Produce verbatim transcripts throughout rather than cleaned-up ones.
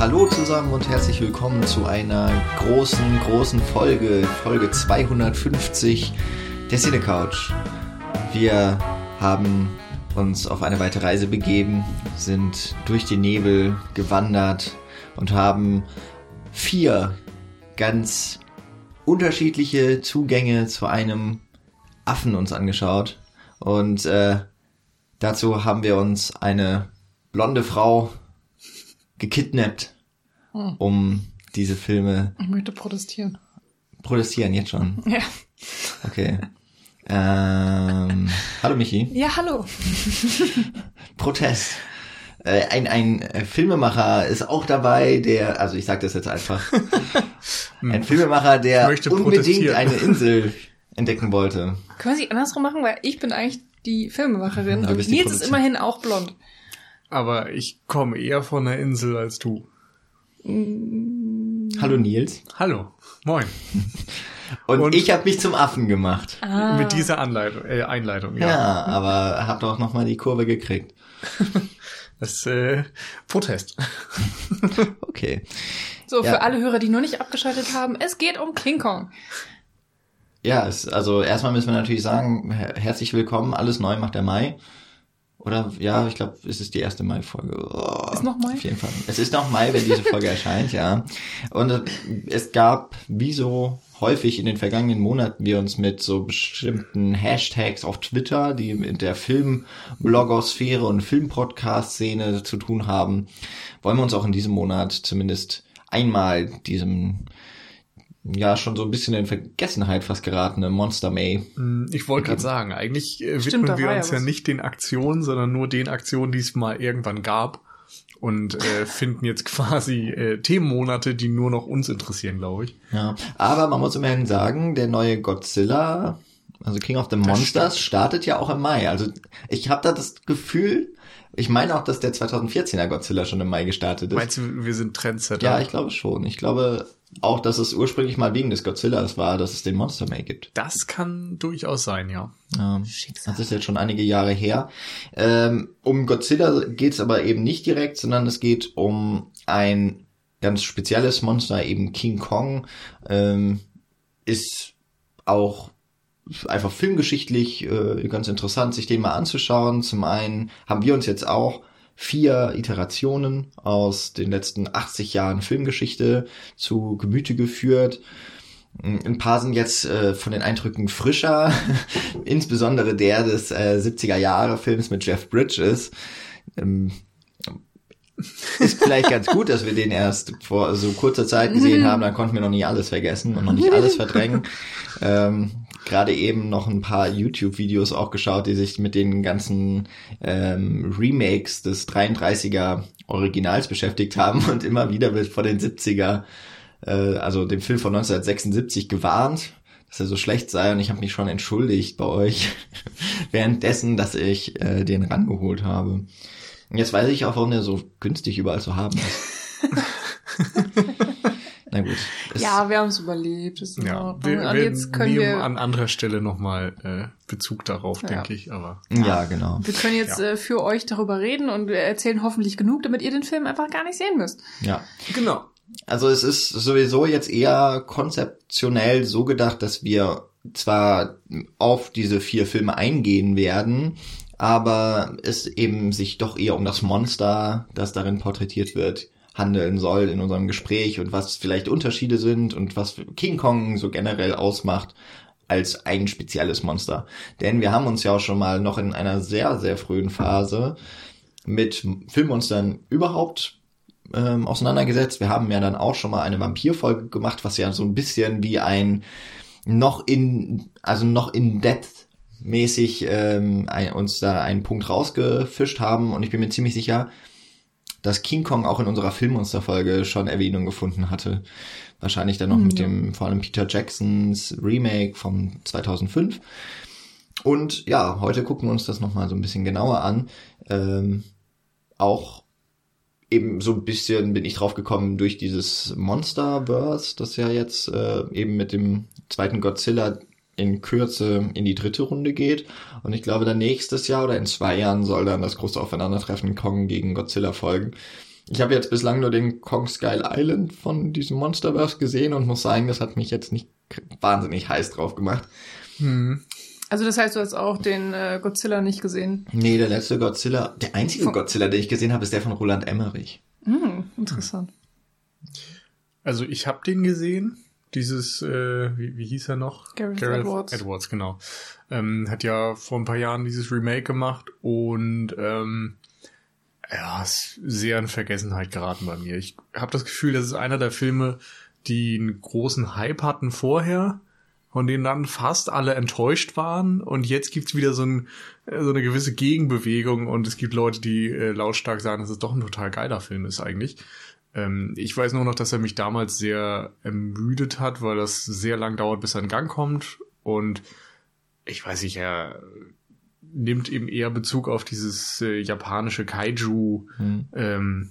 Hallo zusammen und herzlich willkommen zu einer großen, großen Folge, Folge zweihundertfünfzig der Cine-Couch. Wir haben uns auf eine weite Reise begeben, sind durch den Nebel gewandert und haben vier ganz unterschiedliche Zugänge zu einem Affen uns angeschaut. Und äh, dazu haben wir uns eine blonde Frau gekidnappt, hm. um diese Filme... Ich möchte protestieren. Protestieren, jetzt schon? Ja. Okay. Ähm, hallo Michi. Ja, hallo. Protest. Äh, ein, ein Filmemacher ist auch dabei, der, also ich sag das jetzt einfach, ein Filmemacher, der unbedingt eine Insel entdecken wollte. Können wir sie andersrum machen, weil ich bin eigentlich die Filmemacherin Du und bist die Nils ist immerhin auch blond. Aber ich komme eher von der Insel als du. Hallo Nils. Hallo, moin. Und, Und ich habe mich zum Affen gemacht. Ah. Mit dieser Anleitung, äh, Einleitung, ja. Ja, aber hab doch nochmal die Kurve gekriegt. Das äh, Protest. Okay. So, Ja. für alle Hörer, die noch nicht abgeschaltet haben, es geht um King Kong. Ja, es, also erstmal müssen wir natürlich sagen, her- herzlich willkommen, alles neu macht der Mai. Oder, ja, ich glaube, es ist die erste Mai-Folge. Oh, Ist noch Mai? Auf jeden Fall. Es ist noch Mai, wenn diese Folge erscheint, ja. Und äh, es gab, wie so häufig in den vergangenen Monaten, wir uns mit so bestimmten Hashtags auf Twitter, die mit der Film-Blogosphäre und Film-Podcast-Szene zu tun haben, wollen wir uns auch in diesem Monat zumindest einmal diesem, ja, schon so ein bisschen in Vergessenheit fast geratene Monster May. Ich wollte gerade sagen, eigentlich äh, Stimmt, da widmen wir war ja uns ja was. nicht den Aktionen, sondern nur den Aktionen, die es mal irgendwann gab. Und äh, finden jetzt quasi äh, Themenmonate, die nur noch uns interessieren, glaube ich. Ja, aber man muss immerhin sagen, der neue Godzilla, also King of the Monsters, startet ja auch im Mai. Also ich habe da das Gefühl, ich meine auch, dass der zweitausendvierzehner Godzilla schon im Mai gestartet ist. Meinst du, wir sind Trendsetter? Ja, ich glaube schon. Ich glaube auch, dass es ursprünglich mal wegen des Godzillas war, dass es den Monster May gibt. Das kann durchaus sein, ja. Ja, das ist jetzt schon einige Jahre her. Ähm, um Godzilla geht's aber eben nicht direkt, sondern es geht um ein ganz spezielles Monster, eben King Kong. Ähm, ist auch einfach filmgeschichtlich äh, ganz interessant, sich den mal anzuschauen. Zum einen haben wir uns jetzt auch vier Iterationen aus den letzten achtzig Jahren Filmgeschichte zu Gemüte geführt. Ein paar sind jetzt äh, von den Eindrücken frischer, insbesondere der des äh, siebziger-Jahre-Films mit Jeff Bridges. Ähm, ist vielleicht ganz gut, dass wir den erst vor so kurzer Zeit gesehen haben, dann konnten wir noch nicht alles vergessen und noch nicht alles verdrängen. Ähm, gerade eben noch ein paar YouTube-Videos auch geschaut, die sich mit den ganzen ähm, Remakes des dreiunddreißiger Originals beschäftigt haben und immer wieder wird vor den siebziger, äh, also dem Film von neunzehnhundertsechsundsiebzig gewarnt, dass er so schlecht sei, und ich habe mich schon entschuldigt bei euch währenddessen, dass ich äh, den rangeholt habe. Und jetzt weiß ich auch, warum der so günstig überall zu haben ist. Na gut. Ja, wir haben es überlebt. Ist in Ja, Ordnung. wir, Und wir jetzt können nehmen wir, an anderer Stelle nochmal äh, Bezug darauf, Ja. denke ich. Aber Ja, genau. wir können jetzt Ja. äh, für euch darüber reden und wir erzählen hoffentlich genug, damit ihr den Film einfach gar nicht sehen müsst. Ja. genau. Also es ist sowieso jetzt eher konzeptionell so gedacht, dass wir zwar auf diese vier Filme eingehen werden, aber es eben sich doch eher um das Monster, das darin porträtiert wird, handeln soll in unserem Gespräch und was vielleicht Unterschiede sind und was King Kong so generell ausmacht als ein spezielles Monster. Denn wir haben uns ja auch schon mal noch in einer sehr, sehr frühen Phase mit Filmmonstern überhaupt ähm, auseinandergesetzt. Wir haben ja dann auch schon mal eine Vampirfolge gemacht, was ja so ein bisschen wie ein noch in, also noch in Depth mäßig ähm, ein, uns da einen Punkt rausgefischt haben, und ich bin mir ziemlich sicher, dass King Kong auch in unserer Filmmonster-Folge schon Erwähnung gefunden hatte. Wahrscheinlich dann noch Mhm. mit dem, vor allem Peter Jacksons Remake von zweitausendfünf. Und ja, heute gucken wir uns das nochmal so ein bisschen genauer an. Ähm, auch eben so ein bisschen bin ich drauf gekommen durch dieses Monsterverse, das ja jetzt äh, eben mit dem zweiten Godzilla in Kürze in die dritte Runde geht. Und ich glaube, dann nächstes Jahr oder in zwei Jahren soll dann das große Aufeinandertreffen Kong gegen Godzilla folgen. Ich habe jetzt bislang nur den Kong Skull Island von diesem Monsterverse gesehen und muss sagen, das hat mich jetzt nicht wahnsinnig heiß drauf gemacht. Hm. Also das heißt, du hast auch den äh, Godzilla nicht gesehen? Nee, der letzte Godzilla, der einzige von Godzilla, den ich gesehen habe, ist der von Roland Emmerich. Hm, interessant. Also ich habe den gesehen. Dieses, äh, wie, wie hieß er noch? Gareth, Gareth Edwards. Edwards, genau. Ähm, hat ja vor ein paar Jahren dieses Remake gemacht und ähm, ja, ist sehr in Vergessenheit geraten bei mir. Ich habe das Gefühl, das ist einer der Filme, die einen großen Hype hatten vorher, von denen dann fast alle enttäuscht waren und jetzt gibt's wieder so, ein, so eine gewisse Gegenbewegung und es gibt Leute, die äh, lautstark sagen, dass es doch ein total geiler Film ist eigentlich. Ähm, ich weiß nur noch, dass er mich damals sehr ermüdet hat, weil das sehr lang dauert, bis er in Gang kommt und ich weiß nicht, er nimmt eben eher Bezug auf dieses äh, japanische Kaiju hm. ähm,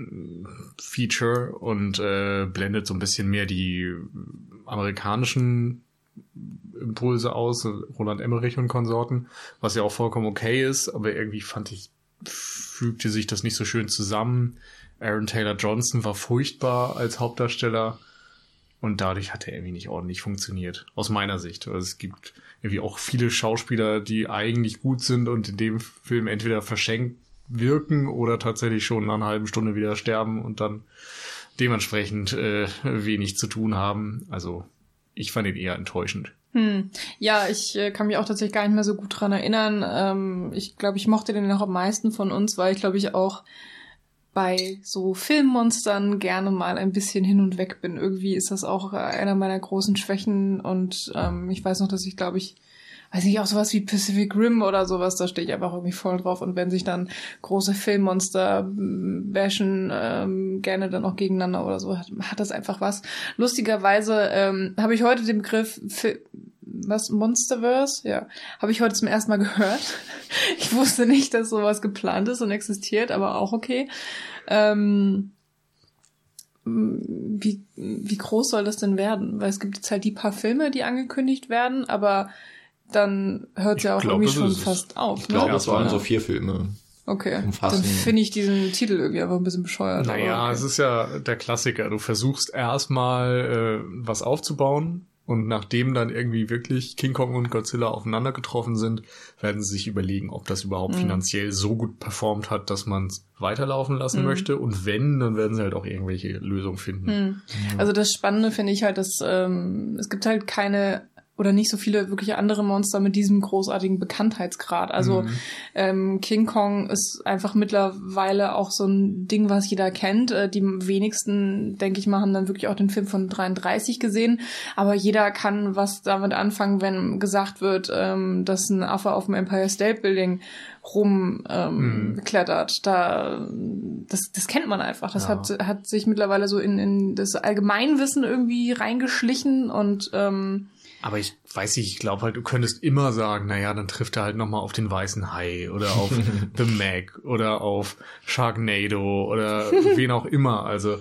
Feature und äh, blendet so ein bisschen mehr die amerikanischen Impulse aus, Roland Emmerich und Konsorten, was ja auch vollkommen okay ist, aber irgendwie fand ich, fügte sich das nicht so schön zusammen. Aaron Taylor Johnson war furchtbar als Hauptdarsteller und dadurch hat er irgendwie nicht ordentlich funktioniert, aus meiner Sicht. Also es gibt irgendwie auch viele Schauspieler, die eigentlich gut sind und in dem Film entweder verschenkt wirken oder tatsächlich schon nach einer halben Stunde wieder sterben und dann dementsprechend äh, wenig zu tun haben. Also ich fand ihn eher enttäuschend. Hm. Ja, ich äh, kann mich auch tatsächlich gar nicht mehr so gut dran erinnern. Ähm, ich glaube, ich mochte den noch am meisten von uns, weil ich glaube ich auch bei so Filmmonstern gerne mal ein bisschen hin und weg bin. Irgendwie ist das auch einer meiner großen Schwächen und ähm, ich weiß noch, dass ich glaube ich weiß nicht, auch sowas wie Pacific Rim oder sowas, da stehe ich einfach irgendwie voll drauf. Und wenn sich dann große Filmmonster bashen, ähm, gerne dann auch gegeneinander oder so, hat, hat das einfach was. Lustigerweise ähm, habe ich heute den Begriff Fi- was, Monsterverse? Ja, habe ich heute zum ersten Mal gehört. Ich wusste nicht, dass sowas geplant ist und existiert, aber auch okay. Ähm, wie, wie groß soll das denn werden? Weil es gibt jetzt halt die paar Filme, die angekündigt werden, aber dann hört es ja auch glaub, irgendwie schon es. fast auf. Ich glaube, ne? es waren so vier Filme. Okay, umfassen. dann finde ich diesen Titel irgendwie einfach ein bisschen bescheuert. Naja, okay. Es ist ja der Klassiker. Du versuchst erstmal äh, was aufzubauen und nachdem dann irgendwie wirklich King Kong und Godzilla aufeinander getroffen sind, werden sie sich überlegen, ob das überhaupt mhm. finanziell so gut performt hat, dass man es weiterlaufen lassen mhm. möchte. Und wenn, dann werden sie halt auch irgendwelche Lösungen finden. Mhm. Also das Spannende finde ich halt, dass ähm, es gibt halt keine oder nicht so viele wirklich andere Monster mit diesem großartigen Bekanntheitsgrad. Also mhm. ähm, King Kong ist einfach mittlerweile auch so ein Ding, was jeder kennt. Äh, die wenigsten, denke ich mal, haben dann wirklich auch den Film von dreiunddreißig gesehen. Aber jeder kann was damit anfangen, wenn gesagt wird, ähm, dass ein Affe auf dem Empire State Building rum ähm, mhm. klettert. Da, das, das kennt man einfach. Das ja. hat, hat sich mittlerweile so in, in das Allgemeinwissen irgendwie reingeschlichen und ähm, aber ich weiß nicht, ich glaube halt, du könntest immer sagen, naja, dann trifft er halt nochmal auf den weißen Hai oder auf The Meg oder auf Sharknado oder wen auch immer. Also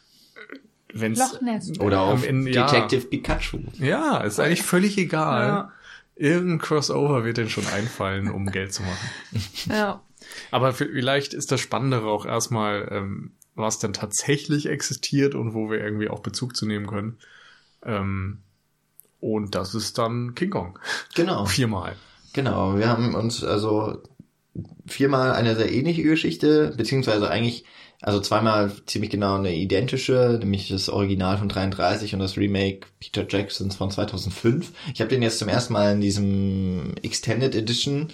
wenn's Loch Ness. Oder auf Ende, Detective ja, Pikachu. Ja, ist eigentlich völlig egal. Ja. Irgendein Crossover wird denen schon einfallen, um Geld zu machen. Ja. Aber vielleicht ist das Spannendere auch erstmal, ähm, was denn tatsächlich existiert und wo wir irgendwie auch Bezug zu nehmen können. Ähm, Und das ist dann King Kong. Genau. Viermal. Genau. Wir haben uns also viermal eine sehr ähnliche Geschichte, beziehungsweise eigentlich, also zweimal ziemlich genau eine identische, nämlich das Original von dreiunddreißig und das Remake Peter Jacksons von zweitausendfünf. Ich habe den jetzt zum ersten Mal in diesem Extended Edition,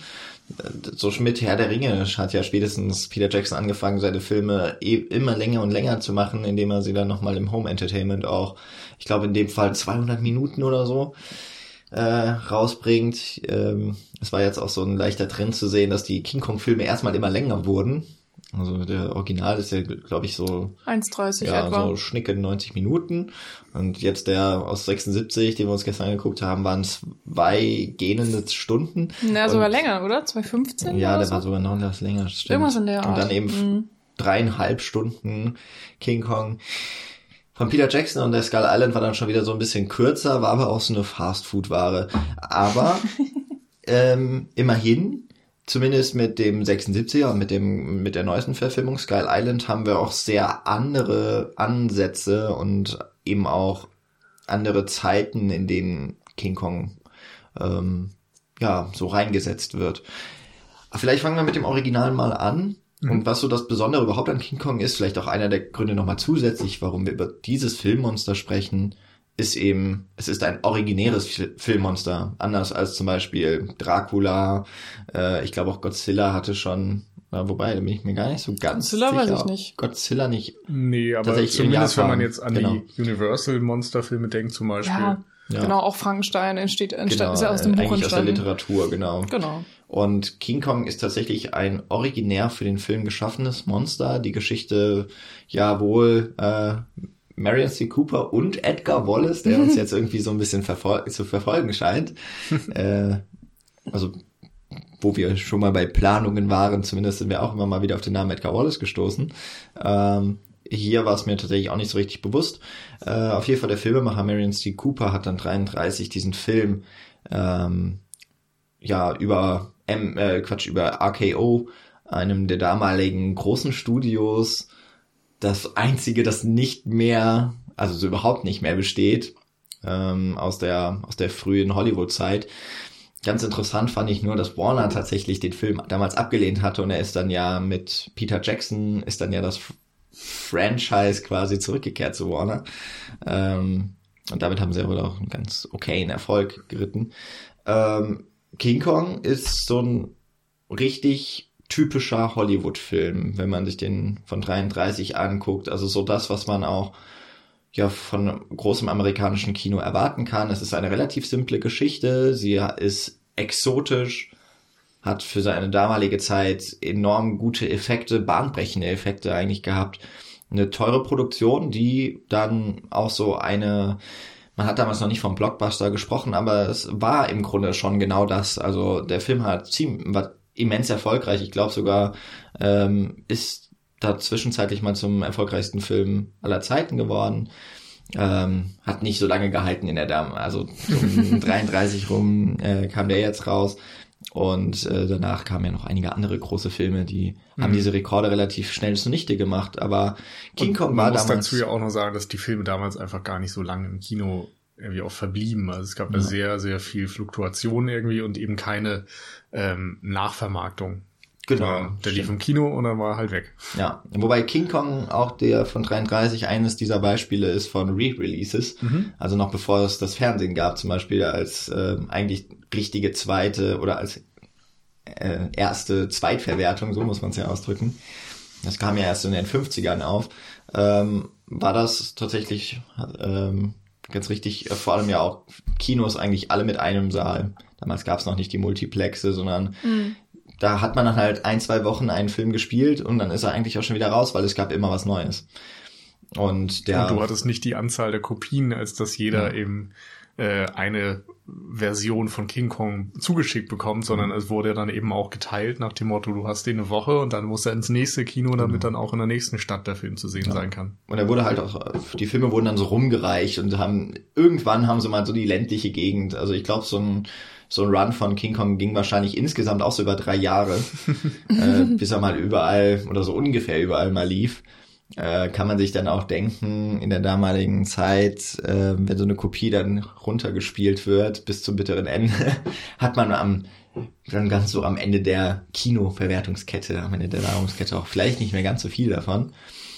so mit Herr der Ringe hat ja spätestens Peter Jackson angefangen, seine Filme eh immer länger und länger zu machen, indem er sie dann nochmal im Home Entertainment auch, ich glaube in dem Fall zweihundert Minuten oder so, äh, rausbringt. Ähm, es war jetzt auch so ein leichter Trend zu sehen, dass die King Kong Filme erstmal immer länger wurden. Also der Original ist ja, glaube ich, so eins dreißig ja, etwa. so schnicke neunzig Minuten. Und jetzt der aus sechsundsiebzig, den wir uns gestern angeguckt haben, waren zwei gähnende Stunden. Na, sogar länger, oder? zwei fünfzehn? Ja, der so? war sogar noch was länger. Stimmt. Irgendwas in der Art. Und dann eben mhm. dreieinhalb Stunden King Kong. Von Peter Jackson und der Skull Island war dann schon wieder so ein bisschen kürzer, war aber auch so eine Fast-Food-Ware. Aber ähm, immerhin zumindest mit dem sechsundsiebziger und mit dem mit der neuesten Verfilmung Skull Island haben wir auch sehr andere Ansätze und eben auch andere Zeiten, in denen King Kong ähm, ja so reingesetzt wird. Vielleicht fangen wir mit dem Original mal an. Mhm. Und was so das Besondere überhaupt an King Kong ist, vielleicht auch einer der Gründe nochmal zusätzlich, warum wir über dieses Filmmonster sprechen, ist eben, es ist ein originäres Filmmonster. Anders als zum Beispiel Dracula, äh, ich glaube auch Godzilla hatte schon, na, wobei, da bin ich mir gar nicht so ganz Godzilla sicher. weiß ich nicht. Godzilla nicht. Nee, aber zumindest wenn man jetzt an genau. die Universal-Monsterfilme denkt zum Beispiel. Ja, ja. Genau, auch Frankenstein entsteht, entsteht genau, ist ja aus dem Buch eigentlich entstanden. Aus der Literatur, genau. Genau. Und King Kong ist tatsächlich ein originär für den Film geschaffenes Monster. Die Geschichte, ja wohl, äh, Marion C. Cooper und Edgar Wallace, der uns jetzt irgendwie so ein bisschen verfol- zu verfolgen scheint. äh, also, wo wir schon mal bei Planungen waren, zumindest sind wir auch immer mal wieder auf den Namen Edgar Wallace gestoßen. Ähm, hier war es mir tatsächlich auch nicht so richtig bewusst. Äh, auf jeden Fall der Filmemacher Marion C. Cooper hat dann dreiunddreißig diesen Film ähm, ja über M, äh, Quatsch, über R K O, einem der damaligen großen Studios, das einzige, das nicht mehr, also so überhaupt nicht mehr besteht, ähm, aus der aus der frühen Hollywood-Zeit. Ganz interessant fand ich nur, dass Warner tatsächlich den Film damals abgelehnt hatte und er ist dann ja mit Peter Jackson, ist dann ja das Franchise quasi zurückgekehrt zu Warner. Ähm, und damit haben sie wohl auch einen ganz okayen Erfolg geritten. Ähm, King Kong ist so ein richtig typischer Hollywood-Film, wenn man sich den von dreiunddreißig anguckt. Also so das, was man auch ja von großem amerikanischen Kino erwarten kann. Es ist eine relativ simple Geschichte. Sie ist exotisch, hat für seine damalige Zeit enorm gute Effekte, bahnbrechende Effekte eigentlich gehabt. Eine teure Produktion, die dann auch so eine, man hat damals noch nicht vom Blockbuster gesprochen, aber es war im Grunde schon genau das. Also der Film hat ziemlich, war immens erfolgreich. Ich glaube sogar, ähm, ist da zwischenzeitlich mal zum erfolgreichsten Film aller Zeiten geworden. Ähm, hat nicht so lange gehalten in der Dame. Also um dreiunddreißig rum äh, kam der jetzt raus. Und äh, danach kamen ja noch einige andere große Filme, die mhm. haben diese Rekorde relativ schnell zunichte gemacht. Aber King Kong war damals... Man muss dazu ja auch noch sagen, dass die Filme damals einfach gar nicht so lange im Kino irgendwie auch verblieben. Also es gab ja, ja sehr, sehr viel Fluktuation irgendwie und eben keine ähm, Nachvermarktung. Genau. Der lief im Kino und dann war er halt weg. Ja, wobei King Kong auch der von dreiunddreißig eines dieser Beispiele ist von Re-Releases. Mhm. Also noch bevor es das Fernsehen gab, zum Beispiel als äh, eigentlich richtige zweite oder als äh, erste Zweitverwertung, so muss man es ja ausdrücken. Das kam ja erst in den fünfzigern auf. Ähm, war das tatsächlich ähm, ganz richtig, äh, vor allem ja auch Kinos eigentlich alle mit einem Saal. Damals gab es noch nicht die Multiplexe, sondern mhm. da hat man dann halt ein, zwei Wochen einen Film gespielt und dann ist er eigentlich auch schon wieder raus, weil es gab immer was Neues. Und der. Und du hattest nicht die Anzahl der Kopien, als dass jeder ja. eben äh, eine Version von King Kong zugeschickt bekommt, sondern mhm. es wurde dann eben auch geteilt nach dem Motto, du hast den eine Woche und dann muss er ins nächste Kino, damit mhm. dann auch in der nächsten Stadt der Film zu sehen ja. sein kann. Und er wurde halt auch, die Filme wurden dann so rumgereicht und haben, irgendwann haben sie mal so die ländliche Gegend, also ich glaube so ein So ein Run von King Kong ging wahrscheinlich insgesamt auch so über drei Jahre, äh, bis er mal überall oder so ungefähr überall mal lief. Äh, kann man sich dann auch denken, in der damaligen Zeit, äh, wenn so eine Kopie dann runtergespielt wird bis zum bitteren Ende, hat man am dann ganz so am Ende der Kinoverwertungskette, am Ende der Nahrungskette auch vielleicht nicht mehr ganz so viel davon.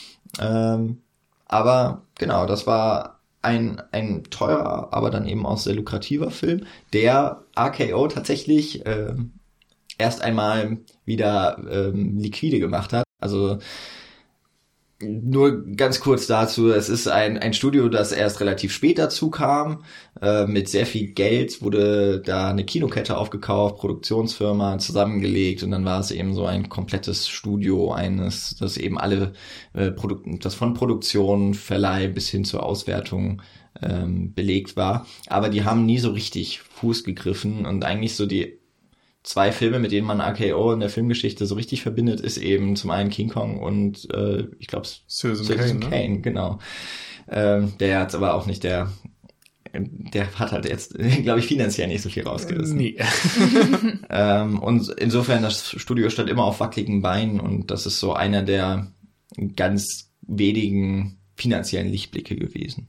Ähm, aber genau, das war ein ein teurer, aber dann eben auch sehr lukrativer Film, der R K O tatsächlich äh, erst einmal wieder ähm, liquide gemacht hat. Also nur ganz kurz dazu, es ist ein ein Studio, das erst relativ spät dazu kam. Äh, mit sehr viel Geld wurde da eine Kinokette aufgekauft, Produktionsfirma zusammengelegt und dann war es eben so ein komplettes Studio, eines, das eben alle äh, Produkte, das von Produktion, Verleih bis hin zur Auswertung ähm, belegt war. Aber die haben nie so richtig Fuß gegriffen und eigentlich so die zwei Filme, mit denen man R K O in der Filmgeschichte so richtig verbindet, ist eben zum einen King Kong und äh, ich glaube Citizen Kane, Kane, ne? genau. Ähm, der jetzt aber auch nicht der der hat halt jetzt, glaube ich, finanziell nicht so viel rausgerissen. Nee. ähm, und insofern, das Studio stand immer auf wackeligen Beinen und das ist so einer der ganz wenigen finanziellen Lichtblicke gewesen.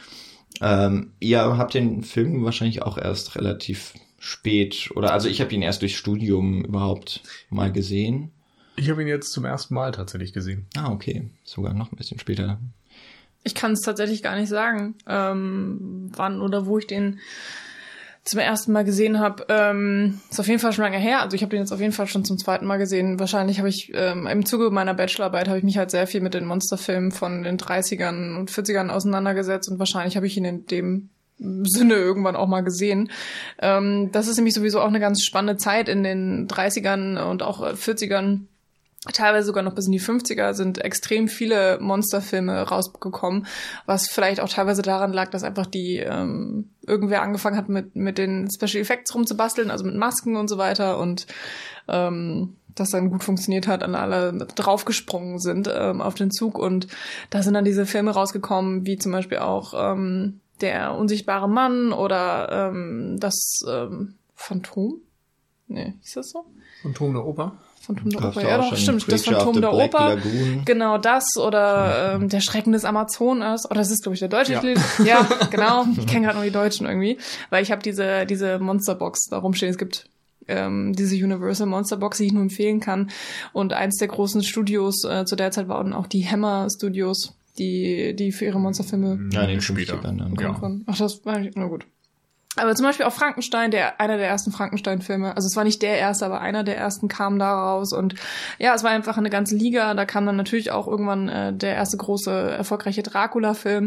Ähm, ihr habt den Film wahrscheinlich auch erst relativ spät, oder also ich habe ihn erst durch Studium überhaupt mal gesehen. Ich habe ihn jetzt zum ersten Mal tatsächlich gesehen. Ah, okay. Sogar noch ein bisschen später. Ich kann es tatsächlich gar nicht sagen, ähm, wann oder wo ich den zum ersten Mal gesehen habe. Ähm, ist auf jeden Fall schon lange her. Also ich habe den jetzt auf jeden Fall schon zum zweiten Mal gesehen. Wahrscheinlich habe ich ähm, im Zuge meiner Bachelorarbeit habe ich mich halt sehr viel mit den Monsterfilmen von den dreißigern und vierzigern auseinandergesetzt und wahrscheinlich habe ich ihn in dem Sinne irgendwann auch mal gesehen. Ähm, das ist nämlich sowieso auch eine ganz spannende Zeit in den dreißigern und auch vierzigern. Teilweise sogar noch bis in die fünfziger sind extrem viele Monsterfilme rausgekommen, was vielleicht auch teilweise daran lag, dass einfach die ähm, irgendwer angefangen hat mit mit den Special Effects rumzubasteln, also mit Masken und so weiter und ähm, das dann gut funktioniert hat, an alle draufgesprungen sind ähm, auf den Zug und da sind dann diese Filme rausgekommen, wie zum Beispiel auch ähm, Der unsichtbare Mann oder ähm, das ähm, Phantom? Nee, hieß das so? Phantom der Oper? Phantom der Oper, ja doch, stimmt, das Phantom der Oper, genau das, oder ähm, der Schrecken des Amazonas, oder das ist, glaube ich, der deutsche Titel, ja. ja, genau, ich kenne gerade nur die Deutschen irgendwie, weil ich habe diese diese Monsterbox da rumstehen, es gibt ähm, diese Universal Monsterbox, die ich nur empfehlen kann, und eins der großen Studios äh, zu der Zeit waren auch die Hammer Studios, die die für ihre Monsterfilme ja, den später dann ja. Ach, das war nicht, na gut. Aber zum Beispiel auch Frankenstein, der einer der ersten Frankenstein-Filme, also es war nicht der erste, aber einer der ersten kam da raus und ja, es war einfach eine ganze Liga. Da kam dann natürlich auch irgendwann äh, der erste große, erfolgreiche Dracula-Film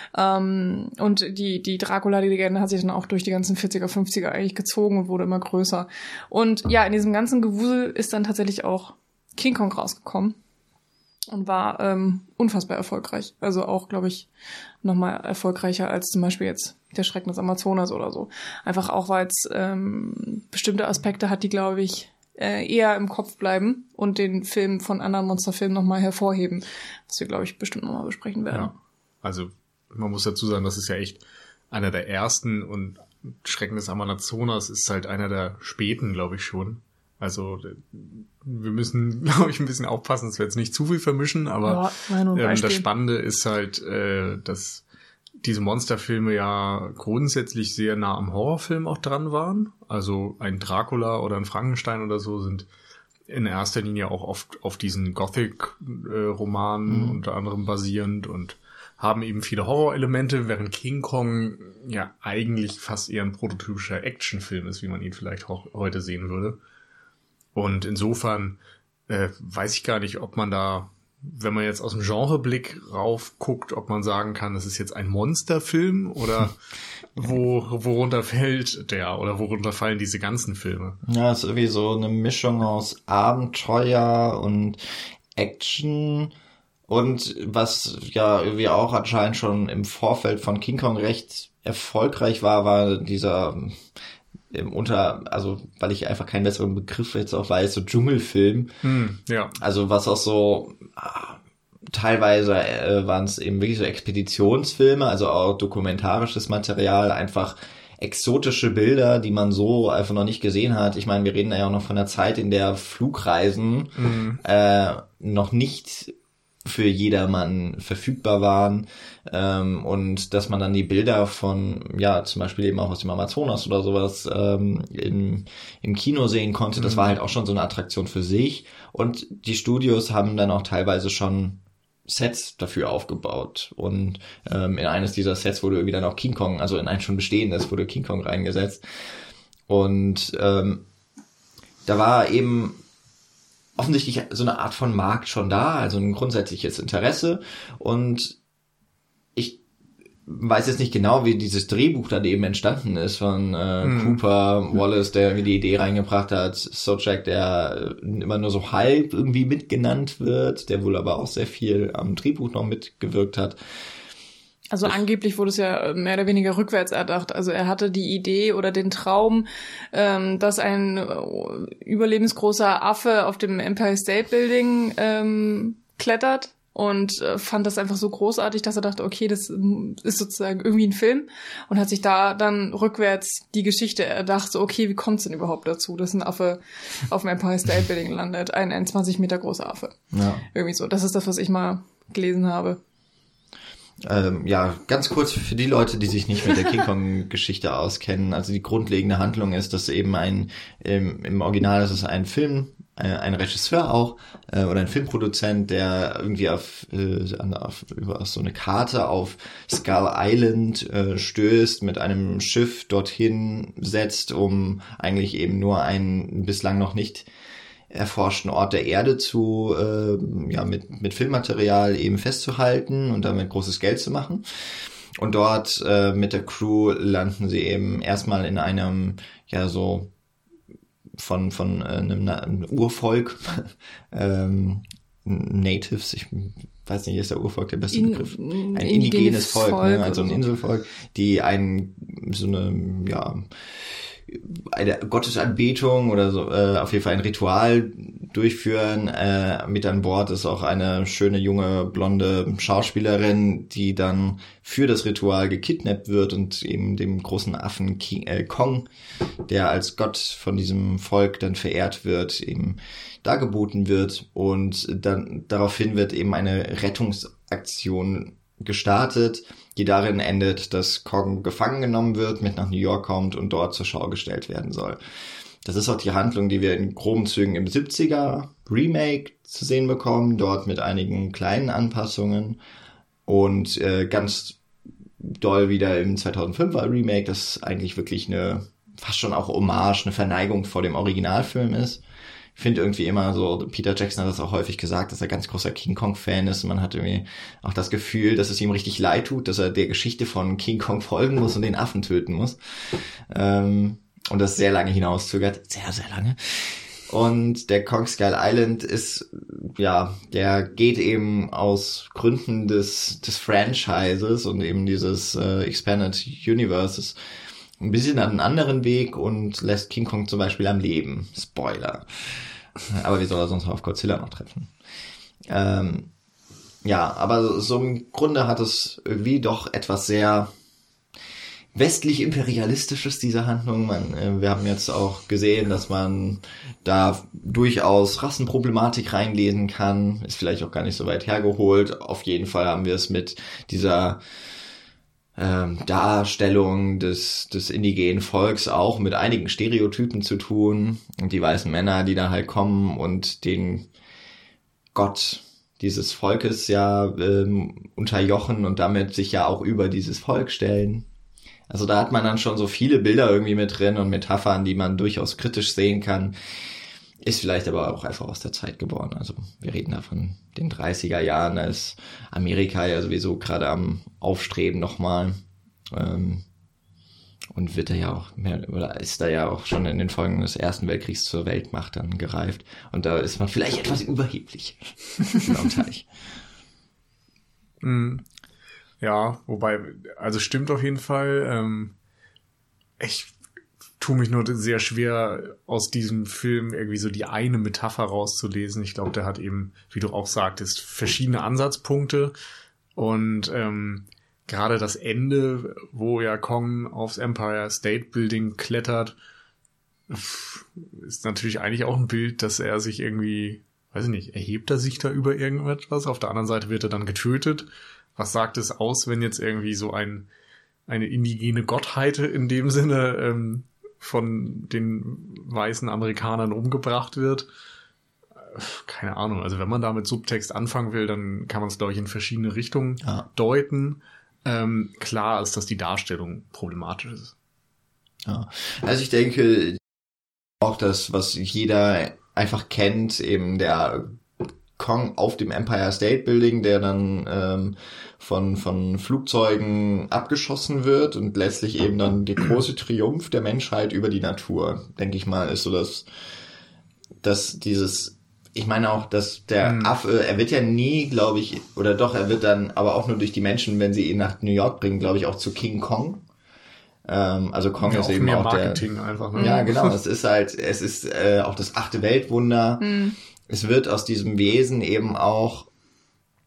ähm, und die die Dracula-Legende hat sich dann auch durch die ganzen vierziger, fünfziger eigentlich gezogen und wurde immer größer. Und ja, in diesem ganzen Gewusel ist dann tatsächlich auch King Kong rausgekommen und war ähm, unfassbar erfolgreich. Also auch, glaube ich, nochmal erfolgreicher als zum Beispiel jetzt der Schrecken des Amazonas oder so. Einfach auch, weil es ähm, bestimmte Aspekte hat, die, glaube ich, äh, eher im Kopf bleiben und den Film von anderen Monsterfilmen nochmal hervorheben, was wir, glaube ich, bestimmt nochmal besprechen werden. Ja, also man muss dazu sagen, das ist ja echt einer der ersten und Schrecken des Amazonas ist halt einer der späten, glaube ich schon. Also wir müssen, glaube ich, ein bisschen aufpassen, dass wir jetzt nicht zu viel vermischen, aber ja, ähm, das Spannende ist halt, äh, dass diese Monsterfilme ja grundsätzlich sehr nah am Horrorfilm auch dran waren. Also ein Dracula oder ein Frankenstein oder so sind in erster Linie auch oft auf diesen Gothic-Romanen mhm. unter anderem basierend und haben eben viele Horrorelemente, während King Kong ja eigentlich fast eher ein prototypischer Actionfilm ist, wie man ihn vielleicht auch heute sehen würde. Und insofern äh, weiß ich gar nicht, ob man da, wenn man jetzt aus dem Genreblick rauf guckt, ob man sagen kann, das ist jetzt ein Monsterfilm oder wo worunter fällt der oder worunter fallen diese ganzen Filme? Ja, es ist irgendwie so eine Mischung aus Abenteuer und Action und was ja irgendwie auch anscheinend schon im Vorfeld von King Kong recht erfolgreich war, war dieser im unter, also weil ich einfach keinen besseren Begriff jetzt auch weiß, so Dschungelfilm. Hm, ja. Also was auch so ah, teilweise äh, waren es eben wirklich so Expeditionsfilme, also auch dokumentarisches Material, einfach exotische Bilder, die man so einfach noch nicht gesehen hat. Ich meine, wir reden ja auch noch von einer Zeit, in der Flugreisen mhm. äh, noch nicht für jedermann verfügbar waren ähm, und dass man dann die Bilder von, ja, zum Beispiel eben auch aus dem Amazonas oder sowas ähm, im, im Kino sehen konnte, das war halt auch schon so eine Attraktion für sich und die Studios haben dann auch teilweise schon Sets dafür aufgebaut und ähm, in eines dieser Sets wurde irgendwie dann auch King Kong, also in ein schon bestehendes wurde King Kong reingesetzt und ähm, da war eben offensichtlich so eine Art von Markt schon da, also ein grundsätzliches Interesse und ich weiß jetzt nicht genau, wie dieses Drehbuch dann eben entstanden ist von äh, hm. Cooper Wallace, der irgendwie die Idee reingebracht hat, Sobchak, der immer nur so halb irgendwie mitgenannt wird, der wohl aber auch sehr viel am Drehbuch noch mitgewirkt hat. Also angeblich wurde es ja mehr oder weniger rückwärts erdacht. Also er hatte die Idee oder den Traum, ähm, dass ein überlebensgroßer Affe auf dem Empire State Building ähm, klettert und äh, fand das einfach so großartig, dass er dachte, okay, das ist sozusagen irgendwie ein Film und hat sich da dann rückwärts die Geschichte erdacht, so okay, wie kommt's denn überhaupt dazu, dass ein Affe auf dem Empire State Building landet, ein, ein zwanzig Meter großer Affe. Ja. Irgendwie so, das ist das, was ich mal gelesen habe. Ähm, ja, ganz kurz für die Leute, die sich nicht mit der King Kong-Geschichte auskennen. Also die grundlegende Handlung ist, dass eben ein, im, im Original ist es ein Film, äh, ein Regisseur auch, äh, oder ein Filmproduzent, der irgendwie auf, äh, auf, über so eine Karte auf Skull Island äh, stößt, mit einem Schiff dorthin setzt, um eigentlich eben nur einen bislang noch nicht erforschten Ort der Erde zu, äh, ja, mit, mit Filmmaterial eben festzuhalten und damit großes Geld zu machen. Und dort äh, mit der Crew landen sie eben erstmal in einem, ja, so von, von äh, einem, einem Urvolk, ähm, Natives, ich weiß nicht, ist der Urvolk der beste In, Begriff? Ein indigenes Volk, Volk ne? Also ein Inselvolk, die ein, so eine, ja, eine Gottesanbetung oder so, äh, auf jeden Fall ein Ritual durchführen. Äh, mit an Bord ist auch eine schöne junge blonde Schauspielerin, die dann für das Ritual gekidnappt wird und eben dem großen Affen King, äh, Kong, der als Gott von diesem Volk dann verehrt wird, eben dargeboten wird, und dann daraufhin wird eben eine Rettungsaktion gestartet, die darin endet, dass Kong gefangen genommen wird, mit nach New York kommt und dort zur Schau gestellt werden soll. Das ist auch die Handlung, die wir in groben Zügen im siebziger Remake zu sehen bekommen, dort mit einigen kleinen Anpassungen und äh, ganz doll wieder im zweitausendfünfer Remake, das eigentlich wirklich eine, fast schon auch Hommage, eine Verneigung vor dem Originalfilm ist. Ich finde irgendwie immer so, Peter Jackson hat das auch häufig gesagt, dass er ganz großer King Kong-Fan ist. Man hat irgendwie auch das Gefühl, dass es ihm richtig leid tut, dass er der Geschichte von King Kong folgen muss und den Affen töten muss. Ähm, und das sehr lange hinauszögert. Sehr, sehr lange. Und der Kong Skull Island ist, ja, der geht eben aus Gründen des, des Franchises und eben dieses äh, Expanded Universes ein bisschen einen anderen Weg und lässt King Kong zum Beispiel am Leben. Spoiler. Aber wie soll er sonst noch auf Godzilla noch treffen? Ähm, ja, aber so im Grunde hat es irgendwie doch etwas sehr westlich-imperialistisches, diese Handlung. Man, äh, wir haben jetzt auch gesehen, dass man da durchaus Rassenproblematik reinlesen kann. Ist vielleicht auch gar nicht so weit hergeholt. Auf jeden Fall haben wir es mit dieser ähm, Darstellung des, des indigenen Volks auch mit einigen Stereotypen zu tun. Und die weißen Männer, die da halt kommen und den Gott dieses Volkes ja ähm, unterjochen und damit sich ja auch über dieses Volk stellen. Also da hat man dann schon so viele Bilder irgendwie mit drin und Metaphern, die man durchaus kritisch sehen kann. Ist vielleicht aber auch einfach aus der Zeit geboren. Also wir reden da von den dreißiger Jahren, da ist Amerika ja sowieso gerade am Aufstreben nochmal. Ähm, und wird da ja auch mehr, oder ist da ja auch schon in den Folgen des Ersten Weltkriegs zur Weltmacht dann gereift. Und da ist man vielleicht etwas überheblich am Teich. Mm. Ja, wobei, also stimmt auf jeden Fall. Ähm, ich tue mich nur sehr schwer, aus diesem Film irgendwie so die eine Metapher rauszulesen. Ich glaube, der hat eben, wie du auch sagtest, verschiedene Ansatzpunkte. Und ähm, gerade das Ende, wo ja Kong aufs Empire State Building klettert, ist natürlich eigentlich auch ein Bild, dass er sich irgendwie, weiß ich nicht, erhebt er sich da über irgendetwas? Auf der anderen Seite wird er dann getötet. Was sagt es aus, wenn jetzt irgendwie so ein eine indigene Gottheit in dem Sinne ähm, von den weißen Amerikanern umgebracht wird? Keine Ahnung. Also wenn man da mit Subtext anfangen will, dann kann man es, glaube ich, in verschiedene Richtungen ja. deuten. Ähm, klar ist, dass die Darstellung problematisch ist. Ja. Also ich denke auch das, was jeder einfach kennt, eben der Kong auf dem Empire State Building, der dann ähm, von von Flugzeugen abgeschossen wird und letztlich eben dann der große Triumph der Menschheit über die Natur, denke ich mal, ist so das, dass dieses, ich meine auch, dass der mhm. Affe, er wird ja nie, glaube ich, oder doch, er wird dann aber auch nur durch die Menschen, wenn sie ihn nach New York bringen, glaube ich, auch zu King Kong. Ähm, also Kong ja, ist eben auch Marketing der, einfach, ne? Ja, genau, es ist halt, es ist äh, auch das achte Weltwunder. Mhm. Es wird aus diesem Wesen eben auch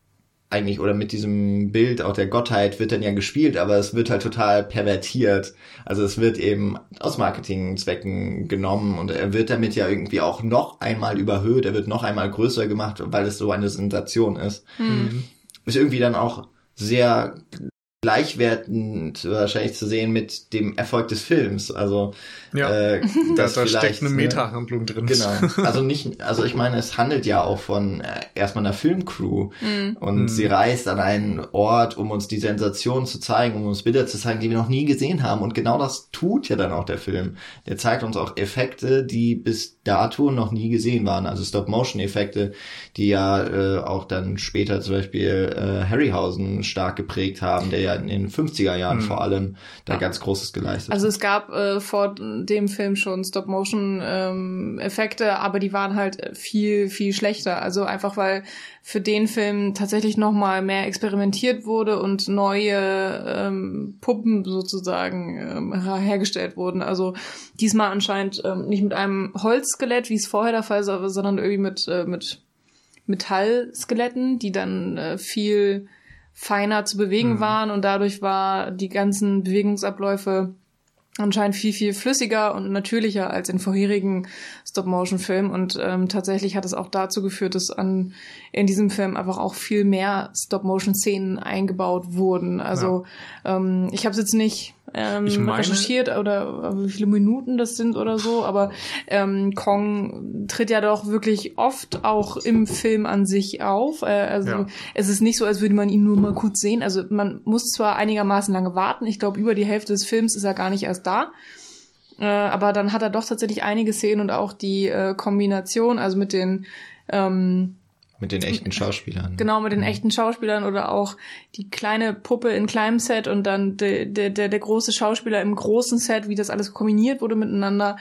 eigentlich, oder mit diesem Bild auch der Gottheit wird dann ja gespielt, aber es wird halt total pervertiert. Also es wird eben aus Marketingzwecken genommen und er wird damit ja irgendwie auch noch einmal überhöht, er wird noch einmal größer gemacht, weil es so eine Sensation ist. Mhm. Ist irgendwie dann auch sehr gleichwertend wahrscheinlich zu sehen mit dem Erfolg des Films. Also ja, äh, da, das da steckt eine ne, Meta-Handlung drin. Genau. Also nicht, also ich meine, es handelt ja auch von äh, erstmal einer Filmcrew Mhm. und Mhm. sie reist an einen Ort, um uns die Sensation zu zeigen, um uns Bilder zu zeigen, die wir noch nie gesehen haben. Und genau das tut ja dann auch der Film. Der zeigt uns auch Effekte, die bis dato noch nie gesehen waren. Also Stop-Motion-Effekte, die ja äh, auch dann später zum Beispiel äh, Harryhausen stark geprägt haben, der ja in den fünfziger Jahren Mhm. vor allem da Ja. ganz Großes geleistet Also hat. es gab äh, vor dem Film schon Stop-Motion-Effekte, aber die waren halt viel, viel schlechter. Also einfach, weil für den Film tatsächlich nochmal mehr experimentiert wurde und neue ähm, Puppen sozusagen ähm, hergestellt wurden. Also diesmal anscheinend ähm, nicht mit einem Holzskelett, wie es vorher der Fall war, sondern irgendwie mit, äh, mit Metallskeletten, die dann äh, viel feiner zu bewegen Mhm. waren und dadurch war die ganzen Bewegungsabläufe anscheinend viel, viel flüssiger und natürlicher als in vorherigen Stop-Motion-Filmen und ähm, tatsächlich hat es auch dazu geführt, dass an in diesem Film einfach auch viel mehr Stop-Motion-Szenen eingebaut wurden. Also ähm, ich habe es jetzt nicht ähm, Ich meine- recherchiert oder wie viele Minuten das sind oder so, aber ähm, Kong tritt ja doch wirklich oft auch im Film an sich auf. Äh, also Ja. es ist nicht so, als würde man ihn nur mal kurz sehen. Also man muss zwar einigermaßen lange warten. Ich glaube, über die Hälfte des Films ist er gar nicht erst da. Äh, aber dann hat er doch tatsächlich einige Szenen und auch die äh, Kombination, also mit den ähm, Mit den echten Schauspielern. Genau, mit den echten Schauspielern oder auch die kleine Puppe in kleinem Set und dann der, der, der, der große Schauspieler im großen Set, wie das alles kombiniert wurde miteinander,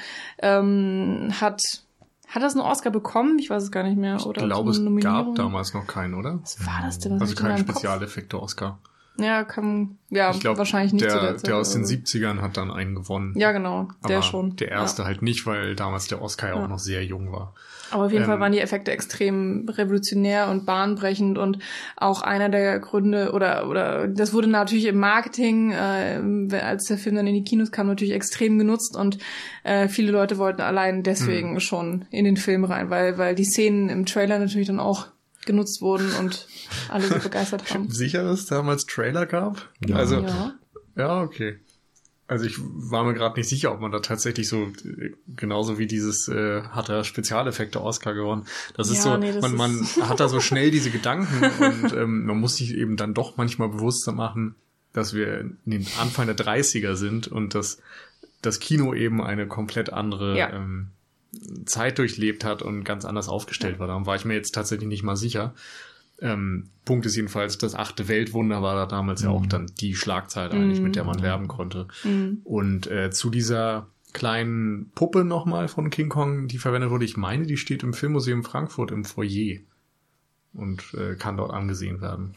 ähm, hat, hat das einen Oscar bekommen? Ich weiß es gar nicht mehr. Oder Ich glaube, es eine Nominierung? gab damals noch keinen, oder? Was war das denn? Was Also hab ich denn da kein im Kopf? Spezialeffekte-Oscar. Ja, kann, ja, Ich glaube, wahrscheinlich nicht zu der, der Zeit. der aus den also. siebzigern hat dann einen gewonnen. Ja, genau, der aber schon. Der erste Ja. halt nicht, weil damals der Oscar ja Ja. auch noch sehr jung war. Aber auf jeden Ähm, Fall waren die Effekte extrem revolutionär und bahnbrechend und auch einer der Gründe oder oder das wurde natürlich im Marketing, äh, als der Film dann in die Kinos kam, natürlich extrem genutzt und äh, viele Leute wollten allein deswegen Mhm. schon in den Film rein, weil weil die Szenen im Trailer natürlich dann auch genutzt wurden und alle so begeistert haben. Sicher, dass es damals Trailer gab? Ja. Also, Ja. ja, okay. Also ich war mir gerade nicht sicher, ob man da tatsächlich so, äh, genauso wie dieses, äh, hat er Spezialeffekte Oscar gewonnen. Das ist Ja, so, nee, das man, man ist- hat da so schnell diese Gedanken und ähm, man muss sich eben dann doch manchmal bewusster machen, dass wir in den Anfang der dreißiger sind und dass das Kino eben eine komplett andere Ja. ähm, Zeit durchlebt hat und ganz anders aufgestellt war. Darum war ich mir jetzt tatsächlich nicht mal sicher. Ähm, Punkt ist jedenfalls, das achte Weltwunder war da damals ja auch dann die Schlagzeile eigentlich, Mhm. mit der man werben konnte. Mhm. Und äh, zu dieser kleinen Puppe nochmal von King Kong, die verwendet wurde, ich meine, die steht im Filmmuseum Frankfurt im Foyer und äh, kann dort angesehen werden.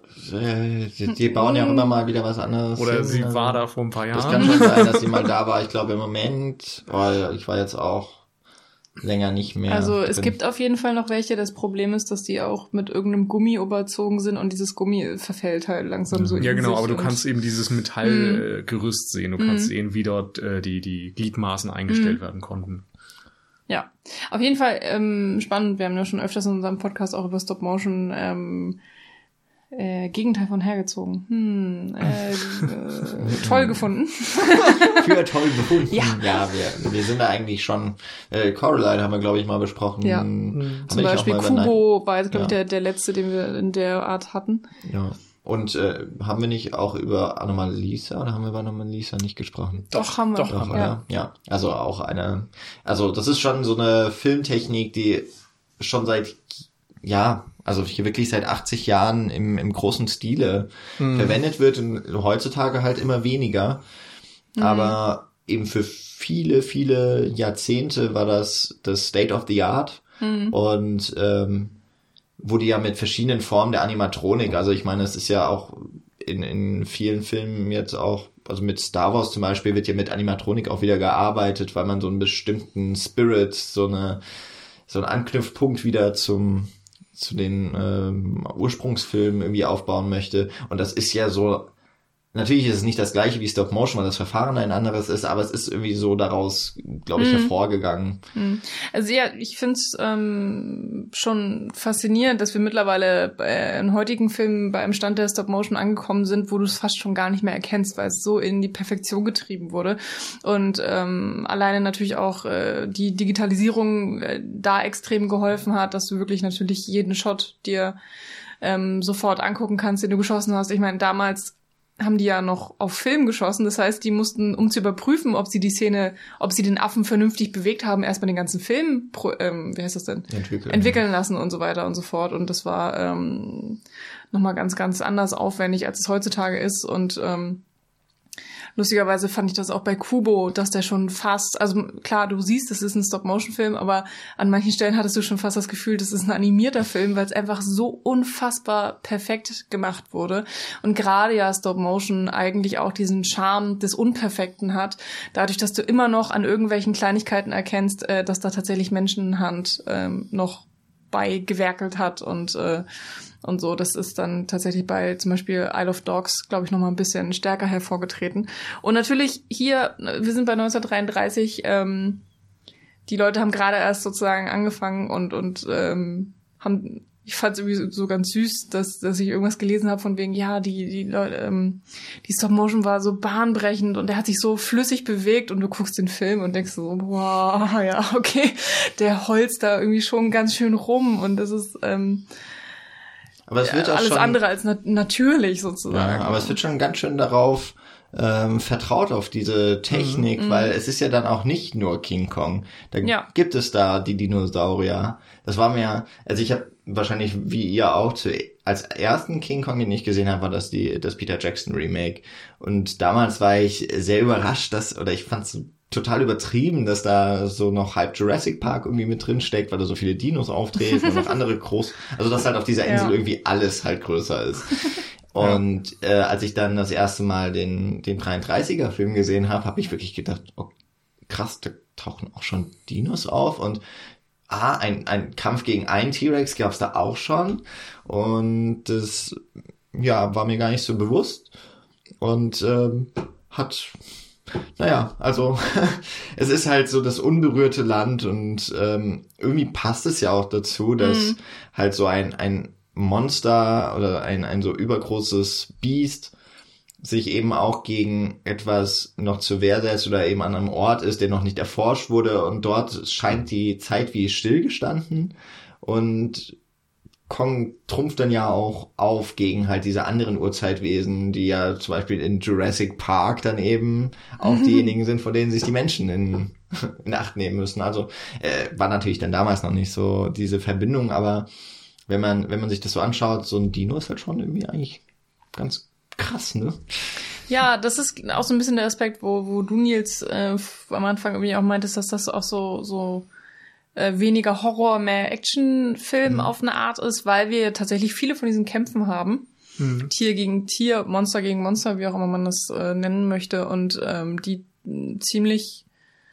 Äh, die, die bauen ja auch immer mal wieder was anderes. Oder hin, sie also. war da vor ein paar Das Jahren. kann schon sein, dass sie mal da war. Ich glaube im Moment, oh, ich war jetzt auch länger nicht mehr. Also es drin. gibt auf jeden Fall noch welche. Das Problem ist, dass die auch mit irgendeinem Gummi überzogen sind und dieses Gummi verfällt halt langsam so in Ja, genau, sich aber du und- kannst eben dieses Metallgerüst sehen. Du kannst sehen, wie dort äh, die, die Gliedmaßen eingestellt Mhm. werden konnten. Ja, auf jeden Fall ähm, spannend. Wir haben ja schon öfters in unserem Podcast auch über Stop-Motion ähm, äh, Gegenteil von hergezogen. Hm, äh, äh, toll gefunden. Für toll gefunden. Ja. Ja, wir, wir sind da eigentlich schon, äh, Coraline haben wir, glaube ich, mal besprochen. Ja. Haben Zum wir nicht auch Beispiel mal über Kubo war jetzt, glaube ich, Ja. der, der letzte, den wir in der Art hatten. Night- Ja. Und äh, haben wir nicht auch über Anomalisa oder haben wir über Anomalisa nicht gesprochen? Doch, haben wir. doch, Doch, haben oder? ja. Ja. Also auch eine, also das ist schon so eine Filmtechnik, die schon seit, ja, also hier wirklich seit achtzig Jahren im, im großen Stile Mhm. verwendet wird und heutzutage halt immer weniger. Mhm. Aber eben für viele, viele Jahrzehnte war das das State of the Art Mhm. und ähm, wurde ja mit verschiedenen Formen der Animatronik, also ich meine, es ist ja auch in, in vielen Filmen jetzt auch, also mit Star Wars zum Beispiel wird ja mit Animatronik auch wieder gearbeitet, weil man so einen bestimmten Spirit, so eine so einen Anknüpfpunkt wieder zum zu den ähm, Ursprungsfilmen irgendwie aufbauen möchte. Und das ist ja so, natürlich ist es nicht das gleiche wie Stop Motion, weil das Verfahren ein anderes ist, aber es ist irgendwie so daraus, glaube ich, mm. hervorgegangen. Also ja, ich finde es ähm, schon faszinierend, dass wir mittlerweile äh, in heutigen Filmen bei einem Stand der Stop Motion angekommen sind, wo du es fast schon gar nicht mehr erkennst, weil es so in die Perfektion getrieben wurde. Und ähm, alleine natürlich auch äh, die Digitalisierung äh, da extrem geholfen hat, dass du wirklich natürlich jeden Shot dir ähm, sofort angucken kannst, den du geschossen hast. Ich meine, damals haben die ja noch auf Film geschossen. Das heißt, die mussten, um zu überprüfen, ob sie die Szene, ob sie den Affen vernünftig bewegt haben, erstmal den ganzen Film, ähm, wie heißt das denn? Entwickeln. Entwickeln lassen und so weiter und so fort. Und das war ähm, nochmal ganz, ganz anders aufwendig, als es heutzutage ist. Und ähm, lustigerweise fand ich das auch bei Kubo, dass der schon fast, also klar, du siehst, das ist ein Stop-Motion-Film, aber an manchen Stellen hattest du schon fast das Gefühl, das ist ein animierter Film, weil es einfach so unfassbar perfekt gemacht wurde. Und gerade ja Stop-Motion eigentlich auch diesen Charme des Unperfekten hat, dadurch, dass du immer noch an irgendwelchen Kleinigkeiten erkennst, äh, dass da tatsächlich Menschenhand ähm, noch beigewerkelt hat und äh, und so. Das ist dann tatsächlich bei zum Beispiel Isle of Dogs, glaube ich, noch mal ein bisschen stärker hervorgetreten. Und natürlich hier, wir sind bei neunzehnhundertdreiunddreißig, ähm, die Leute haben gerade erst sozusagen angefangen und und ähm, haben, ich fand es irgendwie so ganz süß, dass dass ich irgendwas gelesen habe von wegen, ja, die die Leute, ähm, die Stop-Motion war so bahnbrechend und der hat sich so flüssig bewegt und du guckst den Film und denkst so, wow, ja, okay, der holzt da irgendwie schon ganz schön rum und das ist ähm, aber es wird ja, auch alles schon, andere als nat- natürlich sozusagen. Ja, aber es wird schon ganz schön darauf ähm, vertraut, auf diese Technik, mhm. weil es ist ja dann auch nicht nur King Kong. Da ja. gibt es da die Dinosaurier. Das war mir, also ich habe wahrscheinlich wie ihr auch zu, als ersten King Kong, den ich gesehen habe, war das die das Peter Jackson Remake. Und damals war ich sehr überrascht, dass, oder ich fand es total übertrieben, dass da so noch halb Jurassic Park irgendwie mit drin steckt, weil da so viele Dinos auftreten und noch andere groß, also dass halt auf dieser Insel ja. irgendwie alles halt größer ist. Und ja. äh, als ich dann das erste Mal den den dreiunddreißiger Film gesehen habe, habe ich wirklich gedacht, oh, krass, da tauchen auch schon Dinos auf und ah, ein ein Kampf gegen einen T-Rex gab's da auch schon und das ja war mir gar nicht so bewusst und ähm, hat Naja, also es ist halt so das unberührte Land und ähm, irgendwie passt es ja auch dazu, dass mhm. halt so ein ein Monster oder ein ein so übergroßes Biest sich eben auch gegen etwas noch zur Wehr setzt oder eben an einem Ort ist, der noch nicht erforscht wurde und dort scheint die Zeit wie stillgestanden und Kong trumpft dann ja auch auf gegen halt diese anderen Urzeitwesen, die ja zum Beispiel in Jurassic Park dann eben auch mhm. diejenigen sind, vor denen sich die Menschen in, in Acht nehmen müssen. Also äh, war natürlich dann damals noch nicht so diese Verbindung, aber wenn man wenn man sich das so anschaut, so ein Dino ist halt schon irgendwie eigentlich ganz krass, ne? Ja, das ist auch so ein bisschen der Aspekt, wo wo du, Nils, äh, am Anfang irgendwie auch meintest, dass das auch so so Äh, weniger Horror, mehr Actionfilm mhm. auf eine Art ist, weil wir tatsächlich viele von diesen Kämpfen haben. Mhm. Tier gegen Tier, Monster gegen Monster, wie auch immer man das äh, nennen möchte und ähm, die ziemlich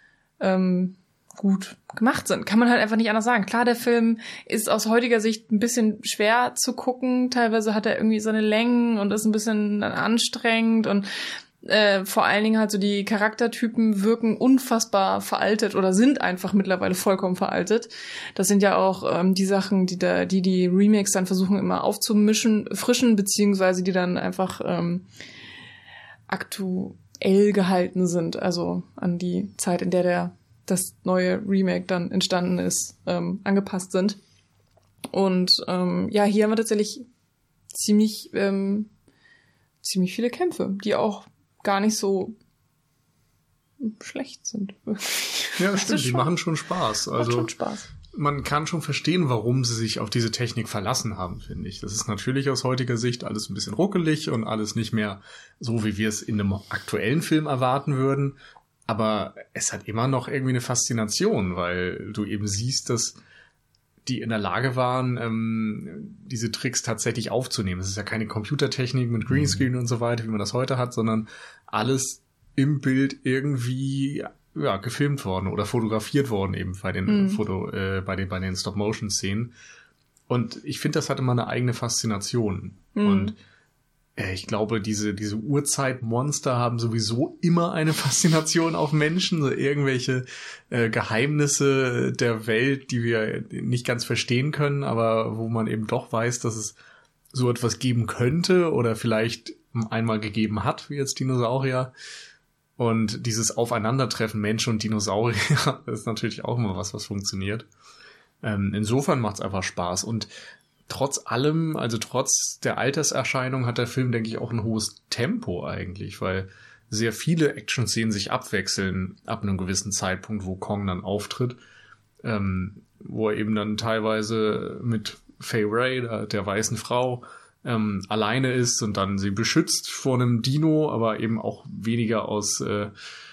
ähm, gut gemacht sind. Kann man halt einfach nicht anders sagen. Klar, der Film ist aus heutiger Sicht ein bisschen schwer zu gucken. Teilweise hat er irgendwie seine Längen und ist ein bisschen anstrengend und Äh, vor allen Dingen halt so die Charaktertypen wirken unfassbar veraltet oder sind einfach mittlerweile vollkommen veraltet. Das sind ja auch ähm, die Sachen, die da, die die Remakes dann versuchen immer aufzumischen, frischen, beziehungsweise die dann einfach ähm, aktuell gehalten sind, also an die Zeit, in der der das neue Remake dann entstanden ist, ähm, angepasst sind. Und ähm, ja, hier haben wir tatsächlich ziemlich ähm, ziemlich viele Kämpfe, die auch gar nicht so schlecht sind. Ja, stimmt, die machen schon Spaß. Also macht schon Spaß. Man kann schon verstehen, warum sie sich auf diese Technik verlassen haben, finde ich. Das ist natürlich aus heutiger Sicht alles ein bisschen ruckelig und alles nicht mehr so, wie wir es in einem aktuellen Film erwarten würden. Aber es hat immer noch irgendwie eine Faszination, weil du eben siehst, dass die in der Lage waren, ähm, diese Tricks tatsächlich aufzunehmen. Es ist ja keine Computertechnik mit Greenscreen mhm. und so weiter, wie man das heute hat, sondern alles im Bild irgendwie ja gefilmt worden oder fotografiert worden eben bei den mhm. Foto, äh, bei den bei den Stop-Motion-Szenen. Und ich finde, das hat immer eine eigene Faszination. Mhm. Und äh, ich glaube, diese diese Urzeitmonster haben sowieso immer eine Faszination auf Menschen. So irgendwelche äh, Geheimnisse der Welt, die wir nicht ganz verstehen können, aber wo man eben doch weiß, dass es so etwas geben könnte oder vielleicht einmal gegeben hat, wie jetzt Dinosaurier. Und dieses Aufeinandertreffen Mensch und Dinosaurier ist natürlich auch immer was, was funktioniert. Ähm, insofern macht's einfach Spaß. Und trotz allem, also trotz der Alterserscheinung, hat der Film, denke ich, auch ein hohes Tempo eigentlich, weil sehr viele Action-Szenen sich abwechseln ab einem gewissen Zeitpunkt, wo Kong dann auftritt, ähm, wo er eben dann teilweise mit Fay Wray, der, der weißen Frau, ähm, alleine ist und dann sie beschützt vor einem Dino, aber eben auch weniger aus äh,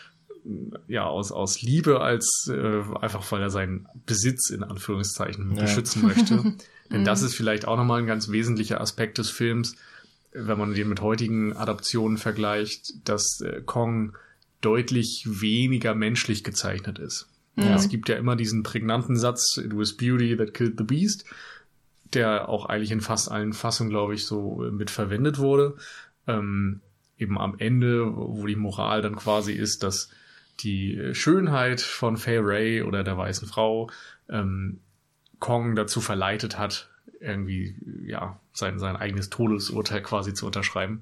ja aus aus Liebe als äh, einfach, weil er seinen Besitz in Anführungszeichen ja. beschützen möchte. Denn das ist vielleicht auch nochmal ein ganz wesentlicher Aspekt des Films, wenn man den mit heutigen Adaptionen vergleicht, dass äh, Kong deutlich weniger menschlich gezeichnet ist. Ja. Es gibt ja immer diesen prägnanten Satz, "It was beauty that killed the beast", der auch eigentlich in fast allen Fassungen, glaube ich, so mit verwendet wurde. Ähm, eben am Ende, wo die Moral dann quasi ist, dass die Schönheit von Fay Wray oder der weißen Frau ähm, Kong dazu verleitet hat, irgendwie ja sein, sein eigenes Todesurteil quasi zu unterschreiben.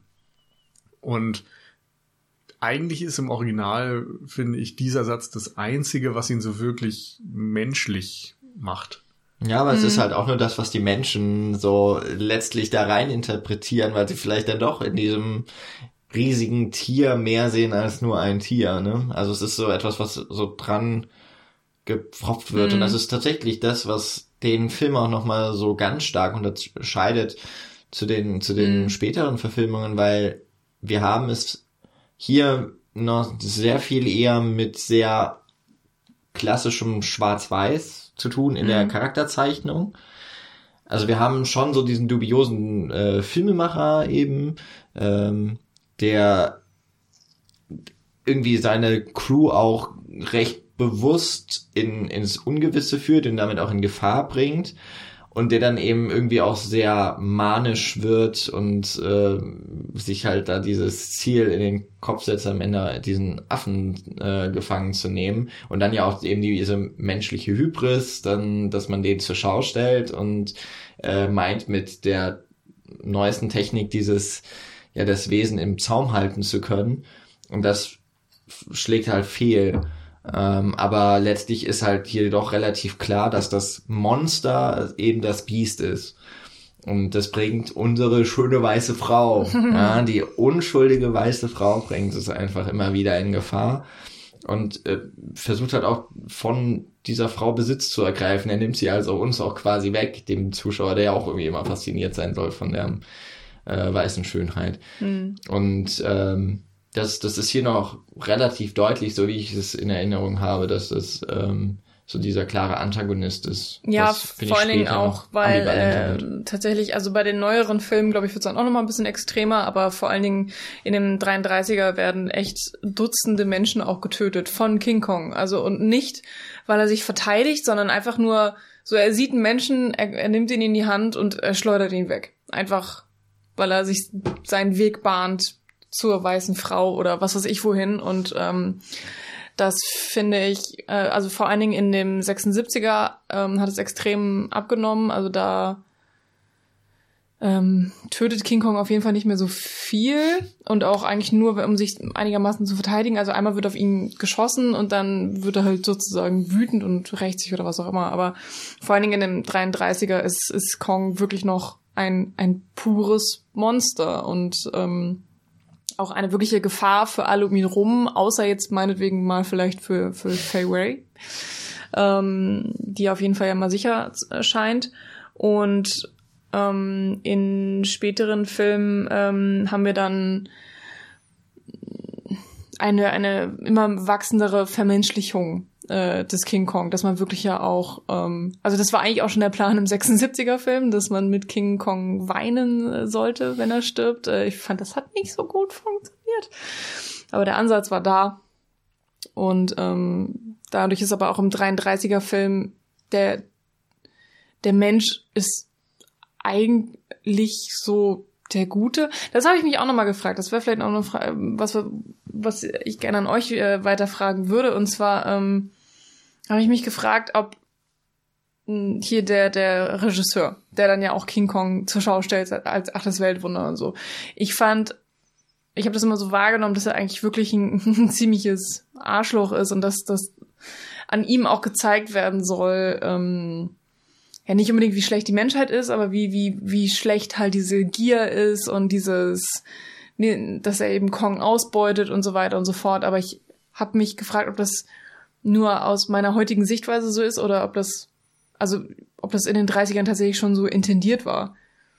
Und eigentlich ist im Original, finde ich, dieser Satz das Einzige, was ihn so wirklich menschlich macht. Ja, aber mhm. es ist halt auch nur das, was die Menschen so letztlich da rein interpretieren, weil sie vielleicht dann doch in diesem riesigen Tier mehr sehen als nur ein Tier, ne? Also es ist so etwas, was so dran gepfropft wird. Mhm. Und das ist tatsächlich das, was den Film auch nochmal so ganz stark unterscheidet zu den, zu den mhm. späteren Verfilmungen, weil wir haben es hier noch sehr viel eher mit sehr klassischem Schwarz-Weiß zu tun in mhm. der Charakterzeichnung. Also wir haben schon so diesen dubiosen äh, Filmemacher eben, ähm, der irgendwie seine Crew auch recht bewusst in ins Ungewisse führt und damit auch in Gefahr bringt. Und der dann eben irgendwie auch sehr manisch wird und äh, sich halt da dieses Ziel in den Kopf setzt, am Ende diesen Affen äh, gefangen zu nehmen. Und dann ja auch eben diese menschliche Hybris, dann, dass man den zur Schau stellt und äh, meint, mit der neuesten Technik dieses, ja, das Wesen im Zaum halten zu können. Und das schlägt halt fehl. Ähm, aber letztlich ist halt hier doch relativ klar, dass das Monster eben das Biest ist. Und das bringt unsere schöne weiße Frau, ja, die unschuldige weiße Frau bringt es einfach immer wieder in Gefahr und äh, versucht halt auch von dieser Frau Besitz zu ergreifen. Er nimmt sie also uns auch quasi weg, dem Zuschauer, der ja auch irgendwie immer fasziniert sein soll von der äh, weißen Schönheit. Mhm. Und ähm, Das, das ist hier noch relativ deutlich, so wie ich es in Erinnerung habe, dass das ähm, so dieser klare Antagonist ist. Ja, vor allen Dingen auch, weil äh, tatsächlich, also bei den neueren Filmen, glaube ich, wird es dann auch noch mal ein bisschen extremer, aber vor allen Dingen in dem dreiunddreißiger werden echt Dutzende Menschen auch getötet von King Kong. Also und nicht, weil er sich verteidigt, sondern einfach nur so, er sieht einen Menschen, er, er nimmt ihn in die Hand und er schleudert ihn weg. Einfach, weil er sich seinen Weg bahnt zur weißen Frau oder was weiß ich wohin. Und ähm, das finde ich, äh, also vor allen Dingen in dem sechsundsiebziger ähm, hat es extrem abgenommen. Also da ähm, tötet King Kong auf jeden Fall nicht mehr so viel und auch eigentlich nur, um sich einigermaßen zu verteidigen. Also einmal wird auf ihn geschossen und dann wird er halt sozusagen wütend und rächt sich oder was auch immer. Aber vor allen Dingen in dem dreiunddreißiger ist, ist Kong wirklich noch ein, ein pures Monster und ähm, auch eine wirkliche Gefahr für alle um ihn rum, außer jetzt meinetwegen mal vielleicht für für Fay Wray, ähm, die auf jeden Fall ja mal sicher scheint. Und ähm, in späteren Filmen ähm, haben wir dann eine eine immer wachsendere Vermenschlichung äh, des King Kong, dass man wirklich ja auch, ähm, also das war eigentlich auch schon der Plan im sechsundsiebziger Film, dass man mit King Kong weinen sollte, wenn er stirbt. Äh, ich fand, das hat nicht so gut funktioniert. Aber der Ansatz war da. Und ähm, dadurch ist aber auch im dreiunddreißiger Film der der Mensch ist eigentlich so der Gute? Das habe ich mich auch nochmal gefragt. Das wäre vielleicht auch eine Frage, was, was ich gerne an euch äh, weiterfragen würde. Und zwar ähm, habe ich mich gefragt, ob mh, hier der der Regisseur, der dann ja auch King Kong zur Schau stellt als achtes Weltwunder und so. Ich fand, ich habe das immer so wahrgenommen, dass er eigentlich wirklich ein, ein ziemliches Arschloch ist und dass das an ihm auch gezeigt werden soll, ähm, ja nicht unbedingt wie schlecht die Menschheit ist, aber wie wie wie schlecht halt diese Gier ist und dieses, nee, dass er eben Kong ausbeutet und so weiter und so fort. Aber ich habe mich gefragt, ob das nur aus meiner heutigen Sichtweise so ist oder ob das, also ob das in den dreißigern tatsächlich schon so intendiert war.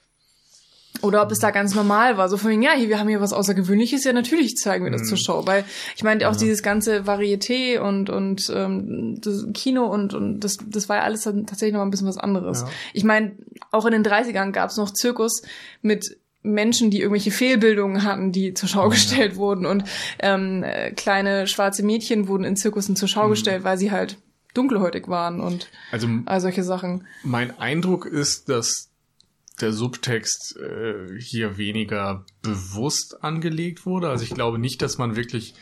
Oder ob es da ganz normal war. So von wegen, ja, hier, wir haben hier was Außergewöhnliches, ja, natürlich zeigen wir das mhm. zur Show. Weil, ich meine, auch ja. dieses ganze Varieté und und ähm, das Kino und und das das war ja alles dann tatsächlich noch mal ein bisschen was anderes. Ja. Ich meine, auch in den dreißigern gab es noch Zirkus mit Menschen, die irgendwelche Fehlbildungen hatten, die zur Schau ja. gestellt wurden. Und ähm, äh, kleine schwarze Mädchen wurden in Zirkussen zur Schau mhm. gestellt, weil sie halt dunkelhäutig waren und also, all solche Sachen. Mein Eindruck ist, dass der Subtext äh, hier weniger bewusst angelegt wurde. Also ich glaube nicht, dass man wirklich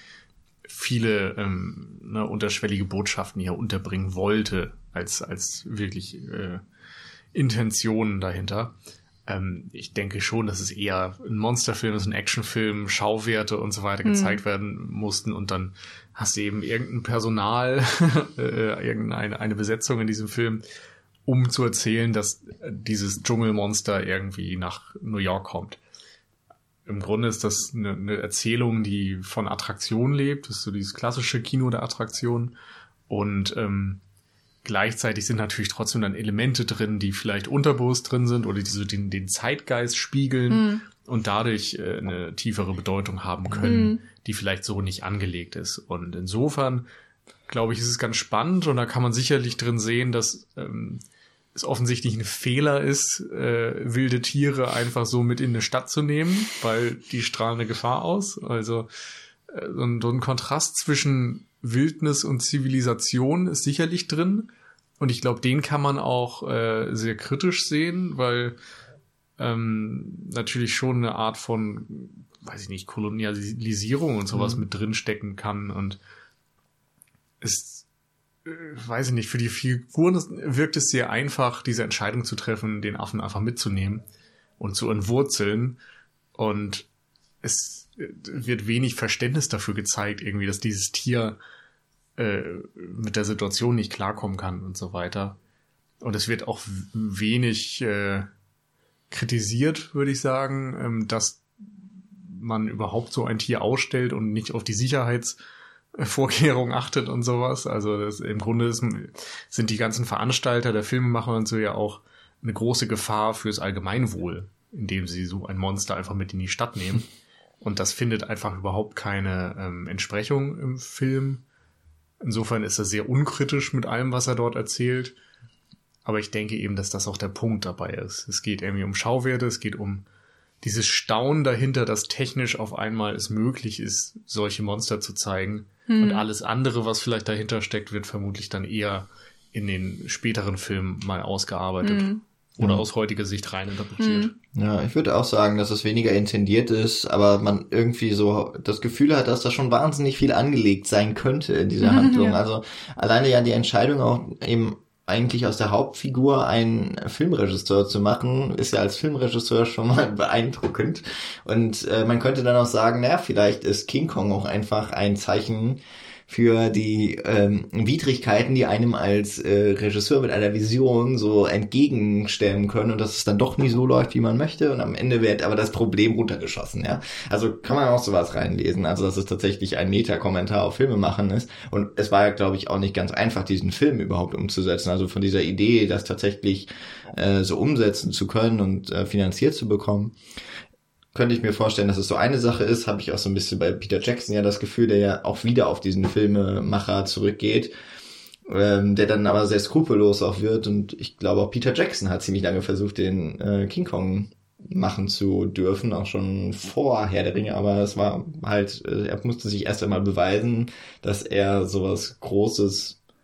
viele ähm, ne, unterschwellige Botschaften hier unterbringen wollte, als als wirklich äh, Intentionen dahinter. Ähm, ich denke schon, dass es eher ein Monsterfilm ist, ein Actionfilm, Schauwerte und so weiter gezeigt mhm. werden mussten und dann hast du eben irgendein Personal, äh, irgendeine eine Besetzung in diesem Film, um zu erzählen, dass dieses Dschungelmonster irgendwie nach New York kommt. Im Grunde ist das eine, eine Erzählung, die von Attraktion lebt. Das ist so dieses klassische Kino der Attraktion. Und ähm, gleichzeitig sind natürlich trotzdem dann Elemente drin, die vielleicht unterbewusst drin sind oder die so den, den Zeitgeist spiegeln mhm. und dadurch äh, eine tiefere Bedeutung haben können, mhm. die vielleicht so nicht angelegt ist. Und insofern glaube ich, ist es ganz spannend und da kann man sicherlich drin sehen, dass ähm, es offensichtlich ein Fehler ist, äh, wilde Tiere einfach so mit in eine Stadt zu nehmen, weil die strahlen eine Gefahr aus. Also äh, so, ein, so ein Kontrast zwischen Wildnis und Zivilisation ist sicherlich drin und ich glaube, den kann man auch äh, sehr kritisch sehen, weil ähm, natürlich schon eine Art von, weiß ich nicht, Kolonialisierung und sowas mhm. mit drin stecken kann und es, äh, weiß ich nicht, für die Figuren wirkt es sehr einfach, diese Entscheidung zu treffen, den Affen einfach mitzunehmen und zu entwurzeln. Und es wird wenig Verständnis dafür gezeigt, irgendwie, dass dieses Tier äh, mit der Situation nicht klarkommen kann und so weiter. Und es wird auch wenig äh, kritisiert, würde ich sagen, ähm, dass man überhaupt so ein Tier ausstellt und nicht auf die Sicherheits Vorkehrungen achtet und sowas. Also das, im Grunde ist, sind die ganzen Veranstalter, der Filmemacher und so ja auch eine große Gefahr fürs Allgemeinwohl, indem sie so ein Monster einfach mit in die Stadt nehmen. Und das findet einfach überhaupt keine ähm, Entsprechung im Film. Insofern ist er sehr unkritisch mit allem, was er dort erzählt. Aber ich denke eben, dass das auch der Punkt dabei ist. Es geht irgendwie um Schauwerte, es geht um dieses Staunen dahinter, dass technisch auf einmal es möglich ist, solche Monster zu zeigen. Hm. Und alles andere, was vielleicht dahinter steckt, wird vermutlich dann eher in den späteren Filmen mal ausgearbeitet. Hm. Oder hm. aus heutiger Sicht rein interpretiert. Hm. Ja, ich würde auch sagen, dass es weniger intendiert ist, aber man irgendwie so das Gefühl hat, dass da schon wahnsinnig viel angelegt sein könnte in dieser Handlung. Ja. Also alleine ja die Entscheidung auch eben eigentlich aus der Hauptfigur einen Filmregisseur zu machen, ist ja als Filmregisseur schon mal beeindruckend. Und äh, man könnte dann auch sagen, naja, vielleicht ist King Kong auch einfach ein Zeichen für die ähm, Widrigkeiten, die einem als äh, Regisseur mit einer Vision so entgegenstellen können und dass es dann doch nie so läuft, wie man möchte und am Ende wird aber das Problem runtergeschossen, ja. Also kann man auch sowas reinlesen, also dass es tatsächlich ein Meta-Kommentar auf Filme machen ist und es war ja, glaube ich, auch nicht ganz einfach, diesen Film überhaupt umzusetzen, also von dieser Idee, das tatsächlich äh, so umsetzen zu können und äh, finanziert zu bekommen. Könnte ich mir vorstellen, dass es so eine Sache ist, habe ich auch so ein bisschen bei Peter Jackson ja das Gefühl, der ja auch wieder auf diesen Filmemacher zurückgeht, ähm, der dann aber sehr skrupellos auch wird und ich glaube auch Peter Jackson hat ziemlich lange versucht, den äh, King Kong machen zu dürfen, auch schon vor Herr der Ringe, aber es war halt, äh, er musste sich erst einmal beweisen, dass er sowas Großes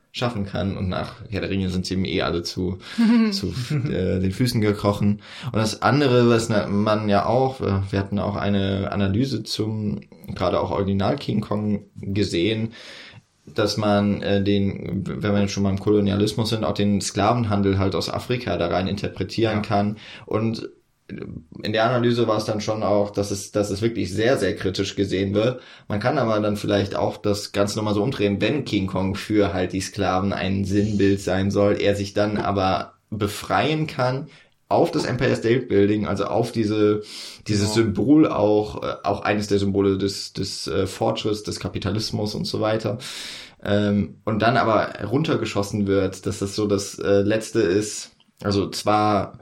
schaffen kann. Und nach Herr der Ringe sind sie ihm eh alle zu, zu äh, den Füßen gekrochen. Und das andere, was man ja auch, wir hatten auch eine Analyse zum, gerade auch Original King Kong gesehen, dass man äh, den, wenn wir schon beim Kolonialismus sind, auch den Sklavenhandel halt aus Afrika da rein interpretieren ja. kann. Und in der Analyse war es dann schon auch, dass es, dass es wirklich sehr, sehr kritisch gesehen wird. Man kann aber dann vielleicht auch das Ganze nochmal so umdrehen, wenn King Kong für halt die Sklaven ein Sinnbild sein soll, er sich dann aber befreien kann auf das Empire State Building, also auf diese, dieses genau. Symbol auch, auch eines der Symbole des, des äh, Fortschritts, des Kapitalismus und so weiter. Ähm, und dann aber runtergeschossen wird, dass das so das äh, Letzte ist. Also zwar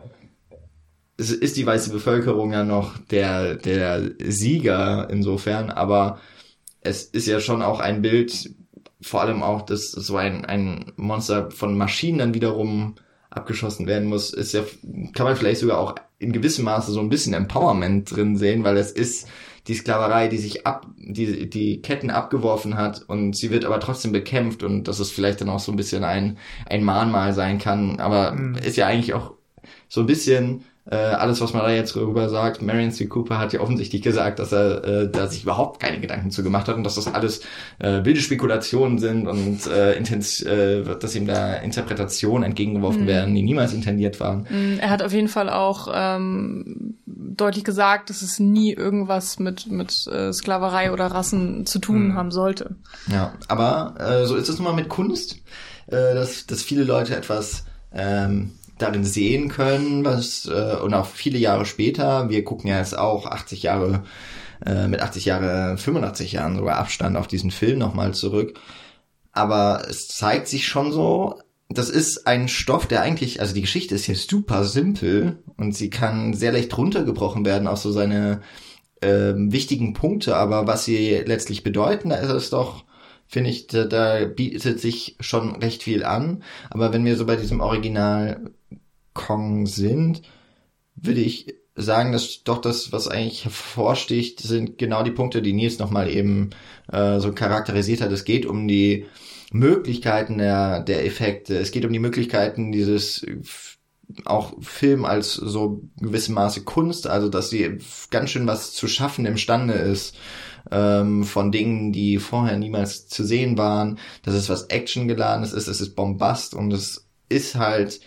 es ist die weiße Bevölkerung ja noch der, der Sieger insofern, aber es ist ja schon auch ein Bild, vor allem auch, dass so ein, ein Monster von Maschinen dann wiederum abgeschossen werden muss, ist ja, kann man vielleicht sogar auch in gewissem Maße so ein bisschen Empowerment drin sehen, weil es ist die Sklaverei, die sich ab, die, die Ketten abgeworfen hat und sie wird aber trotzdem bekämpft und dass es vielleicht dann auch so ein bisschen ein, ein Mahnmal sein kann, aber mhm. ist ja eigentlich auch so ein bisschen äh, alles, was man da jetzt drüber sagt. Marion C. Cooper hat ja offensichtlich gesagt, dass er äh, da sich überhaupt keine Gedanken zu gemacht hat und dass das alles äh, wilde Spekulationen sind und äh, intens, äh, dass ihm da Interpretationen entgegengeworfen mhm. werden, die niemals intendiert waren. Er hat auf jeden Fall auch ähm, deutlich gesagt, dass es nie irgendwas mit mit äh, Sklaverei oder Rassen zu tun mhm. haben sollte. Ja, aber äh, so ist es nun mal mit Kunst, äh, dass, dass viele Leute etwas ähm, darin sehen können, was äh, und auch viele Jahre später, wir gucken ja jetzt auch achtzig Jahre, äh, mit achtzig Jahre, fünfundachtzig Jahren sogar Abstand auf diesen Film nochmal zurück, aber es zeigt sich schon so, das ist ein Stoff, der eigentlich, also die Geschichte ist hier super simpel und sie kann sehr leicht runtergebrochen werden auf so seine äh, wichtigen Punkte, aber was sie letztlich bedeuten, da ist es doch, finde ich, da, da bietet sich schon recht viel an, aber wenn wir so bei diesem Original Kong sind, würde ich sagen, dass doch das, was eigentlich hervorsticht, sind genau die Punkte, die Nils nochmal eben äh, so charakterisiert hat. Es geht um die Möglichkeiten der, der Effekte. Es geht um die Möglichkeiten dieses auch Film als so gewissem Maße Kunst, also dass sie ganz schön was zu schaffen imstande ist ähm, von Dingen, die vorher niemals zu sehen waren, dass es was Actiongeladenes ist, es ist Bombast und es ist halt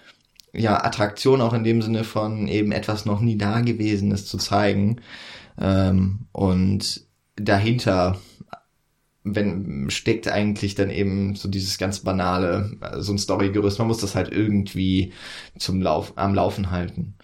ja Attraktion auch in dem Sinne von eben etwas noch nie Dagewesenes zu zeigen ähm, und dahinter wenn steckt eigentlich dann eben so dieses ganz banale, so ein Storygerüst, man muss das halt irgendwie zum Lauf, am Laufen halten.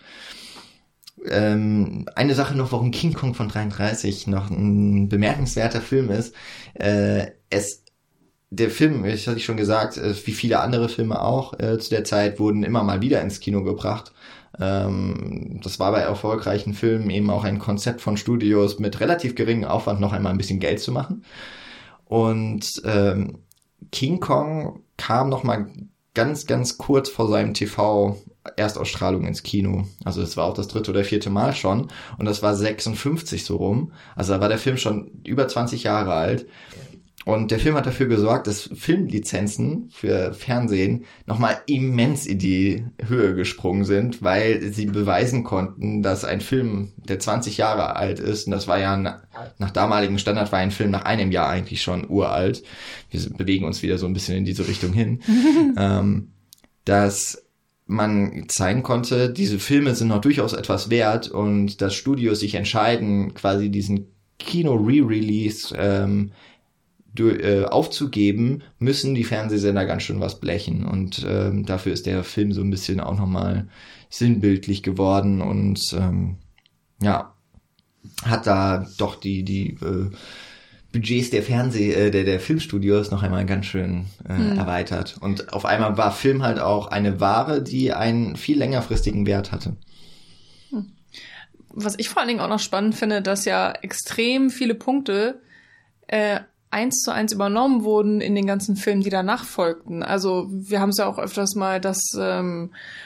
Ähm, eine Sache noch, warum King Kong von dreiunddreißig noch ein bemerkenswerter Film ist, äh, es der Film, das hatte ich schon gesagt, äh, wie viele andere Filme auch äh, zu der Zeit, wurden immer mal wieder ins Kino gebracht. Ähm, das war bei erfolgreichen Filmen eben auch ein Konzept von Studios mit relativ geringem Aufwand noch einmal ein bisschen Geld zu machen. Und ähm, King Kong kam noch mal ganz, ganz kurz vor seinem T V-Erstausstrahlung ins Kino. Also das war auch das dritte oder vierte Mal schon. Und das war sechsundfünfzig so rum. Also da war der Film schon über zwanzig Jahre alt. Und der Film hat dafür gesorgt, dass Filmlizenzen für Fernsehen nochmal immens in die Höhe gesprungen sind, weil sie beweisen konnten, dass ein Film, der zwanzig Jahre alt ist, und das war ja nach, nach damaligem Standard war ein Film nach einem Jahr eigentlich schon uralt, wir bewegen uns wieder so ein bisschen in diese Richtung hin, ähm, dass man zeigen konnte, diese Filme sind noch durchaus etwas wert und dass Studios sich entscheiden, quasi diesen Kino-Re-Release ähm, aufzugeben, müssen die Fernsehsender ganz schön was blechen und ähm, dafür ist der Film so ein bisschen auch nochmal sinnbildlich geworden und ähm, ja, hat da doch die die äh, Budgets der Fernseh äh, der der Filmstudios noch einmal ganz schön äh, hm. erweitert und auf einmal war Film halt auch eine Ware, die einen viel längerfristigen Wert hatte. Hm. Was ich vor allen Dingen auch noch spannend finde, dass ja extrem viele Punkte äh, eins zu eins übernommen wurden in den ganzen Filmen, die danach folgten. Also wir haben es ja auch öfters mal, dass ähm,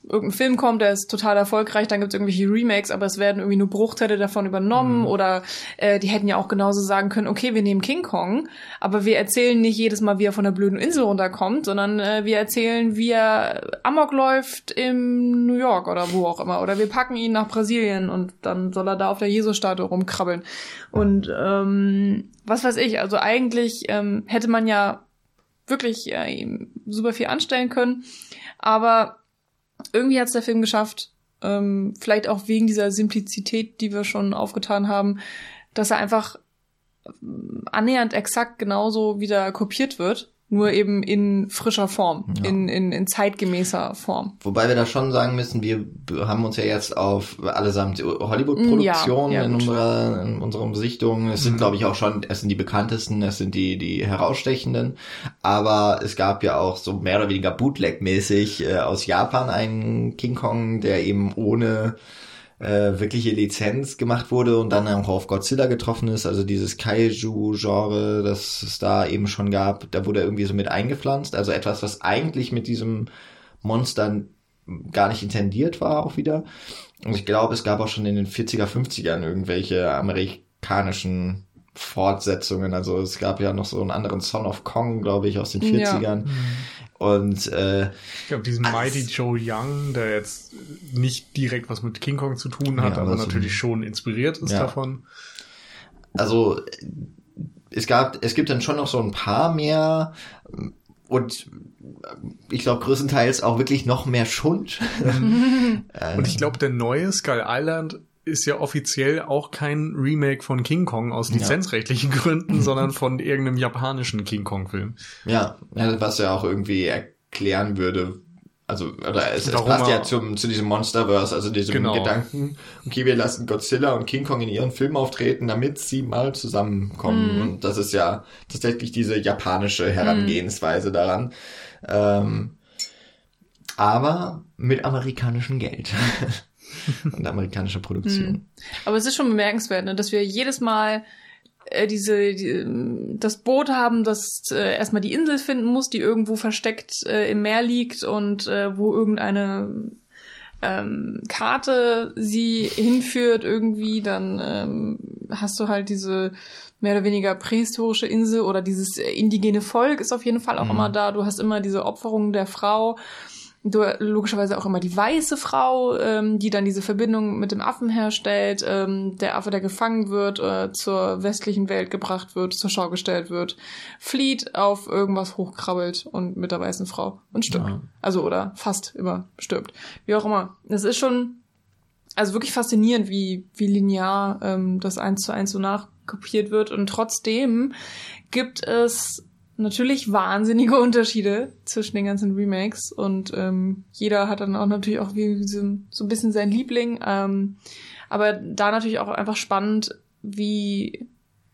irgendein Film kommt, der ist total erfolgreich, dann gibt es irgendwelche Remakes, aber es werden irgendwie nur Bruchteile davon übernommen mhm. oder äh, die hätten ja auch genauso sagen können, okay, wir nehmen King Kong, aber wir erzählen nicht jedes Mal, wie er von der blöden Insel runterkommt, sondern äh, wir erzählen, wie er Amok läuft in New York oder wo auch immer, oder wir packen ihn nach Brasilien und dann soll er da auf der Jesus-Statue rumkrabbeln und ähm, was weiß ich, also eigentlich ähm, hätte man ja wirklich äh, super viel anstellen können, aber irgendwie hat's der Film geschafft, ähm, vielleicht auch wegen dieser Simplizität, die wir schon aufgetan haben, dass er einfach annähernd exakt genauso wieder kopiert wird, nur eben in frischer Form, ja. in, in, in zeitgemäßer Form. Wobei wir da schon sagen müssen, wir haben uns ja jetzt auf allesamt Hollywood-Produktionen ja, ja, in unserer in unserer Sichtung, es sind mhm. glaube ich auch schon, es sind die bekanntesten, es sind die die herausstechenden, aber es gab ja auch so mehr oder weniger Bootleg-mäßig äh, aus Japan einen King Kong, der eben ohne äh, wirkliche Lizenz gemacht wurde und dann auch auf Godzilla getroffen ist, also dieses Kaiju-Genre, das es da eben schon gab, da wurde er irgendwie so mit eingepflanzt, also etwas, was eigentlich mit diesem Monster gar nicht intendiert war auch wieder. Und ich glaube, es gab auch schon in den vierziger, fünfzigern irgendwelche amerikanischen Fortsetzungen, also es gab ja noch so einen anderen Son of Kong, glaube ich, aus den vierzigern. Ja. Und äh, ich glaube, diesen Mighty Joe Young, der jetzt nicht direkt was mit King Kong zu tun hat, ja, aber natürlich so schon inspiriert ist ja. davon. Also es gab, es gibt dann schon noch so ein paar mehr und ich glaube größtenteils auch wirklich noch mehr Schund. Und ich glaube, der neue Skull Island ist ja offiziell auch kein Remake von King Kong aus lizenzrechtlichen ja. Gründen, sondern von irgendeinem japanischen King Kong-Film. Ja, was ja auch irgendwie erklären würde, also oder es, es passt ja zum zu diesem Monsterverse, also diesem genau. Gedanken, okay, wir lassen Godzilla und King Kong in ihren Film auftreten, damit sie mal zusammenkommen. Mm. Und das ist ja tatsächlich diese japanische Herangehensweise mm. daran. Ähm, aber mit amerikanischem Geld. Und amerikanischer Produktion. Hm. Aber es ist schon bemerkenswert, ne, dass wir jedes Mal äh, diese die, das Boot haben, das äh, erstmal die Insel finden muss, die irgendwo versteckt äh, im Meer liegt und äh, wo irgendeine ähm, Karte sie hinführt irgendwie, dann ähm, hast du halt diese mehr oder weniger prähistorische Insel oder dieses indigene Volk ist auf jeden Fall auch mhm. immer da. Du hast immer diese Opferung der Frau. Du logischerweise auch immer die weiße Frau, ähm, die dann diese Verbindung mit dem Affen herstellt, ähm, der Affe, der gefangen wird, äh, zur westlichen Welt gebracht wird, zur Schau gestellt wird, flieht, auf irgendwas hochkrabbelt und mit der weißen Frau und stirbt. Ja. Also oder fast immer stirbt. Wie auch immer. Das ist schon also wirklich faszinierend, wie wie linear ähm, das eins zu eins so nachkopiert wird und trotzdem gibt es natürlich wahnsinnige Unterschiede zwischen den ganzen Remakes und ähm, jeder hat dann auch natürlich auch wie so, so ein bisschen sein Liebling, ähm, aber da natürlich auch einfach spannend, wie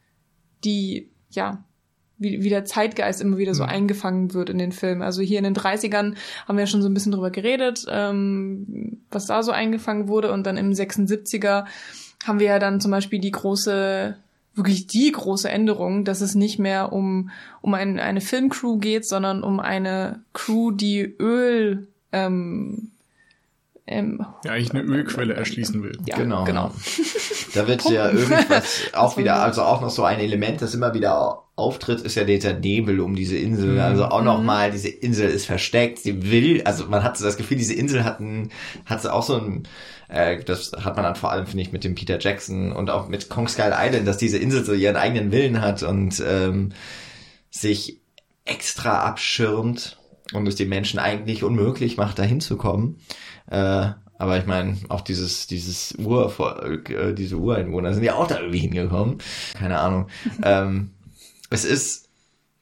die, ja, wie, wie der Zeitgeist immer wieder so mhm. eingefangen wird in den Filmen. Also hier in den dreißigern haben wir ja schon so ein bisschen drüber geredet, ähm, was da so eingefangen wurde und dann im sechsundsiebziger haben wir ja dann zum Beispiel die große wirklich die große Änderung, dass es nicht mehr um um ein, eine Filmcrew geht, sondern um eine Crew, die Öl ähm, ähm, ja, eigentlich eine Ölquelle erschließen will. Ja, genau. genau. Da wird ja irgendwas auch wieder, also auch noch so ein Element, das immer wieder auftritt, ist ja dieser Nebel um diese Insel. Mhm. Also auch nochmal, diese Insel ist versteckt, sie will, also man hat so das Gefühl, diese Insel hat ein, hat so auch so ein, äh, das hat man dann vor allem, finde ich, mit dem Peter Jackson und auch mit Kong Skull Island, dass diese Insel so ihren eigenen Willen hat und ähm, sich extra abschirmt und es den Menschen eigentlich unmöglich macht, da hinzukommen. Äh, aber ich meine, auch dieses dieses Urvolk, äh, diese Ureinwohner sind ja auch da irgendwie hingekommen. Keine Ahnung. ähm, es ist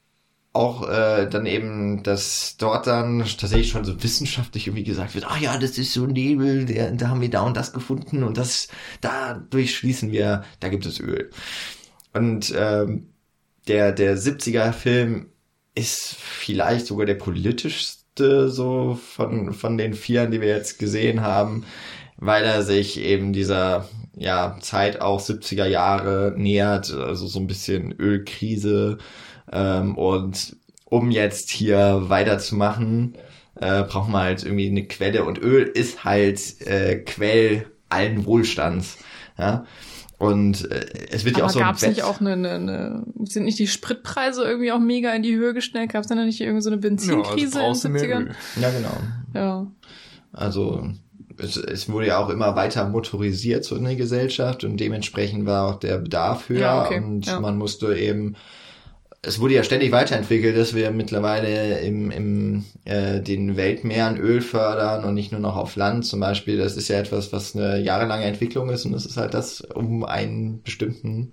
auch äh, dann eben, dass dort dann tatsächlich schon so wissenschaftlich irgendwie gesagt wird, ah ja, das ist so ein Nebel, der, da haben wir da und das gefunden und das, dadurch schließen wir, da gibt es Öl. Und ähm, der der siebziger Film ist vielleicht sogar der politischste so von von den vieren, die wir jetzt gesehen haben, weil er sich eben dieser ja Zeit auch siebziger Jahre nähert, also so ein bisschen Ölkrise. Ähm, und um jetzt hier weiterzumachen, äh, brauchen wir halt irgendwie eine Quelle und Öl ist halt äh, Quell allen Wohlstands, ja. Und äh, es wird aber ja auch so gab's nicht auch eine, eine, eine, sind nicht die Spritpreise irgendwie auch mega in die Höhe geschnellt? Gab's dann nicht irgendwie so eine Benzinkrise ja, in den siebzigern? Ja, genau. Ja. Also es, es wurde ja auch immer weiter motorisiert so in der Gesellschaft und dementsprechend war auch der Bedarf höher Ja, okay. und Ja. man musste eben, es wurde ja ständig weiterentwickelt, dass wir mittlerweile im, im äh, den Weltmeeren Öl fördern und nicht nur noch auf Land zum Beispiel. Das ist ja etwas, was eine jahrelange Entwicklung ist und das ist halt das, um einen bestimmten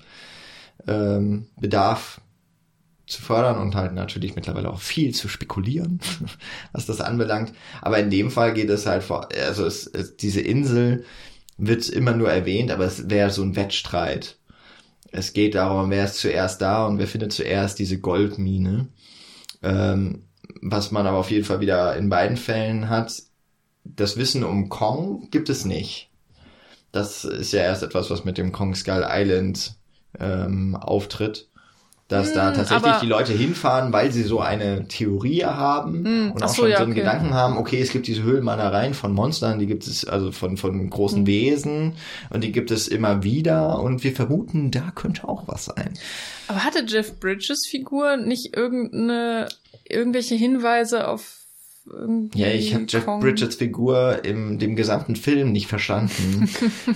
ähm, Bedarf zu fördern und halt natürlich mittlerweile auch viel zu spekulieren, was das anbelangt. Aber in dem Fall geht es halt vor, also es, es, diese Insel wird immer nur erwähnt, aber es wäre so ein Wettstreit. Es geht darum, wer ist zuerst da und wer findet zuerst diese Goldmine. Ähm, was man aber auf jeden Fall wieder in beiden Fällen hat, das Wissen um Kong gibt es nicht. Das ist ja erst etwas, was mit dem Kong Skull Island ähm, auftritt. Dass Mm, da tatsächlich aber- die Leute hinfahren, weil sie so eine Theorie haben Mm, und ach auch so, schon ja, so einen okay. Gedanken haben, okay, es gibt diese Höhlenmalereien von Monstern, die gibt es also von von großen Mm. Wesen und die gibt es immer wieder und wir vermuten, da könnte auch was sein. Aber hatte Jeff Bridges Figur nicht irgendeine, irgendwelche Hinweise auf irgendwie Ja, ich habe Jeff Kong? Bridges Figur in dem gesamten Film nicht verstanden,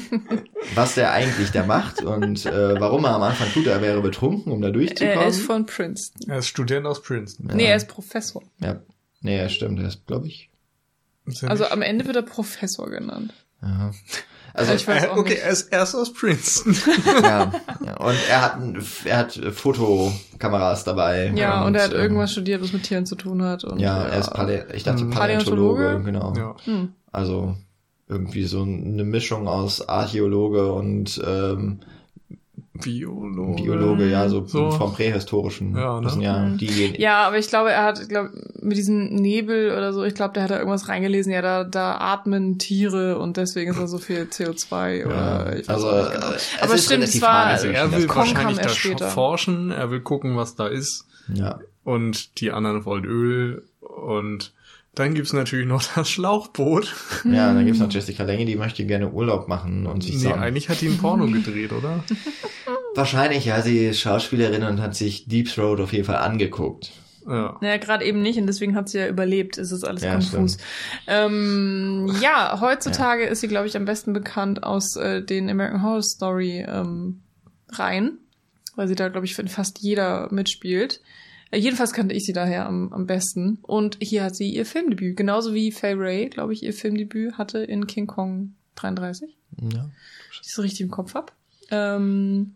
was der eigentlich da macht und äh, warum er am Anfang tut, er wäre betrunken, um da durchzukommen. Er ist von Princeton. Er ist Student aus Princeton. Ja. Nee, er ist Professor. Ja, nee, ja, stimmt, er ist, glaube ich. Ist er Also nicht? am Ende wird er Professor genannt. Ja. Also Ich weiß Äh, auch okay, nicht. er ist erst aus Princeton. ja, ja, und er hat ein- er hat Fotokameras dabei. Ja, und, er hat ähm, irgendwas studiert, was mit Tieren zu tun hat. Und, Ja, er ist Palä ich dachte Mhm. Paläontologe, Paläontologe? genau. Ja. Hm. Also irgendwie so eine Mischung aus Archäologe und ähm, Biologe. Biologe, ja, so, So. vom Prähistorischen. Ja, ne? Das sind ja Mhm. diejenigen. Ja, aber ich glaube, er hat, glaub, mit diesem Nebel oder so, ich glaube, der hat da irgendwas reingelesen, ja, da, da atmen Tiere und deswegen ist da so viel C O zwei oder ich weiß also, auch nicht genau. äh, es Aber ist stimmt, relativ es war- harmlos, Also wie er das will kommt. Kong wahrscheinlich kam da erst später. forschen, er will gucken, was da ist. Ja. Und die anderen wollen Öl. Und dann gibt's natürlich noch das Schlauchboot. Ja, dann gibt's noch Jessica Lange, die möchte gerne Urlaub machen und sich Nee, sonnen. eigentlich hat die ein Porno gedreht, oder? Wahrscheinlich, ja, sie ist Schauspielerin und hat sich Deep Throat auf jeden Fall angeguckt. Ja. Naja, gerade eben nicht und deswegen hat sie ja überlebt. Es ist alles Ja, konfus. stimmt. Ähm, ja, heutzutage ist sie, glaube ich, am besten bekannt aus äh, den American Horror Story ähm, Reihen, weil sie da, glaube ich, in fast jeder mitspielt. Äh, jedenfalls kannte ich sie daher am, am besten. Und hier hat sie ihr Filmdebüt, genauso wie Fay Wray, glaube ich, ihr Filmdebüt hatte in King Kong dreiunddreißig. Ja. Ich das so richtig im Kopf hab. Ähm,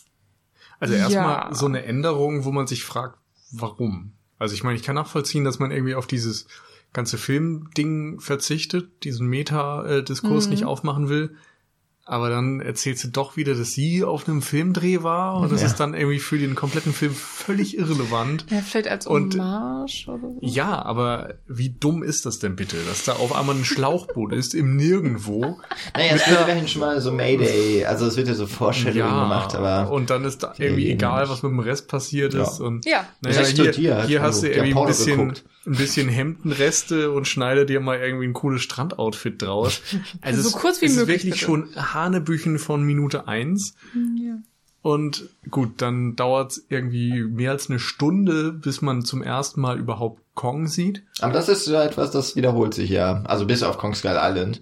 Also erstmal Ja. so eine Änderung, wo man sich fragt, warum? Also ich meine, ich kann nachvollziehen, dass man irgendwie auf dieses ganze Filmding verzichtet, diesen Meta-Diskurs Mhm. nicht aufmachen will. Aber dann erzählt sie doch wieder, dass sie auf einem Filmdreh war und das Ja. ist dann irgendwie für den kompletten Film völlig irrelevant. ja, vielleicht als Und- Hommage oder so. Ja, aber wie dumm ist das denn bitte, dass da auf einmal ein Schlauchboot ist im Nirgendwo? Naja, es wird immerhin schon mal so Mayday, also es wird ja so Vorstellungen gemacht, aber und dann ist da irgendwie Ja, egal, nicht. was mit dem Rest passiert Ja. ist und Ja. naja, Das hier, studiert, hier also, hast du der irgendwie ein Porno bisschen, geguckt. ein bisschen Hemdenreste und schneide dir mal irgendwie ein cooles Strandoutfit draus. Also So es, kurz wie es möglich, ist wirklich bitte. schon Hanebüchen von Minute eins. Ja. Und gut, dann dauert es irgendwie mehr als eine Stunde, bis man zum ersten Mal überhaupt Kong sieht. aber das ist so etwas, das wiederholt sich ja, also bis auf Kong Skull Island.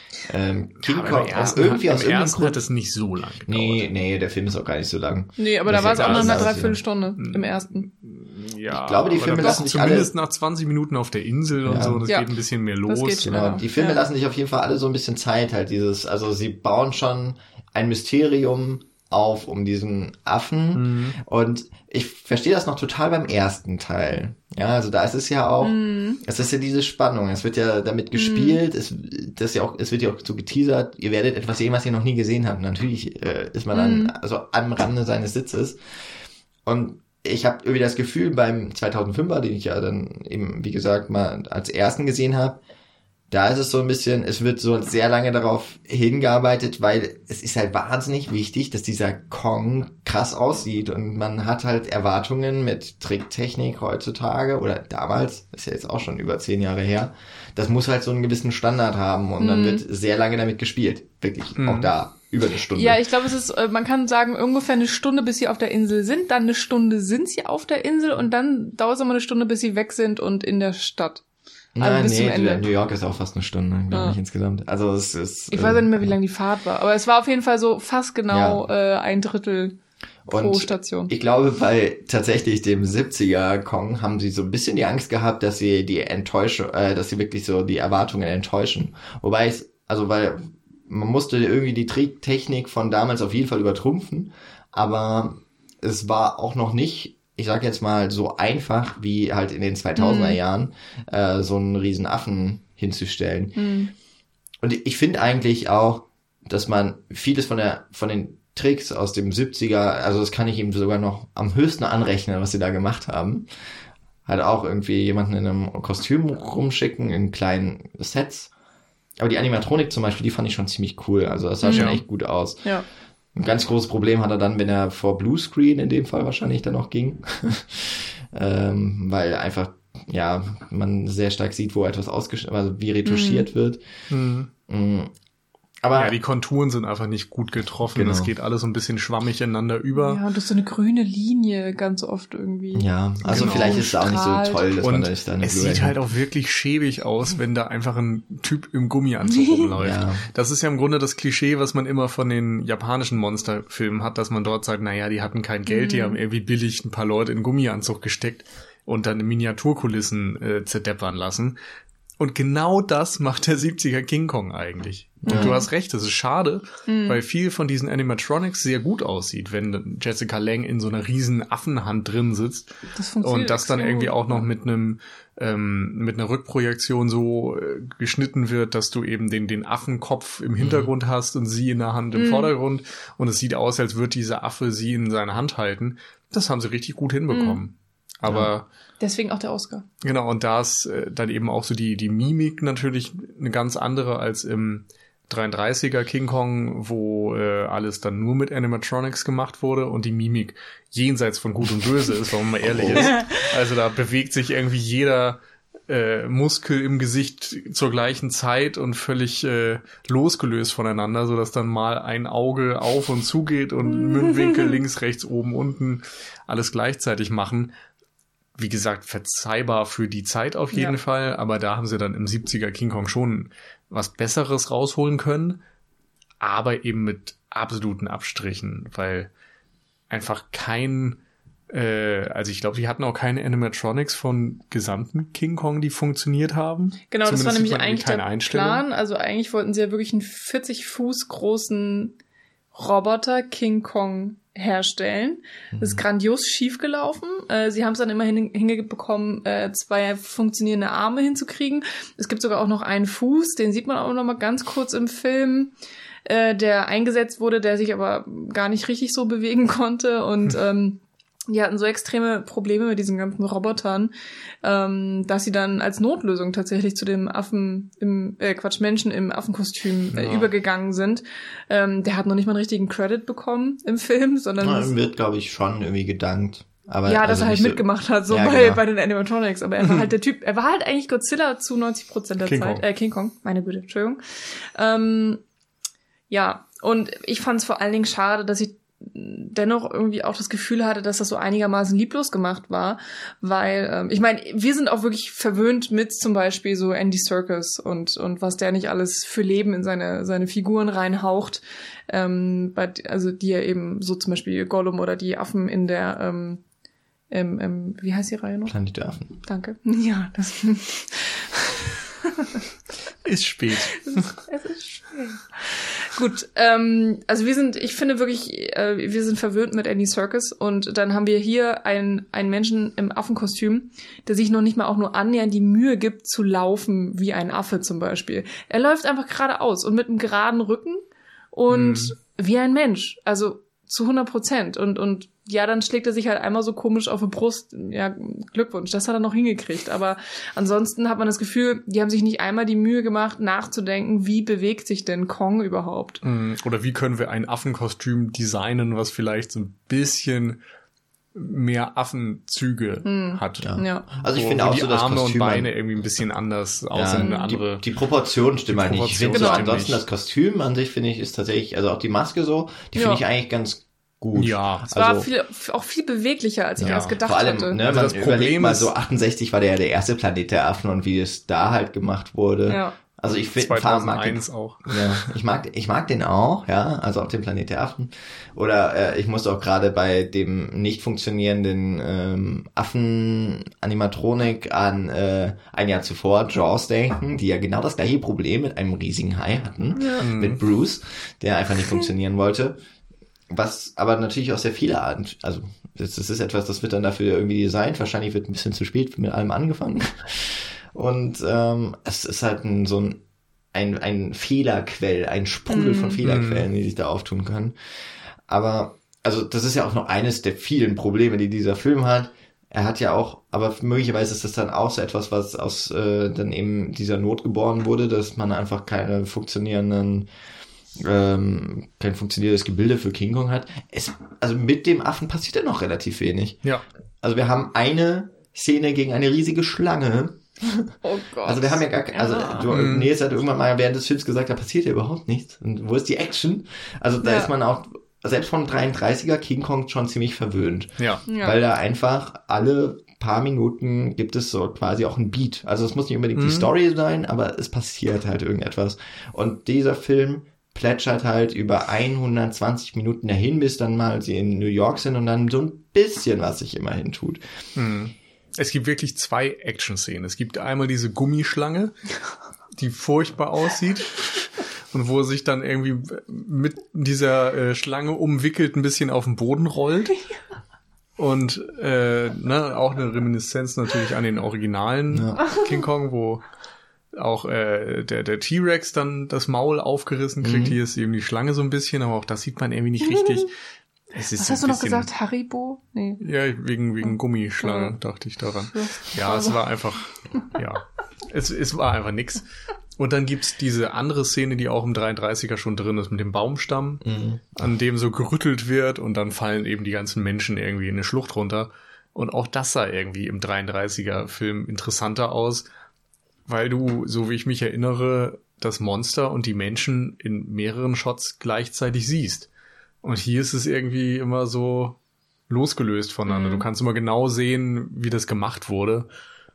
Ähm, King Aber Kong, im auch ersten, irgendwie hat, aus im irgendeinem ersten Grund. hat es nicht so lang gedauert. Nee, nee, der Film ist auch gar nicht so lang. Nee, aber Das da war ist es auch ja nach einer alles, ja. Dreiviertelstunde Mhm. im ersten. Ja, Ich glaube, die aber Filme dann lassen bist sich du zumindest alle- nach zwanzig Minuten auf der Insel und Ja. so, das Ja. geht ein bisschen mehr Das los. geht Genau, schneller. die Filme Ja. lassen sich auf jeden Fall alle so ein bisschen Zeit, halt dieses, also sie bauen schon ein Mysterium auf um diesen Affen Mhm. und ich verstehe das noch total beim ersten Teil. Ja, also da ist es ja auch, Mhm. es ist ja diese Spannung, es wird ja damit gespielt, es, das ist ja auch, es wird ja auch so geteasert, ihr werdet etwas sehen, was ihr noch nie gesehen habt. Natürlich äh, ist man dann Mhm. also am Rande seines Sitzes und ich habe irgendwie das Gefühl beim zweitausendfünfer, den ich ja dann eben, wie gesagt, mal als ersten gesehen habe, da ist es so ein bisschen, es wird so sehr lange darauf hingearbeitet, weil es ist halt wahnsinnig wichtig, dass dieser Kong krass aussieht und man hat halt Erwartungen mit Tricktechnik heutzutage oder damals, ist ja jetzt auch schon über zehn Jahre her, das muss halt so einen gewissen Standard haben und mhm. dann wird sehr lange damit gespielt, wirklich, mhm. auch da. Über eine Stunde. Ja, ich glaube, es ist, man kann sagen, ungefähr eine Stunde, bis sie auf der Insel sind, dann eine Stunde sind sie auf der Insel und dann dauert es immer eine Stunde, bis sie weg sind und in der Stadt. Also Nein, bis nee, zum Ende. New York ist auch fast eine Stunde, glaube ja. ich, insgesamt. Also es ist. Ich weiß ja nicht mehr, wie lang die Fahrt war, aber es war auf jeden Fall so fast genau ja. äh, ein Drittel pro und Station. Ich glaube, bei tatsächlich dem siebziger Kong haben sie so ein bisschen die Angst gehabt, dass sie die Enttäuschung, äh, dass sie wirklich so die Erwartungen enttäuschen. Wobei es, also weil man musste irgendwie die Tricktechnik von damals auf jeden Fall übertrumpfen, aber es war auch noch nicht, ich sag jetzt mal, so einfach wie halt in den zweitausender mhm. Jahren äh, so einen riesen Affen hinzustellen. Mhm. Und ich finde eigentlich auch, dass man vieles von der von den Tricks aus dem siebziger, also das kann ich ihm sogar noch am höchsten anrechnen, was sie da gemacht haben. Halt auch irgendwie jemanden in einem Kostüm rumschicken, in kleinen Sets. Aber die Animatronik zum Beispiel, die fand ich schon ziemlich cool. Also das sah ja. schon echt gut aus. Ja. Ein ganz großes Problem hat er dann, wenn er vor Bluescreen in dem Fall wahrscheinlich dann noch ging. ähm, weil einfach, ja, man sehr stark sieht, wo etwas ausgeschnitten, also wie retuschiert mhm. wird. Mhm. Mhm. Aber ja, die Konturen sind einfach nicht gut getroffen. Genau. Das geht alles so ein bisschen schwammig ineinander über. Ja, und das ist so eine grüne Linie ganz oft irgendwie. Ja, also genau. vielleicht ist es auch nicht so toll, dass und man da nicht da eine es Blu-ray sieht halt auch wirklich schäbig aus, wenn da einfach ein Typ im Gummianzug rumläuft. Ja. Das ist ja im Grunde das Klischee, was man immer von den japanischen Monsterfilmen hat, dass man dort sagt, naja, die hatten kein Geld, mhm. die haben irgendwie billig ein paar Leute in einen Gummianzug gesteckt und dann in Miniaturkulissen äh, zerdeppern lassen. Und genau das macht der siebziger King Kong eigentlich. Und ja. du hast recht, das ist schade, mhm. weil viel von diesen Animatronics sehr gut aussieht, wenn Jessica Lange in so einer riesen Affenhand drin sitzt. Das und das dann irgendwie auch noch mit einem ähm, mit einer Rückprojektion so äh, geschnitten wird, dass du eben den den Affenkopf im Hintergrund mhm. hast und sie in der Hand im mhm. Vordergrund. Und es sieht aus, als würde dieser Affe sie in seiner Hand halten. Das haben sie richtig gut hinbekommen. Mhm. Aber ja. deswegen auch der Oscar. Genau, und da ist äh, dann eben auch so die die Mimik natürlich eine ganz andere als im dreiunddreißiger King Kong, wo äh, alles dann nur mit Animatronics gemacht wurde und die Mimik jenseits von Gut und Böse ist, wenn man mal ehrlich ist. Also da bewegt sich irgendwie jeder äh, Muskel im Gesicht zur gleichen Zeit und völlig äh, losgelöst voneinander, sodass dann mal ein Auge auf und zu geht und Mundwinkel links, rechts, oben, unten alles gleichzeitig machen. Wie gesagt, verzeihbar für die Zeit auf jeden ja. Fall, aber da haben sie dann im siebziger King Kong schon was Besseres rausholen können, aber eben mit absoluten Abstrichen, weil einfach kein, äh, also ich glaube, die hatten auch keine Animatronics von gesamten King Kong, die funktioniert haben. Genau, Zumindest das war nämlich eigentlich der Plan, also eigentlich wollten sie ja wirklich einen vierzig Fuß großen Roboter King Kong herstellen. Das ist grandios schief gelaufen. Äh, sie haben es dann immer hin, hingebekommen, äh, zwei funktionierende Arme hinzukriegen. Es gibt sogar auch noch einen Fuß, den sieht man auch noch mal ganz kurz im Film, äh, der eingesetzt wurde, der sich aber gar nicht richtig so bewegen konnte und ähm, die hatten so extreme Probleme mit diesen ganzen Robotern, ähm, dass sie dann als Notlösung tatsächlich zu dem Affen im, äh, Quatsch, Menschen im Affenkostüm äh, ja. übergegangen sind. Ähm, der hat noch nicht mal einen richtigen Credit bekommen im Film, sondern... Na, ihm wird, glaube ich, schon irgendwie gedankt. Aber ja, dass also er halt so, mitgemacht hat, so ja, bei, genau. bei den Animatronics. Aber er war halt der Typ, er war halt eigentlich Godzilla zu neunzig Prozent der King Zeit. Kong. Äh, King Kong, meine Güte, Entschuldigung. Ähm, ja, und ich fand es vor allen Dingen schade, dass ich dennoch irgendwie auch das Gefühl hatte, dass das so einigermaßen lieblos gemacht war, weil ähm, ich meine, wir sind auch wirklich verwöhnt mit zum Beispiel so Andy Serkis und und was der nicht alles für Leben in seine seine Figuren reinhaucht, ähm, bei, also die er eben so zum Beispiel Gollum oder die Affen in der ähm, ähm, ähm, wie heißt die Reihe noch? Planet der Affen. Danke. Ja, das ist spät. Es ist, es ist spät. Gut, ähm, also wir sind, ich finde wirklich, äh, wir sind verwöhnt mit Andy Serkis und dann haben wir hier einen, einen Menschen im Affenkostüm, der sich noch nicht mal auch nur annähernd die Mühe gibt, zu laufen wie ein Affe zum Beispiel. Er läuft einfach geradeaus und mit einem geraden Rücken und mm. wie ein Mensch. Also zu hundert Prozent. Und, und ja, dann schlägt er sich halt einmal so komisch auf die Brust. Ja, Glückwunsch, das hat er noch hingekriegt. Aber ansonsten hat man das Gefühl, die haben sich nicht einmal die Mühe gemacht, nachzudenken, wie bewegt sich denn Kong überhaupt? Oder wie können wir ein Affenkostüm designen, was vielleicht so ein bisschen mehr Affenzüge hm. hat. Ja. Ja. Also ich wo, finde wo auch die so, dass Arme Kostüm und Beine irgendwie ein bisschen anders aussehen. ja, eine andere. Die, die Proportionen stimmen die halt nicht. Ich finde Proportionen so, stimmen ansonsten nicht. das Kostüm an sich finde ich ist tatsächlich, also auch die Maske so, die Ja. finde ich eigentlich ganz gut. Ja. Es war also, viel, auch viel beweglicher, als ich Ja, erst gedacht vor allem, hatte. ne, Also man das überlegt Problem mal ist- so, achtundsechzig war der ja der erste Planet der Affen und wie es da halt gemacht wurde. Ja. Also ich finde, mag den, zweitausendeins auch. ja, ich mag, ich mag den auch, ja, also auch den Planet der Affen. Oder äh, ich musste auch gerade bei dem nicht funktionierenden ähm, Affen-Animatronik an äh, ein Jahr zuvor Jaws denken, die ja genau das gleiche Problem mit einem riesigen Hai hatten, Ja. mit Bruce, der einfach nicht funktionieren wollte. Was aber natürlich auch sehr viele Arten, also das, das ist etwas, das wird dann dafür irgendwie designt, wahrscheinlich wird ein bisschen zu spät mit allem angefangen. Und ähm, es ist halt ein, so ein, ein, ein Fehlerquell, ein Sprudel von Mm. Fehlerquellen, die sich da auftun können. Aber, also das ist ja auch noch eines der vielen Probleme, die dieser Film hat. Er hat ja auch, aber möglicherweise ist das dann auch so etwas, was aus äh, dann eben dieser Not geboren wurde, dass man einfach keine funktionierenden ähm, kein funktionierendes Gebilde für King Kong hat. Es, also mit dem Affen passiert ja noch relativ wenig. Ja. Also wir haben eine Szene gegen eine riesige Schlange. Oh Gott. Also wir haben ja gar keine, also Ja. du, Mhm. Nils hat irgendwann mal während des Films gesagt, da passiert ja überhaupt nichts. Und wo ist die Action? Also da Ja. ist man auch, selbst von dreiunddreißiger King Kong schon ziemlich verwöhnt. Ja. Ja. Weil da einfach alle paar Minuten gibt es so quasi auch ein Beat. Also es muss nicht unbedingt Mhm. die Story sein, aber es passiert halt irgendetwas. Und dieser Film plätschert halt über hundertzwanzig Minuten dahin, bis dann mal sie in New York sind und dann so ein bisschen was sich immerhin tut. Hm. Es gibt wirklich zwei Action-Szenen. Es gibt einmal diese Gummischlange, die furchtbar aussieht und wo er sich dann irgendwie mit dieser äh, Schlange umwickelt ein bisschen auf den Boden rollt. Und äh, ne, auch eine Reminiszenz natürlich an den originalen Ja. King Kong, wo auch äh, der der T-Rex dann das Maul aufgerissen kriegt. Mhm. Hier ist eben die Schlange so ein bisschen, aber auch das sieht man irgendwie nicht richtig. Es ist Was so hast du ein noch bisschen- gesagt? Haribo? Nee. Ja, wegen wegen Gummischlange Ja. dachte ich daran. Ja. Ja, es war einfach, ja, es, es war einfach nix. Und dann gibt's diese andere Szene, die auch im dreiunddreißiger schon drin ist, mit dem Baumstamm, Mhm. an dem so gerüttelt wird und dann fallen eben die ganzen Menschen irgendwie in eine Schlucht runter. Und auch das sah irgendwie im dreiunddreißiger Film interessanter aus, weil du, so wie ich mich erinnere, das Monster und die Menschen in mehreren Shots gleichzeitig siehst. Und hier ist es irgendwie immer so losgelöst voneinander. Mhm. Du kannst immer genau sehen, wie das gemacht wurde.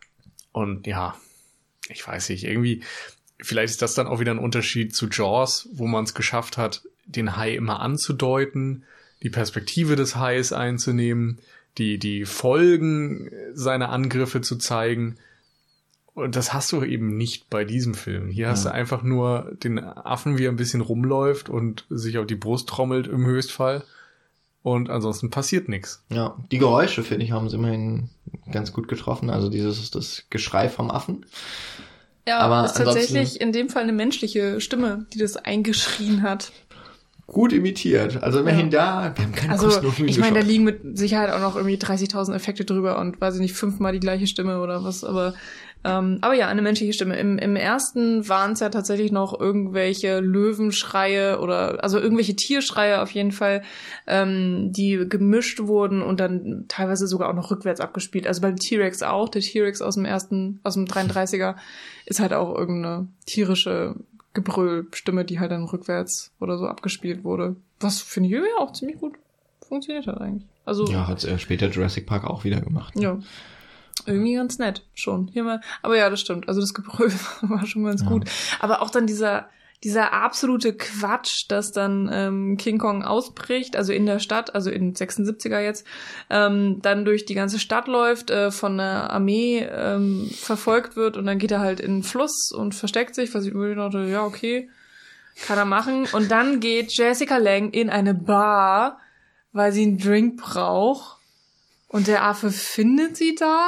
Und ja, ich weiß nicht, irgendwie, vielleicht ist das dann auch wieder ein Unterschied zu Jaws, wo man es geschafft hat, den Hai immer anzudeuten, die Perspektive des Hais einzunehmen, die, die Folgen seiner Angriffe zu zeigen. Und das hast du eben nicht bei diesem Film. Hier hast Ja. du einfach nur den Affen, wie er ein bisschen rumläuft und sich auf die Brust trommelt im Höchstfall. Und ansonsten passiert nichts. Ja, die Geräusche, finde ich, haben sie immerhin ganz gut getroffen. Also dieses, das Geschrei vom Affen. Ja, Aber ist ansonsten- tatsächlich in dem Fall eine menschliche Stimme, die das eingeschrien hat. Gut imitiert. Also immerhin da, wir haben keine Also, kostenlosen ich meine, da geschaut. liegen mit Sicherheit auch noch irgendwie dreißigtausend Effekte drüber und weiß ich nicht, fünfmal die gleiche Stimme oder was, aber ähm, aber ja, eine menschliche Stimme. Im, im ersten waren es ja tatsächlich noch irgendwelche Löwenschreie oder also irgendwelche Tierschreie auf jeden Fall, ähm, die gemischt wurden und dann teilweise sogar auch noch rückwärts abgespielt. Also beim T-Rex auch, der T-Rex aus dem ersten, aus dem dreiunddreißiger ist halt auch irgendeine tierische Gebrüllstimme, die halt dann rückwärts oder so abgespielt wurde. Was finde ich ja auch ziemlich gut funktioniert hat eigentlich. Also Ja, hat äh, später Jurassic Park auch wieder gemacht. ja. Irgendwie ganz nett schon. Hier mal, aber ja, das stimmt. Also das Gebrüll war schon ganz Ja. gut. Aber auch dann dieser dieser absolute Quatsch, dass dann ähm, King Kong ausbricht, also in der Stadt, also in sechsundsiebziger jetzt, ähm, dann durch die ganze Stadt läuft, äh, von einer Armee ähm, verfolgt wird und dann geht er halt in den Fluss und versteckt sich, was ich mir dachte, ja, okay, kann er machen. Und dann geht Jessica Lange in eine Bar, weil sie einen Drink braucht und der Affe findet sie da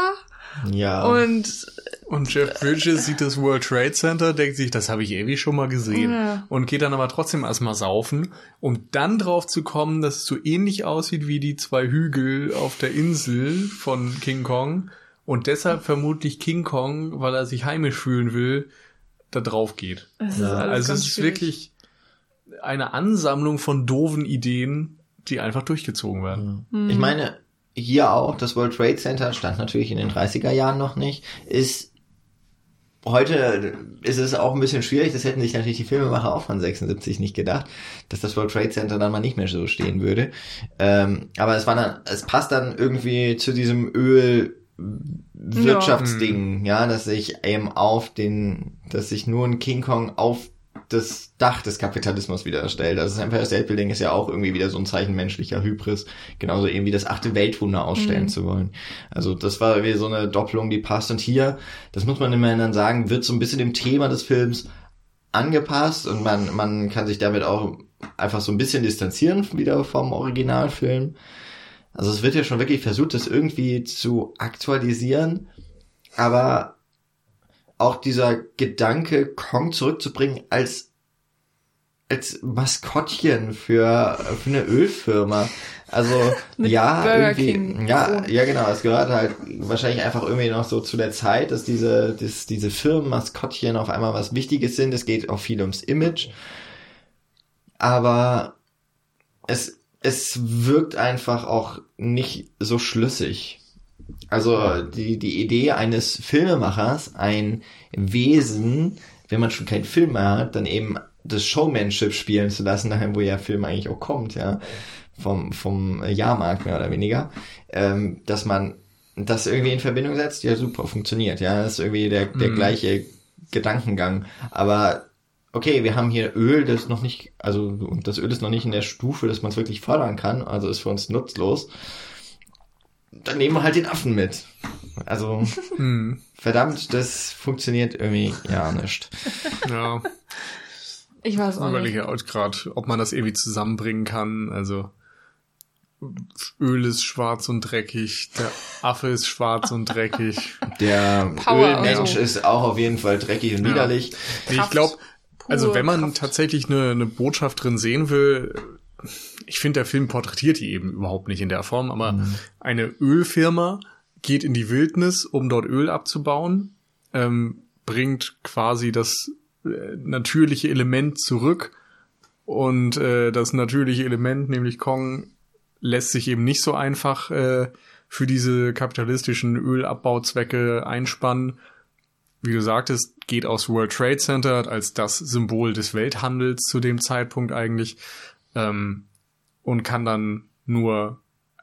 Ja. Und Und Jeff Bridges sieht das World Trade Center, denkt sich, das habe ich irgendwie schon mal gesehen. Ja. Und geht dann aber trotzdem erstmal saufen, um dann drauf zu kommen, dass es so ähnlich aussieht wie die zwei Hügel auf der Insel von King Kong. Und deshalb vermutlich King Kong, weil er sich heimisch fühlen will, da drauf geht. Es ist Ja. alles Also ganz es ist schwierig. wirklich eine Ansammlung von doofen Ideen, die einfach durchgezogen werden. Ich meine, hier auch, das World Trade Center stand natürlich in den dreißiger Jahren noch nicht, ist heute ist es auch ein bisschen schwierig, das hätten sich natürlich die Filmemacher auch von sechsundsiebzig nicht gedacht, dass das World Trade Center dann mal nicht mehr so stehen würde. Ähm, aber es war dann, es passt dann irgendwie zu diesem Öl-Wirtschaftsding, ja. ja, dass sich eben auf den, dass sich nur ein King Kong auf das Dach des Kapitalismus wieder erstellt. Also das Empire State Building ist ja auch irgendwie wieder so ein Zeichen menschlicher Hybris, genauso eben wie das achte Weltwunder ausstellen Mhm. zu wollen. Also das war irgendwie so eine Doppelung, die passt. Und hier, das muss man immerhin dann sagen, wird so ein bisschen dem Thema des Films angepasst und man, man kann sich damit auch einfach so ein bisschen distanzieren wieder vom Originalfilm. Also es wird ja schon wirklich versucht, das irgendwie zu aktualisieren, aber auch dieser Gedanke, Kong zurückzubringen als als Maskottchen für für eine Ölfirma. Also Mit ja, Burger irgendwie, King. ja, ja genau. Es gehört halt wahrscheinlich einfach irgendwie noch so zu der Zeit, dass diese dass diese Firmenmaskottchen auf einmal was Wichtiges sind. Es geht auch viel ums Image, aber es es wirkt einfach auch nicht so schlüssig. Also die die Idee eines Filmemachers, ein Wesen, wenn man schon keinen Film mehr hat, dann eben das Showmanship spielen zu lassen, daher wo ja Film eigentlich auch kommt, ja, vom vom Jahrmarkt mehr oder weniger, ähm, dass man das irgendwie in Verbindung setzt, ja super, funktioniert, ja, das ist irgendwie der der Mhm. gleiche Gedankengang, aber okay, wir haben hier Öl, das noch nicht, also und das Öl ist noch nicht in der Stufe, dass man es wirklich fördern kann, also ist für uns nutzlos. Dann nehmen wir halt den Affen mit. Also, Hm. verdammt, das funktioniert irgendwie ja nicht. Ja, Ich weiß auch überlege nicht. ich auch gerade, ob man das irgendwie zusammenbringen kann. Also Öl ist schwarz und dreckig, der Affe ist schwarz und dreckig. Der Power Ölmensch und so. ist auch auf jeden Fall dreckig und Ja. widerlich. Nee, ich Kraft. glaube, also Pure wenn man Kraft. tatsächlich eine, eine Botschaft drin sehen will, ich finde, der Film porträtiert die eben überhaupt nicht in der Form, aber Mhm. eine Ölfirma geht in die Wildnis, um dort Öl abzubauen, ähm, bringt quasi das äh, natürliche Element zurück und äh, das natürliche Element, nämlich Kong, lässt sich eben nicht so einfach äh, für diese kapitalistischen Ölabbauzwecke einspannen. Wie du sagtest, geht aus World Trade Center als das Symbol des Welthandels zu dem Zeitpunkt eigentlich ähm, und kann dann nur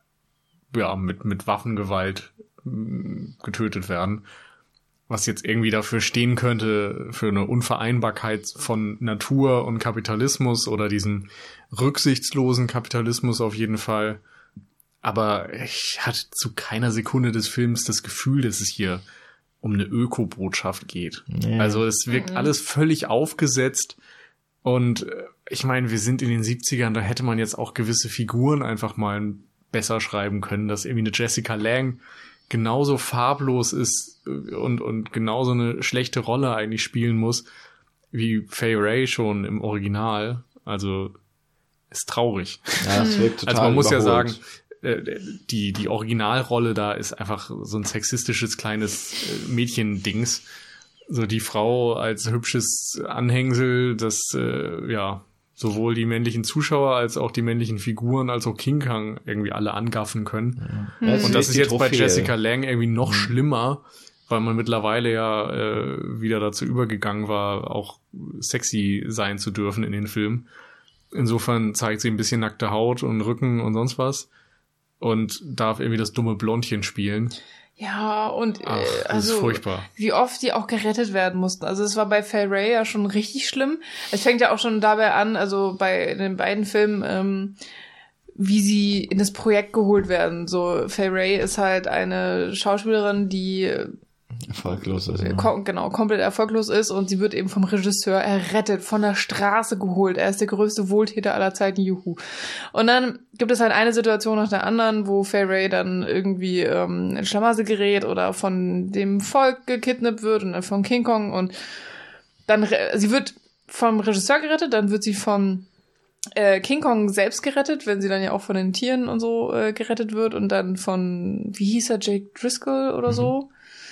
ja mit mit Waffengewalt mh, getötet werden. Was jetzt irgendwie dafür stehen könnte für eine Unvereinbarkeit von Natur und Kapitalismus oder diesen rücksichtslosen Kapitalismus auf jeden Fall. Aber ich hatte zu keiner Sekunde des Films das Gefühl, dass es hier um eine Öko-Botschaft geht. Nee. Also es wirkt Mhm. alles völlig aufgesetzt und äh, ich meine, wir sind in den siebzigern, da hätte man jetzt auch gewisse Figuren einfach mal besser schreiben können, dass irgendwie eine Jessica Lange genauso farblos ist und, und genauso eine schlechte Rolle eigentlich spielen muss, wie Fay Wray schon im Original. Also ist traurig. Ja, das wirkt total Also man muss ja überholt. sagen, äh, die die Originalrolle da ist einfach so ein sexistisches kleines äh, Mädchendings. So die Frau als hübsches Anhängsel, das äh, ja sowohl die männlichen Zuschauer als auch die männlichen Figuren als auch King Kong irgendwie alle angaffen können. Ja, Und das ist die jetzt bei Trophäe. Jessica Lange irgendwie noch schlimmer, weil man mittlerweile ja äh, wieder dazu übergegangen war, auch sexy sein zu dürfen in den Filmen. Insofern zeigt sie ein bisschen nackte Haut und Rücken und sonst was und darf irgendwie das dumme Blondchen spielen. Ja, und äh, Ach, das ist also furchtbar. wie oft die auch gerettet werden mussten. Also es war bei Fay Wray ja schon richtig schlimm. Es fängt ja auch schon dabei an, also bei den beiden Filmen, ähm, wie sie in das Projekt geholt werden. So Fay Wray ist halt eine Schauspielerin, die erfolglos ist. Ja. Kom- genau, komplett erfolglos ist und sie wird eben vom Regisseur errettet, von der Straße geholt. Er ist der größte Wohltäter aller Zeiten, juhu. Und dann gibt es halt eine Situation nach der anderen, wo Fay Wray dann irgendwie ähm, in Schlamassel gerät oder von dem Volk gekidnappt wird und dann von King Kong und dann, re- sie wird vom Regisseur gerettet, dann wird sie vom äh, King Kong selbst gerettet, wenn sie dann ja auch von den Tieren und so äh, gerettet wird und dann von, wie hieß er, Jake Driscoll oder mhm. so.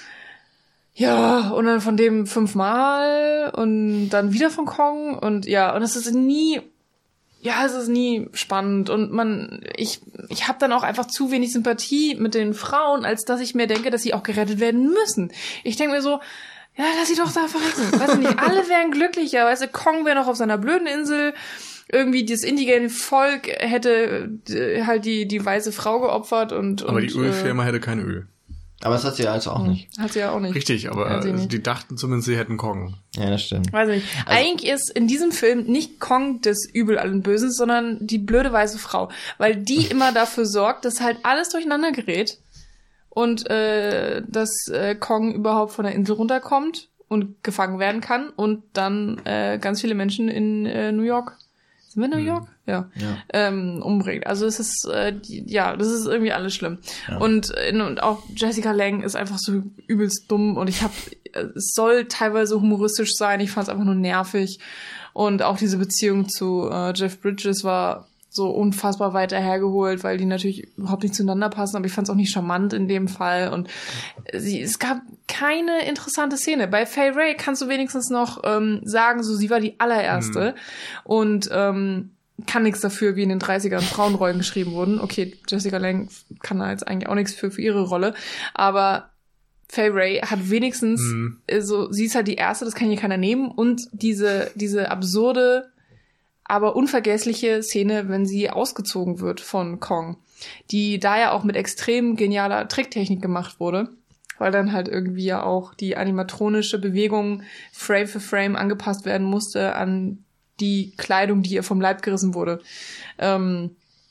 Ja, und dann von dem fünfmal und dann wieder von Kong und ja, und es ist nie, ja, es ist nie spannend und man, ich, ich habe dann auch einfach zu wenig Sympathie mit den Frauen, als dass ich mir denke, dass sie auch gerettet werden müssen. Ich denke mir so, ja, lass sie doch da verrecken. Weißt du nicht, alle wären glücklicher, weißt du, Kong wäre noch auf seiner blöden Insel, irgendwie das indigene Volk hätte äh, halt die, die weiße Frau geopfert und, aber und, die Ölfirma äh, hätte kein Öl. Aber das hat sie ja also auch nicht. Hat sie ja auch nicht. Richtig, aber sie die dachten zumindest, sie hätten Kong. Ja, das stimmt. Weiß ich nicht. Also, eigentlich ist in diesem Film nicht Kong das Übel allen Bösen, sondern die blöde weiße Frau. Weil die immer dafür sorgt, dass halt alles durcheinander gerät und äh, dass äh, Kong überhaupt von der Insel runterkommt und gefangen werden kann und dann äh, ganz viele Menschen in äh, New York, sind wir in New York? Hm. Ja. ja. Ähm, umbringt. Also es ist, äh, die, ja, das ist irgendwie alles schlimm. Ja. Und, äh, und auch Jessica Lange ist einfach so übelst dumm und ich hab, es soll teilweise humoristisch sein, ich fand es einfach nur nervig und auch diese Beziehung zu äh, Jeff Bridges war so unfassbar weit hergeholt, weil die natürlich überhaupt nicht zueinander passen, aber ich fand es auch nicht charmant in dem Fall und sie, es gab keine interessante Szene. Bei Fay Wray kannst du wenigstens noch ähm, sagen, so sie war die allererste mhm. und ähm, kann nichts dafür, wie in den dreißigern Frauenrollen geschrieben wurden. Okay, Jessica Lange kann da jetzt eigentlich auch nichts für, für ihre Rolle, aber Fay Wray hat wenigstens, mhm. so, sie ist halt die erste, das kann hier keiner nehmen und diese, diese absurde, aber unvergessliche Szene, wenn sie ausgezogen wird von Kong, die da ja auch mit extrem genialer Tricktechnik gemacht wurde, weil dann halt irgendwie ja auch die animatronische Bewegung Frame für Frame angepasst werden musste an die Kleidung, die ihr vom Leib gerissen wurde. Ähm,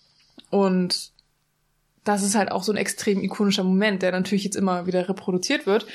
und das ist halt auch so ein extrem ikonischer Moment, der natürlich jetzt immer wieder reproduziert wird.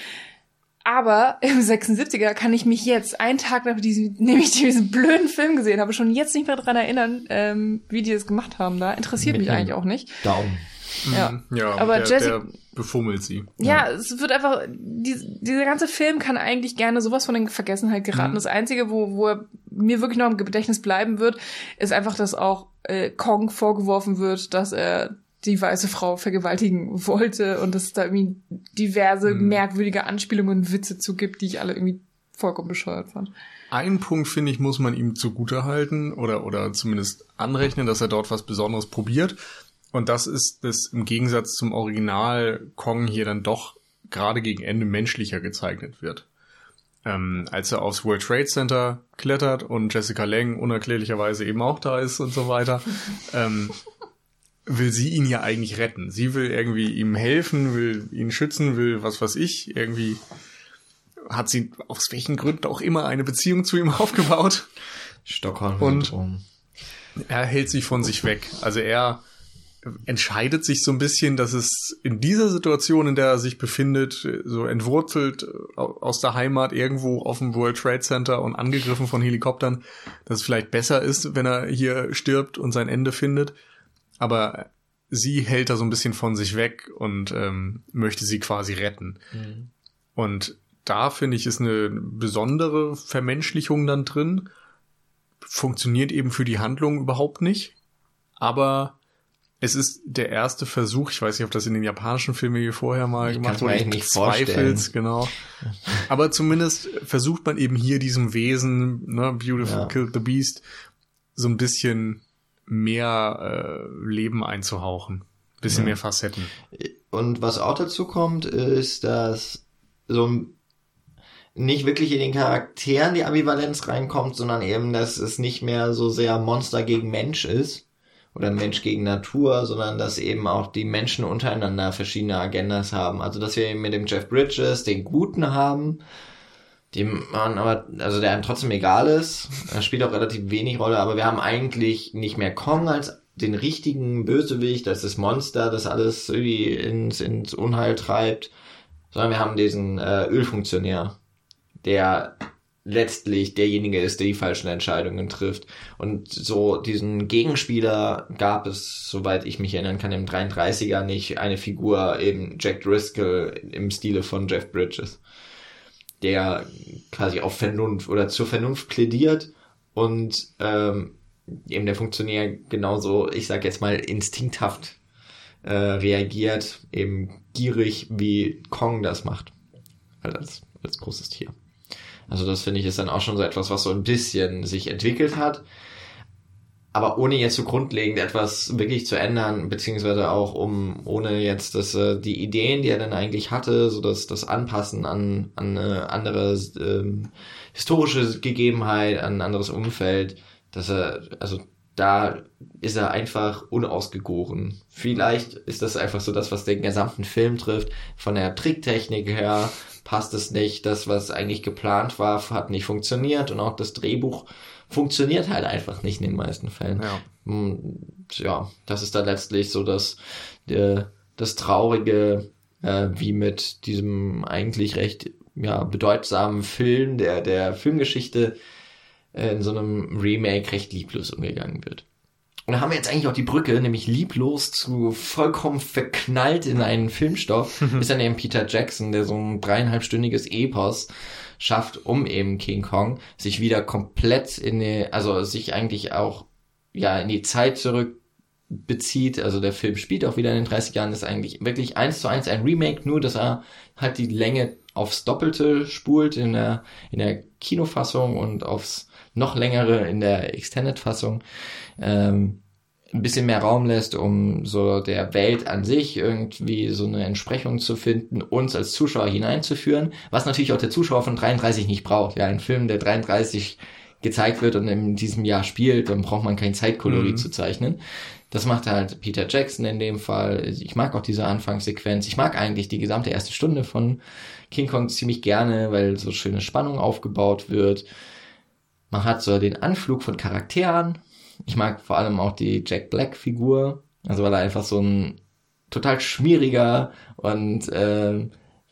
Aber im sechsundsiebziger kann ich mich jetzt, einen Tag nachdem ich nämlich diesen blöden Film gesehen habe, schon jetzt nicht mehr daran erinnern, ähm, wie die das gemacht haben da. Interessiert Mit mich eigentlich auch nicht. Daumen. Ja, ja aber der, Jessica, der befummelt sie. Ja, ja, es wird einfach, die, dieser ganze Film kann eigentlich gerne sowas von in Vergessenheit geraten. Mhm. Das Einzige, wo, wo er mir wirklich noch im Gedächtnis bleiben wird, ist einfach, dass auch äh, Kong vorgeworfen wird, dass er die weiße Frau vergewaltigen wollte und dass es da irgendwie diverse mhm. merkwürdige Anspielungen und Witze zu gibt, die ich alle irgendwie vollkommen bescheuert fand. Einen Punkt, finde ich, muss man ihm zugutehalten oder, oder zumindest anrechnen, dass er dort was Besonderes probiert. Und das ist, dass im Gegensatz zum Original Kong hier dann doch gerade gegen Ende menschlicher gezeichnet wird. Ähm, als er aufs World Trade Center klettert und Jessica Lange unerklärlicherweise eben auch da ist und so weiter, ähm, will sie ihn ja eigentlich retten. Sie will irgendwie ihm helfen, will ihn schützen, will was weiß ich. Irgendwie hat sie aus welchen Gründen auch immer eine Beziehung zu ihm aufgebaut. Stockholm. Und er hält sich von sich weg. Also er entscheidet sich so ein bisschen, dass es in dieser Situation, in der er sich befindet, so entwurzelt aus der Heimat irgendwo auf dem World Trade Center und angegriffen von Helikoptern, dass es vielleicht besser ist, wenn er hier stirbt und sein Ende findet. Aber sie hält da so ein bisschen von sich weg und ähm, möchte sie quasi retten. Mhm. Und da, finde ich, ist eine besondere Vermenschlichung dann drin. Funktioniert eben für die Handlung überhaupt nicht. Aber es ist der erste Versuch, ich weiß nicht, ob das in den japanischen Filmen wie vorher mal ich gemacht wurde, ich zweifels, genau. Aber zumindest versucht man eben hier diesem Wesen, ne, Beautiful ja. Killed the Beast, so ein bisschen mehr äh, Leben einzuhauchen. Bisschen ja. mehr Facetten. Und was auch dazu kommt, ist, dass so nicht wirklich in den Charakteren die Ambivalenz reinkommt, sondern eben, dass es nicht mehr so sehr Monster gegen Mensch ist oder Mensch gegen Natur, sondern dass eben auch die Menschen untereinander verschiedene Agendas haben. Also dass wir eben mit dem Jeff Bridges den Guten haben, dem man aber, also der einem trotzdem egal ist. Er spielt auch relativ wenig Rolle, aber wir haben eigentlich nicht mehr Kong als den richtigen Bösewicht, als das Monster, das alles irgendwie ins, ins Unheil treibt. sondern wir haben diesen äh, Ölfunktionär, der letztlich derjenige ist, der die falschen Entscheidungen trifft. Und so diesen Gegenspieler gab es, soweit ich mich erinnern kann, im dreiunddreißiger nicht eine Figur, eben Jack Driscoll im Stile von Jeff Bridges, der quasi auf Vernunft oder zur Vernunft plädiert und ähm, eben der Funktionär genauso, ich sag jetzt mal, instinkthaft äh, reagiert, eben gierig, wie Kong das macht. Als, als großes Tier. Also das finde ich ist dann auch schon so etwas, was so ein bisschen sich entwickelt hat, aber ohne jetzt so grundlegend etwas wirklich zu ändern, beziehungsweise auch um, ohne jetzt dass äh, die Ideen, die er dann eigentlich hatte, so dass das Anpassen an, an eine andere ähm, historische Gegebenheit, an ein anderes Umfeld, dass er, also da ist er einfach unausgegoren. Vielleicht ist das einfach so das, was den gesamten Film trifft. Von der Tricktechnik her passt es nicht. Das, was eigentlich geplant war, hat nicht funktioniert. Und auch das Drehbuch funktioniert halt einfach nicht in den meisten Fällen. Ja, ja das ist dann letztlich so das, der, das Traurige, äh, wie mit diesem eigentlich recht ja bedeutsamen Film, der der Filmgeschichte in so einem Remake recht lieblos umgegangen wird. Und da haben wir jetzt eigentlich auch die Brücke, nämlich lieblos zu vollkommen verknallt in einen Filmstoff, ist dann eben Peter Jackson, der so ein dreieinhalbstündiges Epos schafft, um eben King Kong sich wieder komplett in die, also sich eigentlich auch ja in die Zeit zurück bezieht. Also der Film spielt auch wieder in den dreißig Jahren, ist eigentlich wirklich eins zu eins ein Remake, nur dass er halt die Länge aufs Doppelte spult in der in der Kinofassung und aufs noch längere in der Extended-Fassung, ähm, ein bisschen mehr Raum lässt, um so der Welt an sich irgendwie so eine Entsprechung zu finden, uns als Zuschauer hineinzuführen, was natürlich auch der Zuschauer von dreiunddreißig nicht braucht. Ja, ein Film, der dreiunddreißig gezeigt wird und in diesem Jahr spielt, dann braucht man kein Zeitkolorit mhm. zu zeichnen. Das macht halt Peter Jackson in dem Fall. Ich mag auch diese Anfangssequenz. Ich mag eigentlich die gesamte erste Stunde von King Kong ziemlich gerne, weil so schöne Spannung aufgebaut wird. Man hat so den Anflug von Charakteren. Ich mag vor allem auch die Jack Black-Figur. Also weil er einfach so ein total schmieriger und äh,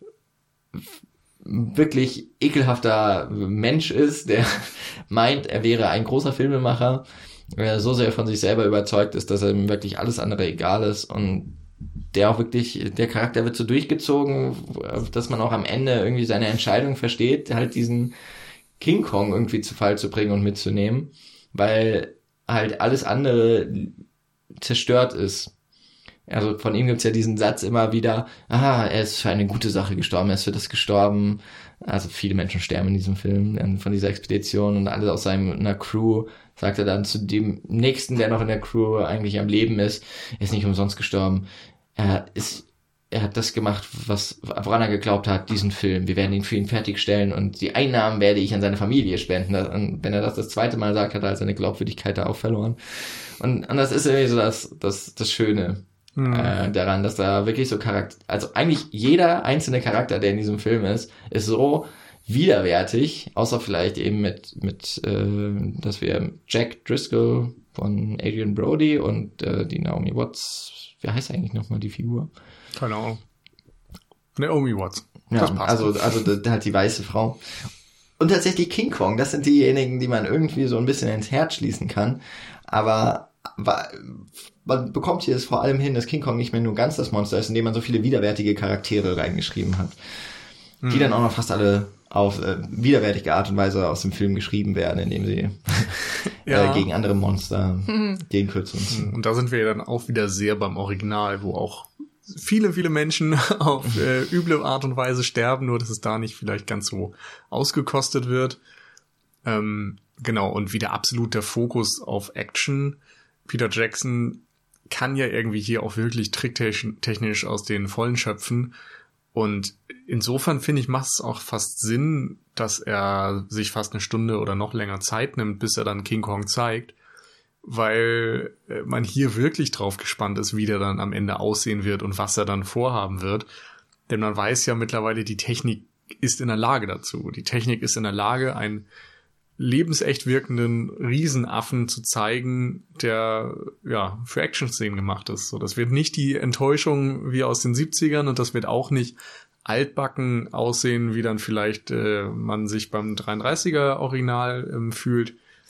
wirklich ekelhafter Mensch ist, der meint, er wäre ein großer Filmemacher, der so sehr von sich selber überzeugt ist, dass ihm wirklich alles andere egal ist und der auch wirklich, der Charakter wird so durchgezogen, dass man auch am Ende irgendwie seine Entscheidung versteht, halt diesen King Kong irgendwie zu Fall zu bringen und mitzunehmen, weil halt alles andere zerstört ist. Also von ihm gibt's ja diesen Satz immer wieder, ah, er ist für eine gute Sache gestorben, er ist für das gestorben. Also viele Menschen sterben in diesem Film von dieser Expedition und alle aus seiner Crew, sagt er dann zu dem Nächsten, der noch in der Crew eigentlich am Leben ist, er ist nicht umsonst gestorben. Er ist Er hat das gemacht, was woran er geglaubt hat, diesen Film. Wir werden ihn für ihn fertigstellen und die Einnahmen werde ich an seine Familie spenden. Und wenn er das das zweite Mal sagt, hat er halt seine Glaubwürdigkeit da auch verloren. Und, und das ist irgendwie so das, das, das Schöne mhm. äh, daran, dass da wirklich so Charakter, also eigentlich jeder einzelne Charakter, der in diesem Film ist, ist so widerwärtig, außer vielleicht eben mit, mit, äh, dass wir Jack Driscoll von Adrian Brody und äh, die Naomi Watts, wie heißt eigentlich nochmal die Figur? Keine Ahnung. Naomi Watts. Ja, das passt. also, also halt die weiße Frau. Und tatsächlich King Kong, das sind diejenigen, die man irgendwie so ein bisschen ins Herz schließen kann. Aber man bekommt hier es vor allem hin, dass King Kong nicht mehr nur ganz das Monster ist, indem man so viele widerwärtige Charaktere reingeschrieben hat. Mhm. Die dann auch noch fast alle auf äh, widerwärtige Art und Weise aus dem Film geschrieben werden, indem sie ja. äh, gegen andere Monster mhm. gegen Kürzungen. Und da sind wir ja dann auch wieder sehr beim Original, wo auch viele, viele Menschen auf äh, üble Art und Weise sterben, nur dass es da nicht vielleicht ganz so ausgekostet wird. Ähm, genau, und wieder absolut der Fokus auf Action. Peter Jackson kann ja irgendwie hier auch wirklich tricktechnisch aus den Vollen schöpfen. Und insofern, finde ich, macht es auch fast Sinn, dass er sich fast eine Stunde oder noch länger Zeit nimmt, bis er dann King Kong zeigt. Weil man hier wirklich drauf gespannt ist, wie der dann am Ende aussehen wird und was er dann vorhaben wird. Denn man weiß ja mittlerweile, die Technik ist in der Lage dazu. Die Technik ist in der Lage, einen lebensecht wirkenden Riesenaffen zu zeigen, der ja für Action-Szenen gemacht ist. So, das wird nicht die Enttäuschung wie aus den siebzigern und das wird auch nicht altbacken aussehen, wie dann vielleicht äh, man sich beim dreiunddreißiger Original ähm, fühlt.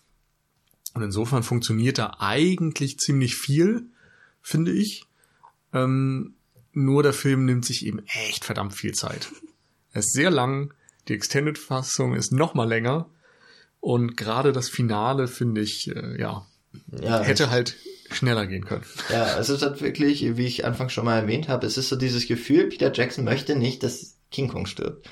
Und insofern funktioniert da eigentlich ziemlich viel, finde ich. Ähm, nur der Film nimmt sich eben echt verdammt viel Zeit. Er ist sehr lang, die Extended-Fassung ist noch mal länger und gerade das Finale, finde ich, äh, ja, ja, hätte halt schneller gehen können. Ja, es ist halt wirklich, wie ich anfangs schon mal erwähnt habe, es ist so dieses Gefühl, Peter Jackson möchte nicht, dass King Kong stirbt.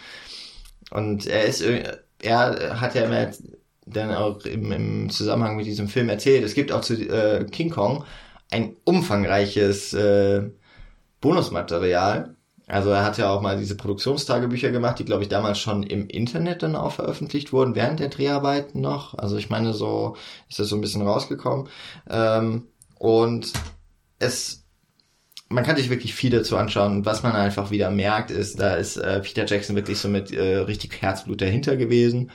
Und er ist, er hat ja immer dann auch im, im Zusammenhang mit diesem Film erzählt, es gibt auch zu äh, King Kong ein umfangreiches äh, Bonusmaterial. Also er hat ja auch mal diese Produktionstagebücher gemacht, die, glaube ich, damals schon im Internet dann auch veröffentlicht wurden, während der Dreharbeiten noch. Also ich meine, so ist das so ein bisschen rausgekommen. Ähm, und es, man kann sich wirklich viel dazu anschauen. Und was man einfach wieder merkt, ist, da ist äh, Peter Jackson wirklich so mit äh, richtig Herzblut dahinter gewesen.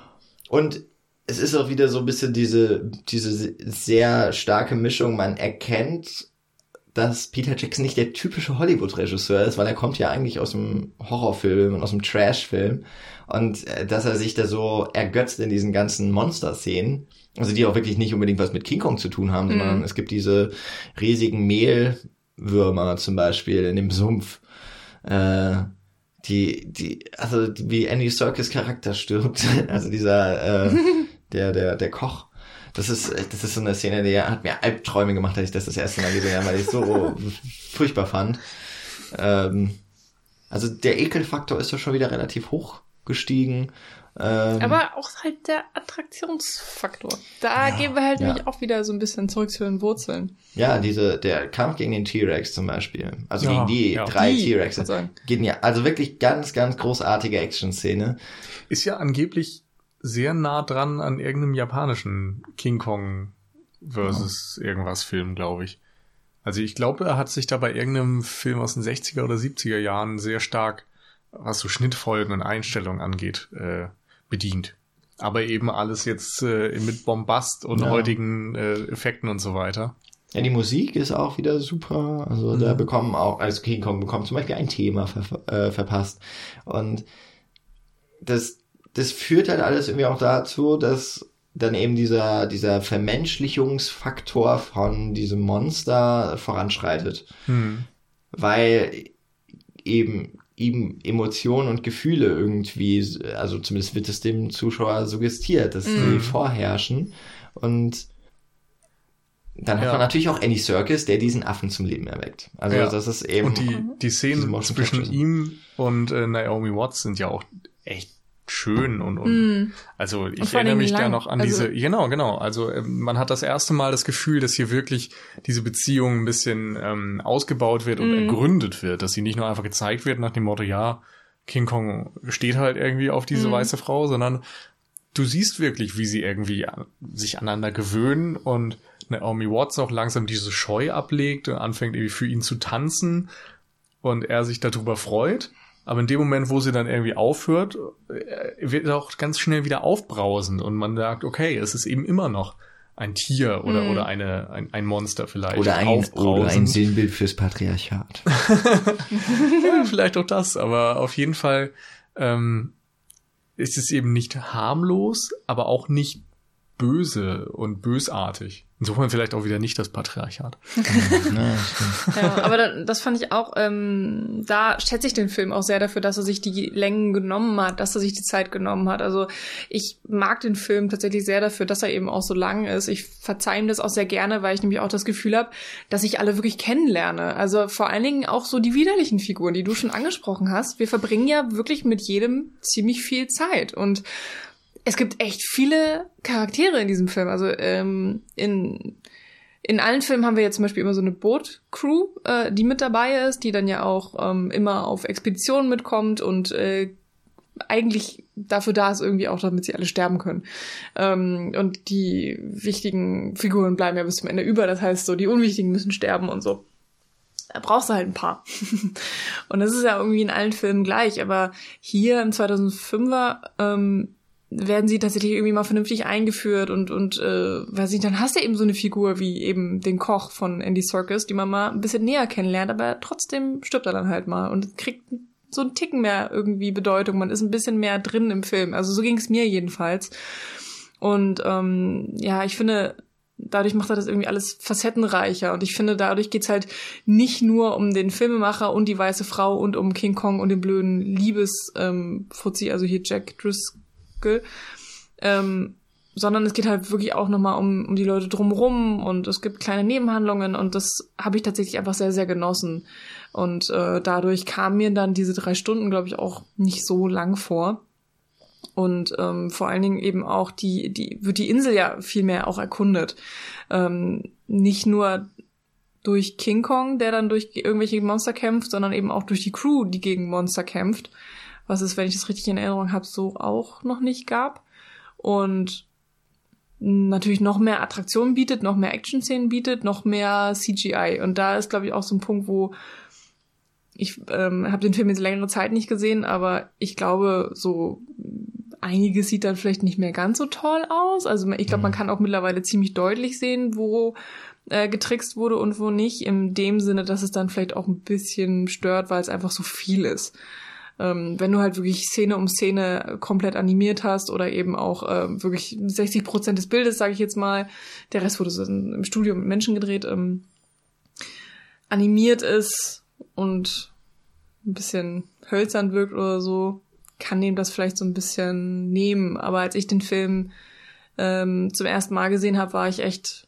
Und es ist auch wieder so ein bisschen diese, diese sehr starke Mischung. Man erkennt, dass Peter Jackson nicht der typische Hollywood-Regisseur ist, weil er kommt ja eigentlich aus dem Horrorfilm und aus dem Trash-Film und äh, dass er sich da so ergötzt in diesen ganzen Monster-Szenen, also die auch wirklich nicht unbedingt was mit King Kong zu tun haben, mm. sondern es gibt diese riesigen Mehlwürmer zum Beispiel in dem Sumpf, äh, die, die, also die, wie Andy Serkis Charakter stirbt, also dieser, äh, der, der, der Koch. Das ist, das ist so eine Szene, die hat mir Albträume gemacht, als ich das das erste Mal gesehen habe, weil ich es so furchtbar fand. Ähm, also der Ekelfaktor ist doch schon wieder relativ hoch gestiegen. Ähm, Aber auch halt der Attraktionsfaktor. Da ja, gehen wir halt ja. nämlich auch wieder so ein bisschen zurück zu den Wurzeln. Ja, diese, der Kampf gegen den T-Rex zum Beispiel. Also ja, gegen die ja. drei die, T-Rexe. Geht ja, also wirklich ganz, ganz großartige Action-Szene. Ist ja angeblich sehr nah dran an irgendeinem japanischen King Kong versus oh. irgendwas Film, glaube ich. Also ich glaube, er hat sich da bei irgendeinem Film aus den sechziger oder siebziger Jahren sehr stark, was so Schnittfolgen und Einstellungen angeht, äh, bedient. Aber eben alles jetzt äh, mit Bombast und ja. heutigen äh, Effekten und so weiter. Ja, die Musik ist auch wieder super. Also mhm. da bekommen auch, also King Kong bekommt zum Beispiel ein Thema ver- äh, verpasst. Und das Das führt halt alles irgendwie auch dazu, dass dann eben dieser, dieser Vermenschlichungsfaktor von diesem Monster voranschreitet. Hm. Weil eben ihm Emotionen und Gefühle irgendwie, also zumindest wird es dem Zuschauer suggestiert, dass hm. die vorherrschen. Und dann hat ja. man natürlich auch Andy Serkis, der diesen Affen zum Leben erweckt. Also ja. das ist eben... Und die, die Szenen zwischen ihm und äh, Naomi Watts sind ja auch echt schön und, und mm. also ich und erinnere mich lang. da noch an also, diese, genau, genau, also äh, man hat das erste Mal das Gefühl, dass hier wirklich diese Beziehung ein bisschen ähm, ausgebaut wird und mm. ergründet wird, dass sie nicht nur einfach gezeigt wird nach dem Motto, ja, King Kong steht halt irgendwie auf diese mm. weiße Frau, sondern du siehst wirklich, wie sie irgendwie sich aneinander gewöhnen und Naomi Watts auch langsam diese Scheu ablegt und anfängt irgendwie für ihn zu tanzen und er sich darüber freut. Aber in dem Moment, wo sie dann irgendwie aufhört, wird er auch ganz schnell wieder aufbrausend und man sagt, okay, es ist eben immer noch ein Tier oder mm. oder eine ein, ein Monster vielleicht. Oder ein, oder ein Sinnbild fürs Patriarchat. Ja, vielleicht auch das, aber auf jeden Fall ähm, ist es eben nicht harmlos, aber auch nicht böse und bösartig. Insofern vielleicht auch wieder nicht das Patriarchat. Ja, aber da, das fand ich auch, ähm, da schätze ich den Film auch sehr dafür, dass er sich die Längen genommen hat, dass er sich die Zeit genommen hat. Also ich mag den Film tatsächlich sehr dafür, dass er eben auch so lang ist. Ich verzeihe ihm das auch sehr gerne, weil ich nämlich auch das Gefühl habe, dass ich alle wirklich kennenlerne. Also vor allen Dingen auch so die widerlichen Figuren, die du schon angesprochen hast. Wir verbringen ja wirklich mit jedem ziemlich viel Zeit und es gibt echt viele Charaktere in diesem Film. Also ähm, in in allen Filmen haben wir jetzt zum Beispiel immer so eine Boot-Crew, äh, die mit dabei ist, die dann ja auch ähm, immer auf Expeditionen mitkommt und äh, eigentlich dafür da ist irgendwie auch, damit sie alle sterben können. Ähm, und die wichtigen Figuren bleiben ja bis zum Ende über. Das heißt, so die Unwichtigen müssen sterben und so. Da brauchst du halt ein paar. Und das ist ja irgendwie in allen Filmen gleich. Aber hier im zweitausendfünfer ähm, werden sie tatsächlich irgendwie mal vernünftig eingeführt und, und äh, weiß ich, dann hast du eben so eine Figur wie eben den Koch von Andy Serkis, die man mal ein bisschen näher kennenlernt, aber trotzdem stirbt er dann halt mal und kriegt so ein Ticken mehr irgendwie Bedeutung. Man ist ein bisschen mehr drin im Film. Also so ging es mir jedenfalls. Und ähm, ja, ich finde, dadurch macht er das irgendwie alles facettenreicher. Und ich finde, dadurch geht's halt nicht nur um den Filmemacher und die weiße Frau und um King Kong und den blöden Liebes-Fuzzi, ähm, also hier Jack Driscoll, ähm, sondern es geht halt wirklich auch nochmal um, um die Leute drumrum und es gibt kleine Nebenhandlungen und das habe ich tatsächlich einfach sehr, sehr genossen. Und äh, dadurch kamen mir dann diese drei Stunden, glaube ich, auch nicht so lang vor. Und ähm, vor allen Dingen eben auch die, die, wird die Insel ja viel mehr auch erkundet. Ähm, nicht nur durch King Kong, der dann durch irgendwelche Monster kämpft, sondern eben auch durch die Crew, die gegen Monster kämpft. Was es, wenn ich das richtig in Erinnerung habe, so auch noch nicht gab. Und natürlich noch mehr Attraktionen bietet, noch mehr Action-Szenen bietet, noch mehr C G I. Und da ist, glaube ich, auch so ein Punkt, wo ich ähm, habe den Film jetzt längere Zeit nicht gesehen, aber ich glaube, so einiges sieht dann vielleicht nicht mehr ganz so toll aus. Also ich glaube, man kann auch mittlerweile ziemlich deutlich sehen, wo äh, getrickst wurde und wo nicht. In dem Sinne, dass es dann vielleicht auch ein bisschen stört, weil es einfach so viel ist. Ähm, wenn du halt wirklich Szene um Szene komplett animiert hast oder eben auch äh, wirklich sechzig Prozent des Bildes, sage ich jetzt mal, der Rest wurde so im Studio mit Menschen gedreht, ähm, animiert ist und ein bisschen hölzern wirkt oder so, kann dem das vielleicht so ein bisschen nehmen. Aber als ich den Film ähm, zum ersten Mal gesehen habe, war ich echt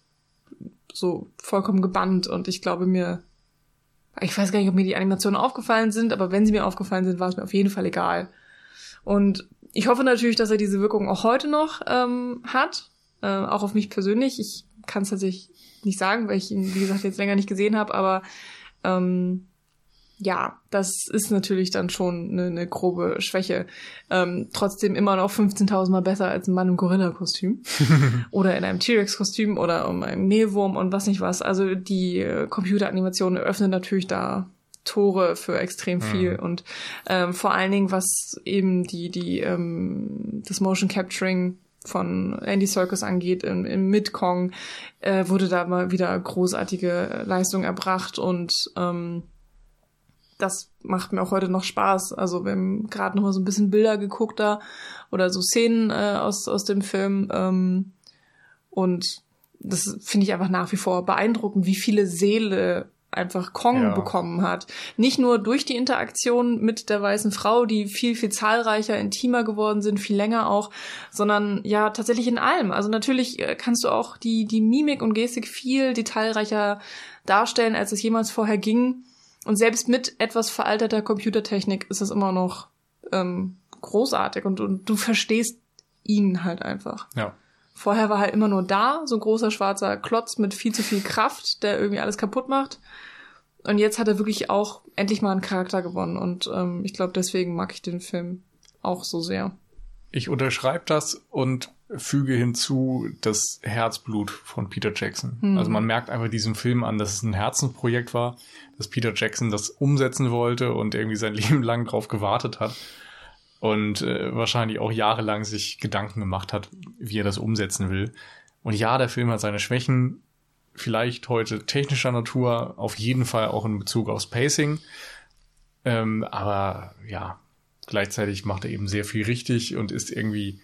so vollkommen gebannt und ich glaube mir, ich weiß gar nicht, ob mir die Animationen aufgefallen sind, aber wenn sie mir aufgefallen sind, war es mir auf jeden Fall egal. Und ich hoffe natürlich, dass er diese Wirkung auch heute noch ähm, hat, äh, auch auf mich persönlich. Ich kann es tatsächlich nicht sagen, weil ich ihn, wie gesagt, jetzt länger nicht gesehen habe, aber ähm, ja, das ist natürlich dann schon eine, eine grobe Schwäche. Ähm, trotzdem immer noch fünfzehntausend Mal besser als ein Mann im Gorilla-Kostüm oder in einem T-Rex-Kostüm oder um einen Mehlwurm und was nicht was. Also die äh, Computeranimationen öffnen natürlich da Tore für extrem viel. Mhm. Und ähm, vor allen Dingen, was eben die die ähm, das Motion Capturing von Andy Serkis angeht, im, im Mid-Kong, äh, wurde da mal wieder großartige Leistung erbracht und ähm, das macht mir auch heute noch Spaß. Also wir haben gerade noch mal so ein bisschen Bilder geguckt da oder so Szenen äh, aus aus dem Film ähm, und das finde ich einfach nach wie vor beeindruckend, wie viele Seele einfach Kong ja. bekommen hat. Nicht nur durch die Interaktion mit der weißen Frau, die viel, viel zahlreicher, intimer geworden sind, viel länger auch, sondern ja tatsächlich in allem. Also natürlich kannst du auch die die Mimik und Gestik viel detailreicher darstellen, als es jemals vorher ging. Und selbst mit etwas veralterter Computertechnik ist das immer noch ähm, großartig und, und du verstehst ihn halt einfach. Ja. Vorher war halt immer nur da, so ein großer schwarzer Klotz mit viel zu viel Kraft, der irgendwie alles kaputt macht. Und jetzt hat er wirklich auch endlich mal einen Charakter gewonnen. Und ähm, ich glaube, deswegen mag ich den Film auch so sehr. Ich unterschreibe das und füge hinzu das Herzblut von Peter Jackson. Hm. Also man merkt einfach diesem Film an, dass es ein Herzensprojekt war, dass Peter Jackson das umsetzen wollte und irgendwie sein Leben lang drauf gewartet hat und äh, wahrscheinlich auch jahrelang sich Gedanken gemacht hat, wie er das umsetzen will. Und ja, der Film hat seine Schwächen, vielleicht heute technischer Natur, auf jeden Fall auch in Bezug aufs Pacing. Ähm, aber ja, gleichzeitig macht er eben sehr viel richtig und ist irgendwie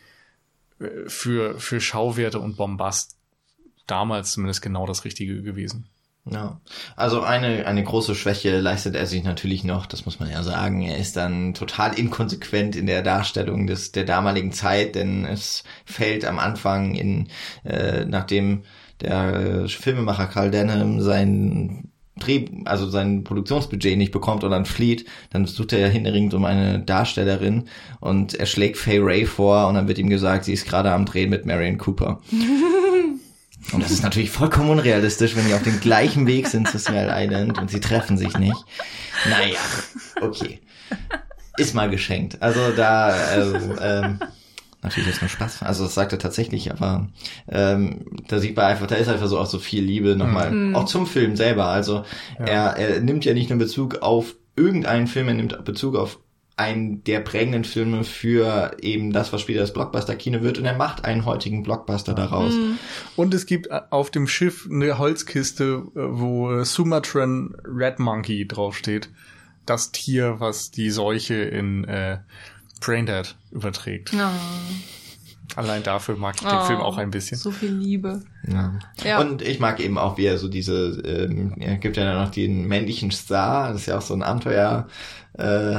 für für Schauwerte und Bombast damals zumindest genau das Richtige gewesen. Ja, also eine eine große Schwäche leistet er sich natürlich noch, das muss man ja sagen. Er ist dann total inkonsequent in der Darstellung des der damaligen Zeit, denn es fällt am Anfang in äh, nachdem der Filmemacher Carl Denham sein Dreh, also sein Produktionsbudget nicht bekommt und dann flieht, dann sucht er ja händeringend um eine Darstellerin und er schlägt Fay Wray vor und dann wird ihm gesagt, sie ist gerade am Drehen mit Marion Cooper. Und das ist natürlich vollkommen unrealistisch, wenn die auf dem gleichen Weg sind zu Skull Island und sie treffen sich nicht. Naja, okay. Ist mal geschenkt. Also da, also, ähm, natürlich ist nur Spaß. Also das sagt er tatsächlich, aber ähm, da sieht man einfach, da ist einfach so auch so viel Liebe nochmal, mhm. auch zum Film selber. Also ja. er, er nimmt ja nicht nur Bezug auf irgendeinen Film, er nimmt Bezug auf einen der prägenden Filme für eben das, was später das Blockbuster-Kino wird und er macht einen heutigen Blockbuster daraus. Mhm. Und es gibt auf dem Schiff eine Holzkiste, wo Sumatran Red Monkey draufsteht. das Tier, was die Seuche in äh, Braindead überträgt. Oh. Allein dafür mag ich den Oh, Film auch ein bisschen. So viel Liebe. Ja. Ja. Und ich mag eben auch, wie er so diese, ähm, er gibt ja dann noch den männlichen Star, das ist ja auch so ein Abenteuer, äh,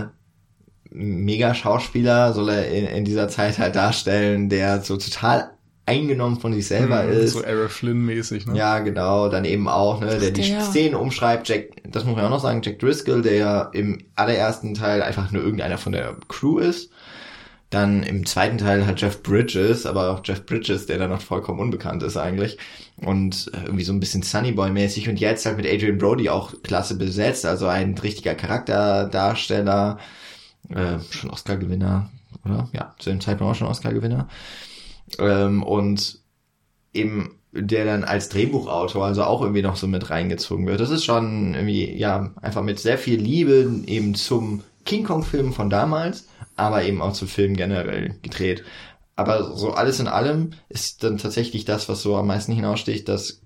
Mega-Schauspieler soll er in, in dieser Zeit halt darstellen, der so total eingenommen von sich selber mm, ist. So Errol Flynn-mäßig, ne? Ja, genau, dann eben auch, ne, der die der. Szenen umschreibt. Jack, das muss man auch noch sagen, Jack Driscoll, der ja im allerersten Teil einfach nur irgendeiner von der Crew ist. Dann im zweiten Teil halt Jeff Bridges, aber auch Jeff Bridges, der dann noch vollkommen unbekannt ist eigentlich. Und irgendwie so ein bisschen Sunnyboy-mäßig. Und jetzt halt mit Adrian Brody auch klasse besetzt. Also ein richtiger Charakterdarsteller. Äh, schon Oscar-Gewinner, oder? Ja, zu dem Zeitpunkt auch schon Oscar-Gewinner. Ähm, und eben der dann als Drehbuchautor also auch irgendwie noch so mit reingezogen wird. Das ist schon irgendwie, ja, einfach mit sehr viel Liebe eben zum King Kong-Film von damals, aber eben auch zum Film generell gedreht. Aber so alles in allem ist dann tatsächlich das, was so am meisten hinaussticht, dass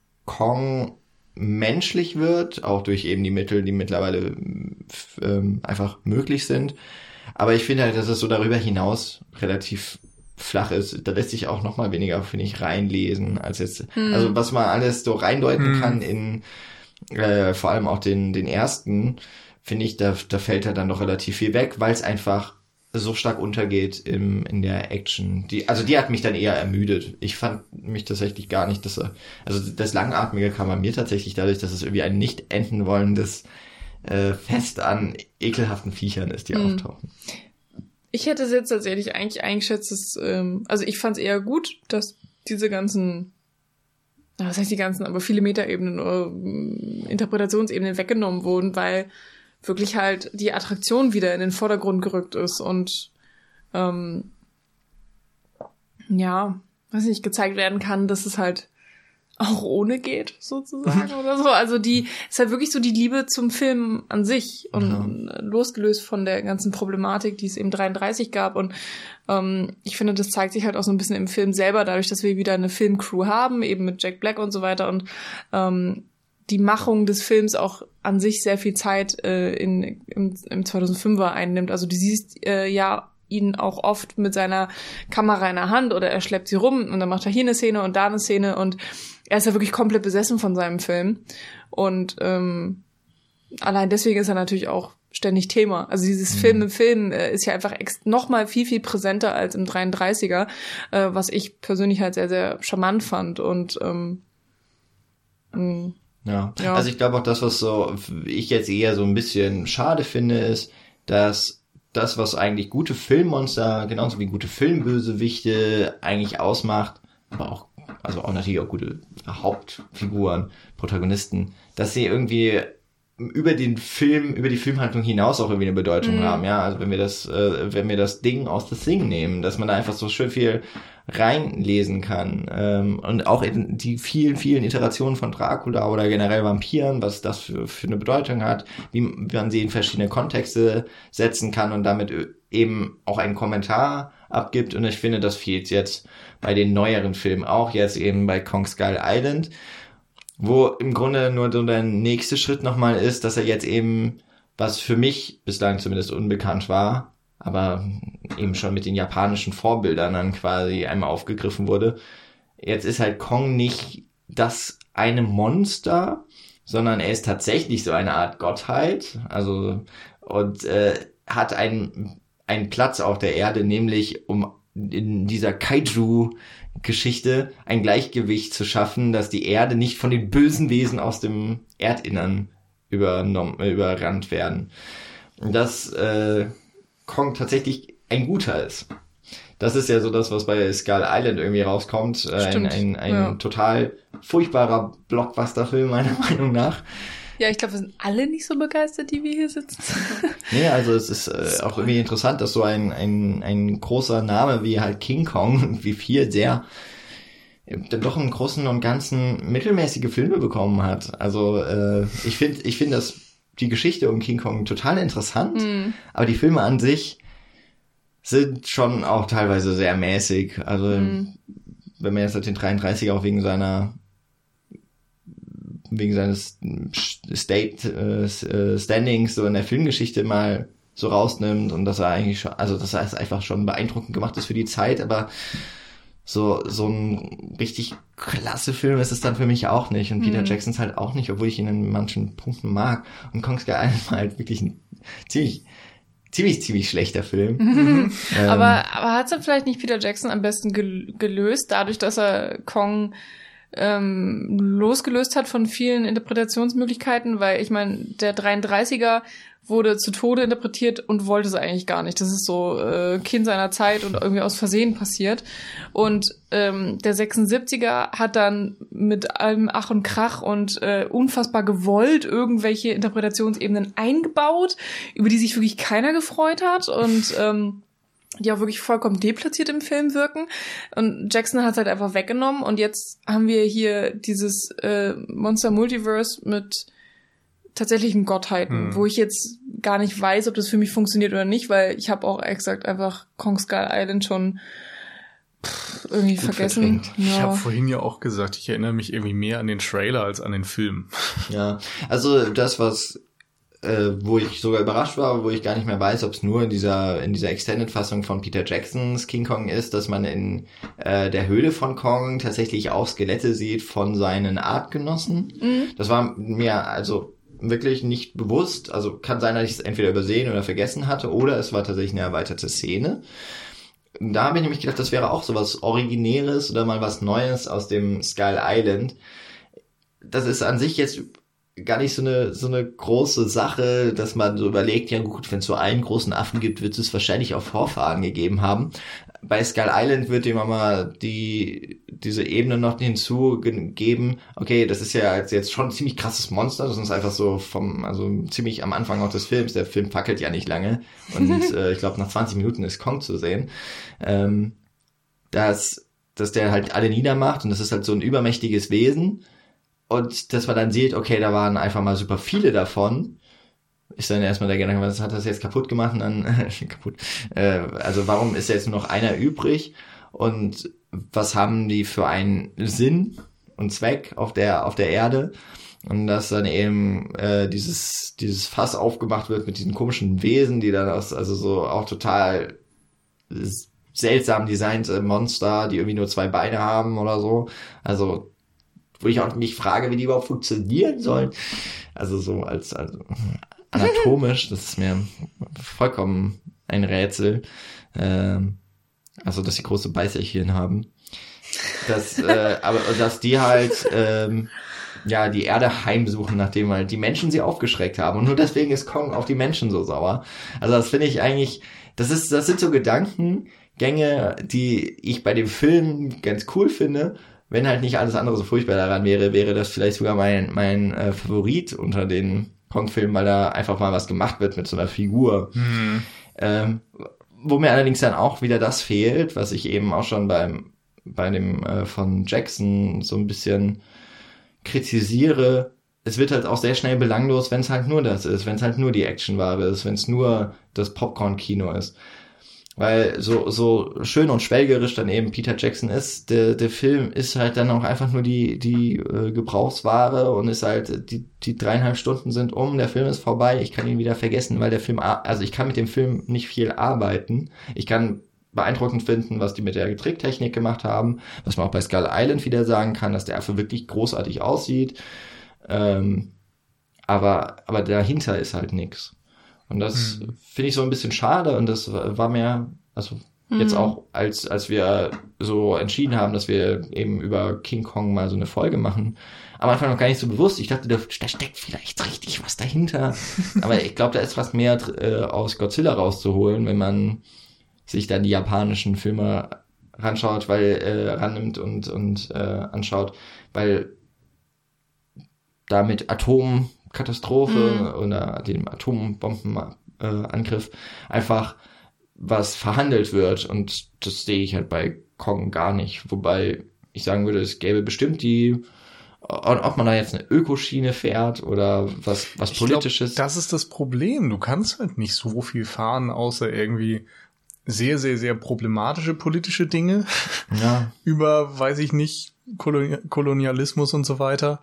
Kong menschlich wird, auch durch eben die Mittel, die mittlerweile ähm, einfach möglich sind. Aber ich finde halt, dass es so darüber hinaus relativ flach ist. Da lässt sich auch noch mal weniger, finde ich, reinlesen, als jetzt, hm. also was man alles so reindeuten hm. kann in äh, vor allem auch den den ersten, finde ich, da da fällt halt dann doch relativ viel weg, weil es einfach so stark untergeht im in der Action. Die also die hat mich dann eher ermüdet. Ich fand mich tatsächlich gar nicht, dass er, also das Langatmige kam bei mir tatsächlich dadurch, dass es irgendwie ein nicht enden wollendes äh, Fest an ekelhaften Viechern ist, die hm. auftauchen. Ich hätte es jetzt tatsächlich eigentlich eingeschätzt, dass, ähm, also ich fand es eher gut, dass diese ganzen, was heißt die ganzen, aber viele Metaebenen oder äh, Interpretationsebenen weggenommen wurden, weil wirklich halt die Attraktion wieder in den Vordergrund gerückt ist und ähm, ja, weiß nicht, gezeigt werden kann, dass es halt auch ohne geht, sozusagen, oder so. Also die, ist halt wirklich so die Liebe zum Film an sich und ja. losgelöst von der ganzen Problematik, die es eben dreiunddreißig gab. Und ähm, ich finde, das zeigt sich halt auch so ein bisschen im Film selber, dadurch, dass wir wieder eine Filmcrew haben, eben mit Jack Black und so weiter. Und ähm, die Machung des Films auch an sich sehr viel Zeit äh, in im, im zweitausendfünfer einnimmt. Also du siehst äh, ja ihn auch oft mit seiner Kamera in der Hand oder er schleppt sie rum und dann macht er hier eine Szene und da eine Szene und er ist ja wirklich komplett besessen von seinem Film und ähm, allein deswegen ist er natürlich auch ständig Thema. Also dieses mhm. Film im Film äh, ist ja einfach ex- noch mal viel, viel präsenter als im dreiunddreißiger, äh, was ich persönlich halt sehr, sehr charmant fand und ähm, mh, ja. ja, also ich glaube auch das, was so ich jetzt eher so ein bisschen schade finde, ist, dass das, was eigentlich gute Filmmonster, genauso wie gute Filmbösewichte eigentlich ausmacht, aber auch, also auch natürlich auch gute Hauptfiguren, Protagonisten, dass sie irgendwie über den Film, über die Filmhandlung hinaus auch irgendwie eine Bedeutung mhm. haben, ja, also wenn wir das, äh, wenn wir das Ding aus The Thing nehmen, dass man da einfach so schön viel reinlesen kann, ähm, und auch in die vielen, vielen Iterationen von Dracula oder generell Vampiren, was das für, für eine Bedeutung hat, wie, wie man sie in verschiedene Kontexte setzen kann und damit eben auch einen Kommentar abgibt und ich finde, das fehlt jetzt bei den neueren Filmen auch, jetzt eben bei Kong Skull Island, wo im Grunde nur so der nächste Schritt nochmal ist, dass er jetzt eben, was für mich bislang zumindest unbekannt war, aber eben schon mit den japanischen Vorbildern dann quasi einmal aufgegriffen wurde. Jetzt ist halt Kong nicht das eine Monster, sondern er ist tatsächlich so eine Art Gottheit, also und äh, hat einen einen Platz auf der Erde, nämlich um in dieser Kaiju-Geschichte ein Gleichgewicht zu schaffen, dass die Erde nicht von den bösen Wesen aus dem Erdinnern übernommen, überrannt werden. Und dass äh, Kong tatsächlich ein Guter ist. Das ist ja so das, was bei Skull Island irgendwie rauskommt. Äh, ein ein, ein ja. total furchtbarer Blockbuster-Film, meiner Meinung nach. Ja, ich glaube, wir sind alle nicht so begeistert, die wir hier sitzen. Nee, also es ist äh, auch irgendwie interessant, dass so ein ein ein großer Name wie halt King Kong, wie viel sehr dann doch im Großen und Ganzen mittelmäßige Filme bekommen hat. Also äh, ich finde, ich finde das die Geschichte um King Kong total interessant, mm. aber die Filme an sich sind schon auch teilweise sehr mäßig. Also mm. wenn man jetzt halt den dreiunddreißiger auch wegen seiner wegen seines State äh, Standings so in der Filmgeschichte mal so rausnimmt und dass er eigentlich schon, also dass er es einfach schon beeindruckend gemacht ist für die Zeit, aber so so ein richtig klasse Film ist es dann für mich auch nicht und Peter mhm. Jacksons halt auch nicht, obwohl ich ihn in manchen Punkten mag und Kong Skull Island war halt wirklich ein ziemlich ziemlich ziemlich schlechter Film. Mhm. ähm, aber aber hat es dann vielleicht nicht Peter Jackson am besten gel- gelöst, dadurch, dass er Kong ähm, losgelöst hat von vielen Interpretationsmöglichkeiten, weil ich meine, der dreiunddreißiger wurde zu Tode interpretiert und wollte es eigentlich gar nicht. Das ist so äh, Kind seiner Zeit und irgendwie aus Versehen passiert. Und ähm, der sechsundsiebziger hat dann mit allem Ach und Krach und äh, unfassbar gewollt irgendwelche Interpretationsebenen eingebaut, über die sich wirklich keiner gefreut hat und ähm, die auch wirklich vollkommen deplatziert im Film wirken. Und Jackson hat es halt einfach weggenommen. Und jetzt haben wir hier dieses äh, Monster-Multiverse mit tatsächlichen Gottheiten, hm. wo ich jetzt gar nicht weiß, ob das für mich funktioniert oder nicht, weil ich habe auch exakt einfach Kong Skull Island schon pff, irgendwie Gut vergessen. Ja. Ich habe vorhin ja auch gesagt, ich erinnere mich irgendwie mehr an den Trailer als an den Film. Ja, also das, was äh, wo ich sogar überrascht war, wo ich gar nicht mehr weiß, ob es nur in dieser in dieser Extended-Fassung von Peter Jacksons King Kong ist, dass man in äh, der Höhle von Kong tatsächlich auch Skelette sieht von seinen Artgenossen. Mhm. Das war mir also wirklich nicht bewusst, also kann sein, dass ich es entweder übersehen oder vergessen hatte, oder es war tatsächlich eine erweiterte Szene. Da habe ich nämlich gedacht, das wäre auch so was Originäres oder mal was Neues aus dem Skull Island. Das ist an sich jetzt gar nicht so eine so eine große Sache, dass man so überlegt, ja gut, wenn es so einen großen Affen gibt, wird es wahrscheinlich auch Vorfahren gegeben haben. Bei Skull Island wird dem aber die diese Ebene noch hinzugeben, okay, das ist ja jetzt schon ein ziemlich krasses Monster, das ist einfach so vom, also ziemlich am Anfang auch des Films, der Film fackelt ja nicht lange und äh, ich glaube nach zwanzig Minuten ist Kong zu sehen, ähm, dass, dass der halt alle niedermacht und das ist halt so ein übermächtiges Wesen und dass man dann sieht, okay, da waren einfach mal super viele davon, ist dann erstmal der Gedanke, was hat das jetzt kaputt gemacht und dann kaputt. Äh, also warum ist jetzt nur noch einer übrig und was haben die für einen Sinn und Zweck auf der auf der Erde? Und dass dann eben äh, dieses dieses Fass aufgemacht wird mit diesen komischen Wesen, die dann aus, also so auch total seltsam designte Monster, die irgendwie nur zwei Beine haben oder so. Also wo ich auch mich frage, wie die überhaupt funktionieren sollen. Also so als also anatomisch, das ist mir vollkommen ein Rätsel. Ähm, also, dass sie große Beißerchen haben. Dass, äh, aber dass die halt ähm, ja die Erde heimsuchen, nachdem halt die Menschen sie aufgeschreckt haben. Und nur deswegen ist Kong auf die Menschen so sauer. Also das finde ich eigentlich, das ist, das sind so Gedankengänge, die ich bei dem Film ganz cool finde. Wenn halt nicht alles andere so furchtbar daran wäre, wäre das vielleicht sogar mein mein äh, Favorit unter den Kong-Film, weil da einfach mal was gemacht wird mit so einer Figur. Mhm. Ähm, wo mir allerdings dann auch wieder das fehlt, was ich eben auch schon beim bei dem äh, von Jackson so ein bisschen kritisiere. Es wird halt auch sehr schnell belanglos, wenn es halt nur das ist, wenn es halt nur die Actionware ist, wenn es nur das Popcorn-Kino ist. Weil so so schön und schwelgerisch dann eben Peter Jackson ist, der der Film ist halt dann auch einfach nur die die äh, Gebrauchsware und ist halt, die die dreieinhalb Stunden sind um, der Film ist vorbei, ich kann ihn wieder vergessen, weil der Film, also ich kann mit dem Film nicht viel arbeiten. Ich kann beeindruckend finden, was die mit der Tricktechnik gemacht haben, was man auch bei Skull Island wieder sagen kann, dass der Affe wirklich großartig aussieht. Ähm, aber aber dahinter ist halt nix. Und das hm. finde ich so ein bisschen schade und das war mir, also jetzt auch, als als wir so entschieden haben, dass wir eben über King Kong mal so eine Folge machen, am Anfang noch gar nicht so bewusst. Ich dachte, da, da steckt vielleicht richtig was dahinter. Aber ich glaube, da ist was mehr äh, aus Godzilla rauszuholen, wenn man sich dann die japanischen Filme ranschaut, weil äh, rannimmt und und äh, anschaut, weil damit Atom Katastrophe mhm. oder dem Atombombenangriff äh, einfach was verhandelt wird und das sehe ich halt bei Kong gar nicht, wobei ich sagen würde, es gäbe bestimmt die, ob man da jetzt eine Ökoschiene fährt oder was was Politisches. Ich glaub, das ist das Problem, du kannst halt nicht so viel fahren, außer irgendwie sehr, sehr, sehr problematische politische Dinge ja. über, weiß ich nicht, Kolonialismus und so weiter.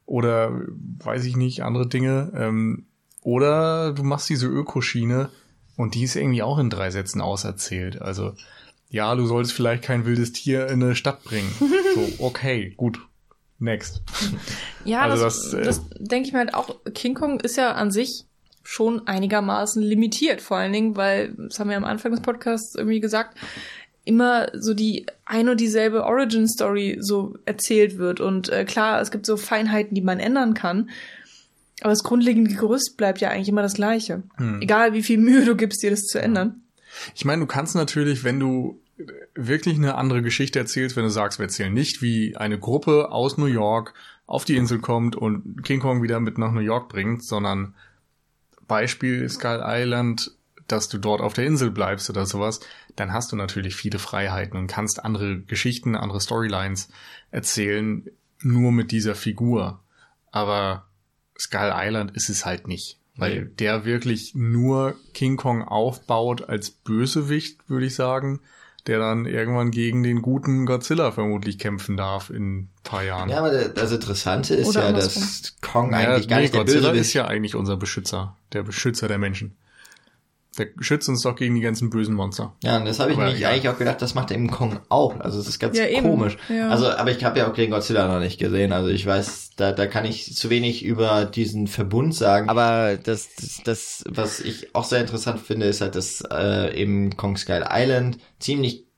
oder weiß ich nicht, andere Dinge. Ähm, oder du machst diese Ökoschiene und die ist irgendwie auch in drei Sätzen auserzählt. Also ja, du solltest vielleicht kein wildes Tier in eine Stadt bringen. So, okay, gut. Next. Ja, also das, das, äh, das denke ich mir halt auch. King Kong ist ja an sich schon einigermaßen limitiert, vor allen Dingen, weil, das haben wir am Anfang des Podcasts irgendwie gesagt, immer so die ein und dieselbe Origin-Story so erzählt wird. Und äh, klar, es gibt so Feinheiten, die man ändern kann, aber das grundlegende Gerüst bleibt ja eigentlich immer das gleiche. Hm. Egal, wie viel Mühe du gibst, dir das zu ändern. Ich meine, du kannst natürlich, wenn du wirklich eine andere Geschichte erzählst, wenn du sagst, wir erzählen nicht, wie eine Gruppe aus New York auf die Insel kommt und King Kong wieder mit nach New York bringt, sondern Beispiel Skull Island, dass du dort auf der Insel bleibst oder sowas, dann hast du natürlich viele Freiheiten und kannst andere Geschichten, andere Storylines erzählen, nur mit dieser Figur. Aber Skull Island ist es halt nicht, weil mhm. der wirklich nur King Kong aufbaut als Bösewicht, würde ich sagen, der dann irgendwann gegen den guten Godzilla vermutlich kämpfen darf in ein paar Jahren. Ja, aber das Interessante ist Oder ja, dass Kong ja, eigentlich gar nee, nicht der Godzilla Bösewicht ist ja eigentlich unser Beschützer, der Beschützer der Menschen. Der schützt uns doch gegen die ganzen bösen Monster. Ja, und das habe ich mir ja. eigentlich auch gedacht, das macht eben Kong auch. Also es ist ganz ja, komisch. Ja. Also, aber ich habe ja auch den Godzilla noch nicht gesehen. Also ich weiß, da da kann ich zu wenig über diesen Verbund sagen. Aber das, das, das was ich auch sehr interessant finde, ist halt, dass äh, eben Kong Skull Island ziemlich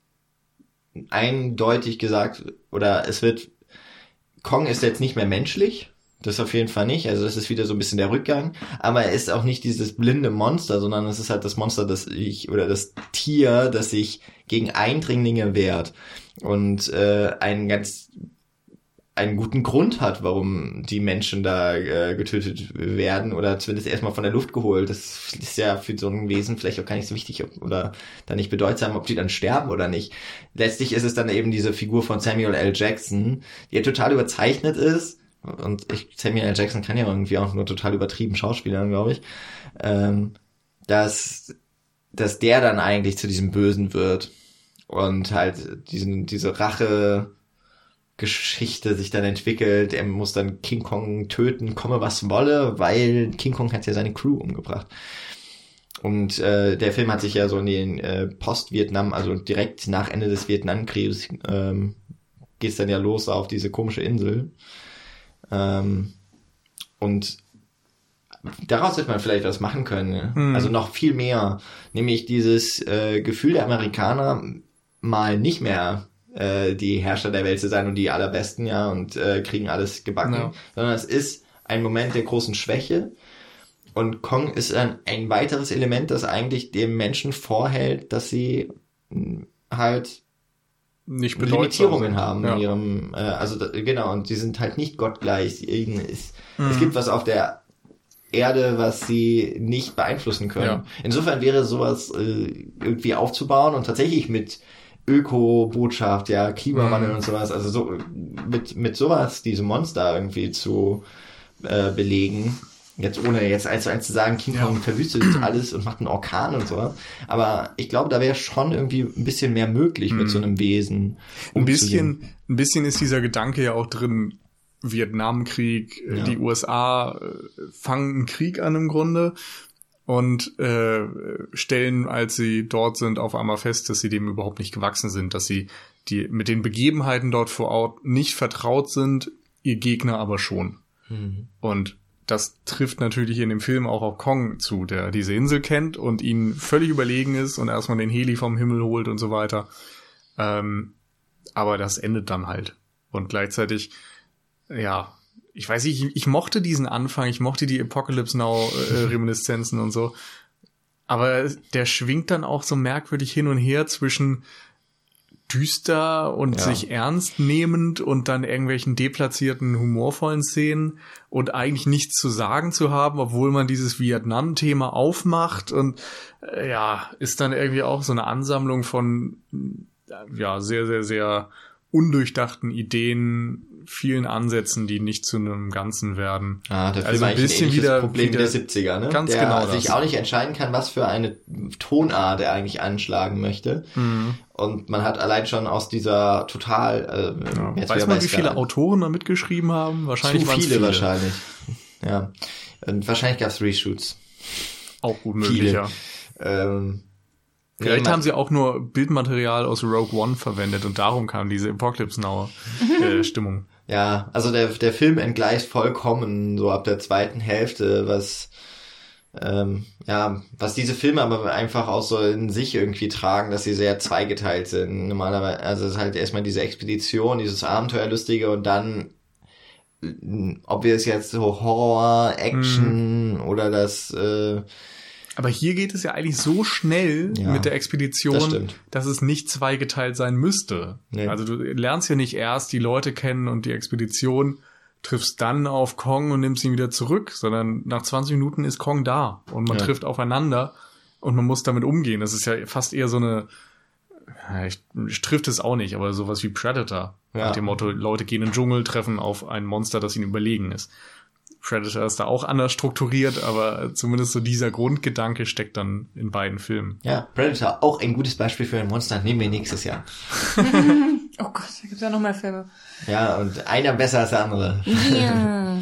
eindeutig gesagt, oder es wird, Kong ist jetzt nicht mehr menschlich. Das auf jeden Fall nicht. Also das ist wieder so ein bisschen der Rückgang. Aber er ist auch nicht dieses blinde Monster, sondern es ist halt das Monster, das ich, oder das Tier, das sich gegen Eindringlinge wehrt. Und äh, einen ganz, einen guten Grund hat, warum die Menschen da äh, getötet werden oder zumindest erstmal von der Luft geholt. Das ist ja für so ein Wesen vielleicht auch gar nicht so wichtig ob, oder da nicht bedeutsam, ob die dann sterben oder nicht. Letztlich ist es dann eben diese Figur von Samuel L. Jackson, die ja total überzeichnet ist. Und ich, Samuel L. Jackson kann ja irgendwie auch nur total übertrieben schauspielern, glaube ich, ähm, dass, dass der dann eigentlich zu diesem Bösen wird und halt diesen, diese Rache-Geschichte sich dann entwickelt. Er muss dann King Kong töten, komme was wolle, weil King Kong hat ja seine Crew umgebracht. Und äh, der Film hat sich ja so in den äh, Post-Vietnam, also direkt nach Ende des Vietnamkrieges, ähm, geht's dann ja los auf diese komische Insel. Ähm, und daraus hätte man vielleicht was machen können, ne? Hm. Also noch viel mehr, nämlich dieses äh, Gefühl der Amerikaner, mal nicht mehr äh, die Herrscher der Welt zu sein und die allerbesten, ja, und äh, kriegen alles gebacken, ja. Sondern es ist ein Moment der großen Schwäche und Kong ist ein, ein weiteres Element, das eigentlich dem Menschen vorhält, dass sie mh, halt nicht Limitierungen haben ja. in ihrem, äh, also da, genau, und die sind halt nicht gottgleich. Es, mhm. es gibt was auf der Erde, was sie nicht beeinflussen können. Ja. Insofern wäre sowas äh, irgendwie aufzubauen und tatsächlich mit Öko-Botschaft, ja, Klimawandel mhm. und sowas, also so mit mit sowas diese Monster irgendwie zu äh, belegen. Jetzt ohne jetzt eins zu eins zu sagen, King Kong ja. verwüstet alles und macht einen Orkan und so. Aber ich glaube, da wäre schon irgendwie ein bisschen mehr möglich mit so einem Wesen. Ein bisschen, ein bisschen ist dieser Gedanke ja auch drin, Vietnamkrieg, ja. die U S A äh, fangen einen Krieg an im Grunde und äh, stellen, als sie dort sind, auf einmal fest, dass sie dem überhaupt nicht gewachsen sind, dass sie die mit den Begebenheiten dort vor Ort nicht vertraut sind, ihr Gegner aber schon. Mhm. Und das trifft natürlich in dem Film auch auf Kong zu, der diese Insel kennt und ihnen völlig überlegen ist und erstmal den Heli vom Himmel holt und so weiter. Ähm, aber das endet dann halt. Und gleichzeitig, ja, ich weiß nicht, ich, ich mochte diesen Anfang, ich mochte die Apocalypse Now äh, Reminiszenzen und so. Aber der schwingt dann auch so merkwürdig hin und her zwischen düster und ja. sich ernst nehmend und dann irgendwelchen deplatzierten, humorvollen Szenen und eigentlich nichts zu sagen zu haben, obwohl man dieses Vietnam-Thema aufmacht und äh, ja, ist dann irgendwie auch so eine Ansammlung von ja, sehr, sehr, sehr undurchdachten Ideen, vielen Ansätzen, die nicht zu einem Ganzen werden. Ah, der Film also ein eigentlich bisschen ein wieder Problem wieder der siebziger, ne? Ganz der genau sich das. auch nicht entscheiden kann, was für eine Tonart er eigentlich anschlagen möchte. Mhm. Und man hat allein schon aus dieser total äh, Ja. jetzt Weiß wieder man, bei wie viele Sky- Autoren da mitgeschrieben haben? Wahrscheinlich zu waren's viele, viele wahrscheinlich. Ja. Und wahrscheinlich gab es Reshoots. Auch gut möglich, Viele. ja. Ähm, Vielleicht nee, haben sie auch nur Bildmaterial aus Rogue One verwendet und darum kam diese Apocalypse Now äh, Stimmung. Ja, also der der Film entgleist vollkommen so ab der zweiten Hälfte, was ähm, ja, was diese Filme aber einfach auch so in sich irgendwie tragen, dass sie sehr zweigeteilt sind. Normalerweise, also es ist halt erstmal diese Expedition, dieses Abenteuerlustige und dann, ob wir es jetzt so Horror, Action mhm. oder das äh, Aber hier geht es ja eigentlich so schnell ja, mit der das Expedition, stimmt. dass es nicht zweigeteilt sein müsste. Nee. Also du lernst ja nicht erst die Leute kennen und die Expedition, triffst dann auf Kong und nimmst ihn wieder zurück, sondern nach zwanzig Minuten ist Kong da und man Ja. trifft aufeinander und man muss damit umgehen. Das ist ja fast eher so eine, ja, ich, ich trifft es auch nicht, aber sowas wie Predator. Ja. Nach dem Motto, Leute gehen in den Dschungel, treffen auf ein Monster, das ihnen überlegen ist. Predator ist da auch anders strukturiert, aber zumindest so dieser Grundgedanke steckt dann in beiden Filmen. Ja, Predator, auch ein gutes Beispiel für ein Monster, nehmen wir nächstes Jahr. Oh Gott, da gibt's ja noch mehr Filme. Ja, und einer besser als der andere. Ja.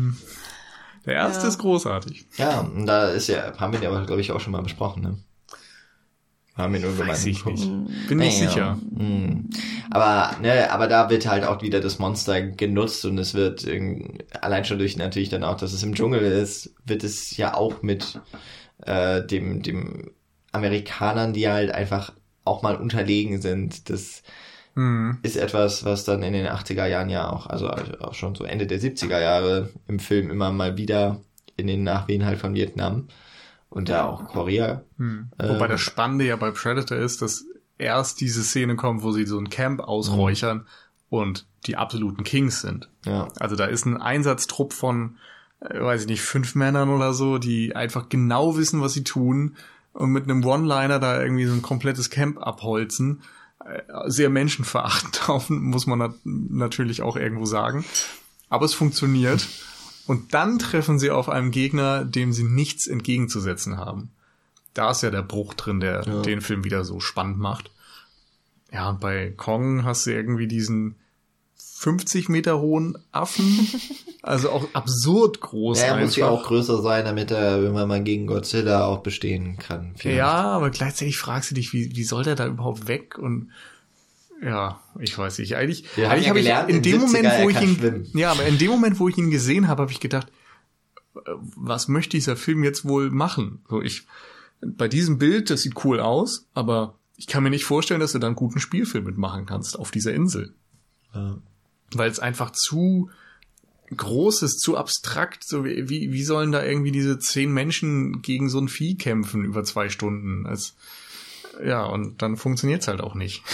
Der erste Ja. ist großartig. Ja, und da ist ja, haben wir den aber, glaube ich, auch schon mal besprochen, ne? Haben wir nur gemeint. Weiß ich nicht. Bin nicht Ja, sicher. hm. Aber, ne, aber da wird halt auch wieder das Monster genutzt und es wird irgend- allein schon durch natürlich dann auch, dass es im Dschungel ist, wird es ja auch mit äh, dem, dem Amerikanern, die halt einfach auch mal unterlegen sind. Das Hm. ist etwas, was dann in den achtziger Jahren ja auch, also auch schon so Ende der siebziger Jahre im Film immer mal wieder in den Nachwehen halt von Vietnam und da auch Korea. Hm. Äh, Wobei das Spannende ja bei Predator ist, dass erst diese Szene kommt, wo sie so ein Camp ausräuchern Mhm. und die absoluten Kings sind. Ja. Also da ist ein Einsatztrupp von, äh, weiß ich nicht, fünf Männern oder so, die einfach genau wissen, was sie tun und mit einem One-Liner da irgendwie so ein komplettes Camp abholzen. Äh, Sehr menschenverachtend, auf- muss man nat- natürlich auch irgendwo sagen. Aber es funktioniert. Und dann treffen sie auf einen Gegner, dem sie nichts entgegenzusetzen haben. Da ist ja der Bruch drin, der Ja. den Film wieder so spannend macht. Ja, und bei Kong hast du irgendwie diesen fünfzig Meter hohen Affen. Also auch absurd groß Ja, er muss ja einfach. auch größer sein, damit er, wenn man mal gegen Godzilla auch bestehen kann. vielleicht. Ja, aber gleichzeitig fragst du dich, wie, wie soll der da überhaupt weg? Und ja, ich weiß nicht. Eigentlich, Wir haben eigentlich ja habe ich gelernt, in im dem Moment, siebziger, wo er ich kann ihn, schwimmen. ja, aber in dem Moment, wo ich ihn gesehen habe, habe ich gedacht, äh, was möchte dieser Film jetzt wohl machen? So, ich, bei diesem Bild, das sieht cool aus, aber ich kann mir nicht vorstellen, dass du da einen guten Spielfilm mitmachen kannst auf dieser Insel. Ja. Weil es einfach zu groß ist, zu abstrakt. So wie, wie, wie sollen da irgendwie diese zehn Menschen gegen so ein Vieh kämpfen über zwei Stunden? Als, ja, und dann funktioniert's halt auch nicht.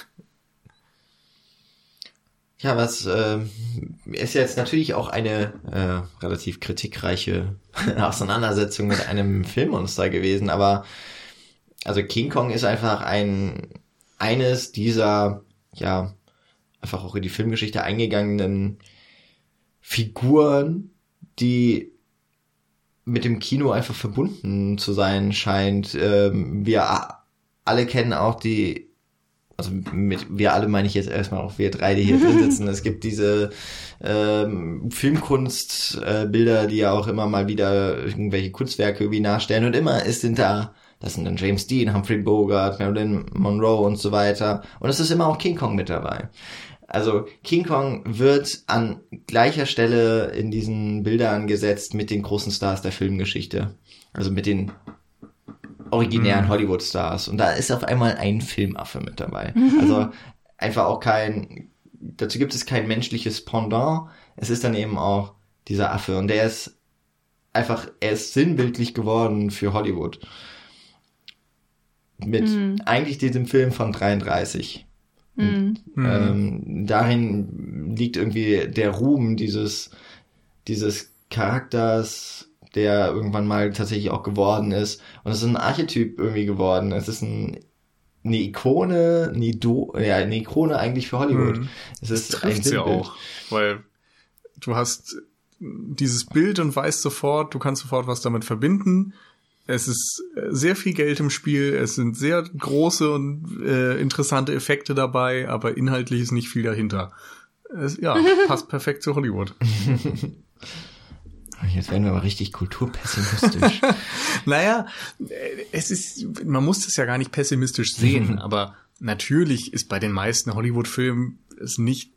Ja, was äh, ist jetzt natürlich auch eine äh, relativ kritikreiche Auseinandersetzung mit einem Filmmonster gewesen, aber also King Kong ist einfach ein eines dieser, ja, einfach auch in die Filmgeschichte eingegangenen Figuren, die mit dem Kino einfach verbunden zu sein scheint. Ähm, wir a- alle kennen auch die, also mit wir alle meine ich jetzt erstmal auch wir drei, die hier drin sitzen. Es gibt diese ähm, Filmkunstbilder, äh, Bilder, die ja auch immer mal wieder irgendwelche Kunstwerke irgendwie nachstellen und immer ist sind da, das sind dann James Dean, Humphrey Bogart, Marilyn Monroe und so weiter. Und es ist immer auch King Kong mit dabei. Also King Kong wird an gleicher Stelle in diesen Bildern gesetzt mit den großen Stars der Filmgeschichte. Also mit den originären Mhm. Hollywood-Stars. Und da ist auf einmal ein Filmaffe mit dabei. Also einfach auch kein, dazu gibt es kein menschliches Pendant. Es ist dann eben auch dieser Affe. Und der ist einfach, er ist sinnbildlich geworden für Hollywood. Mit Mhm. eigentlich diesem Film von dreiunddreißig. Mhm. Mhm. Ähm, darin liegt irgendwie der Ruhm dieses, dieses Charakters, der irgendwann mal tatsächlich auch geworden ist. Und es ist ein Archetyp irgendwie geworden. Es ist ein eine Ikone, eine, Do- ja, eine Ikone eigentlich für Hollywood. Mhm. Es ist das ein trifft's ja Sinnbild. auch, weil du hast dieses Bild und weißt sofort, du kannst sofort was damit verbinden. Es ist sehr viel Geld im Spiel, es sind sehr große und äh, interessante Effekte dabei, aber inhaltlich ist nicht viel dahinter. Es, ja, passt perfekt zu Hollywood. Jetzt werden wir aber richtig kulturpessimistisch. Naja, es ist, man muss das ja gar nicht pessimistisch sehen, aber natürlich ist bei den meisten Hollywood-Filmen es nicht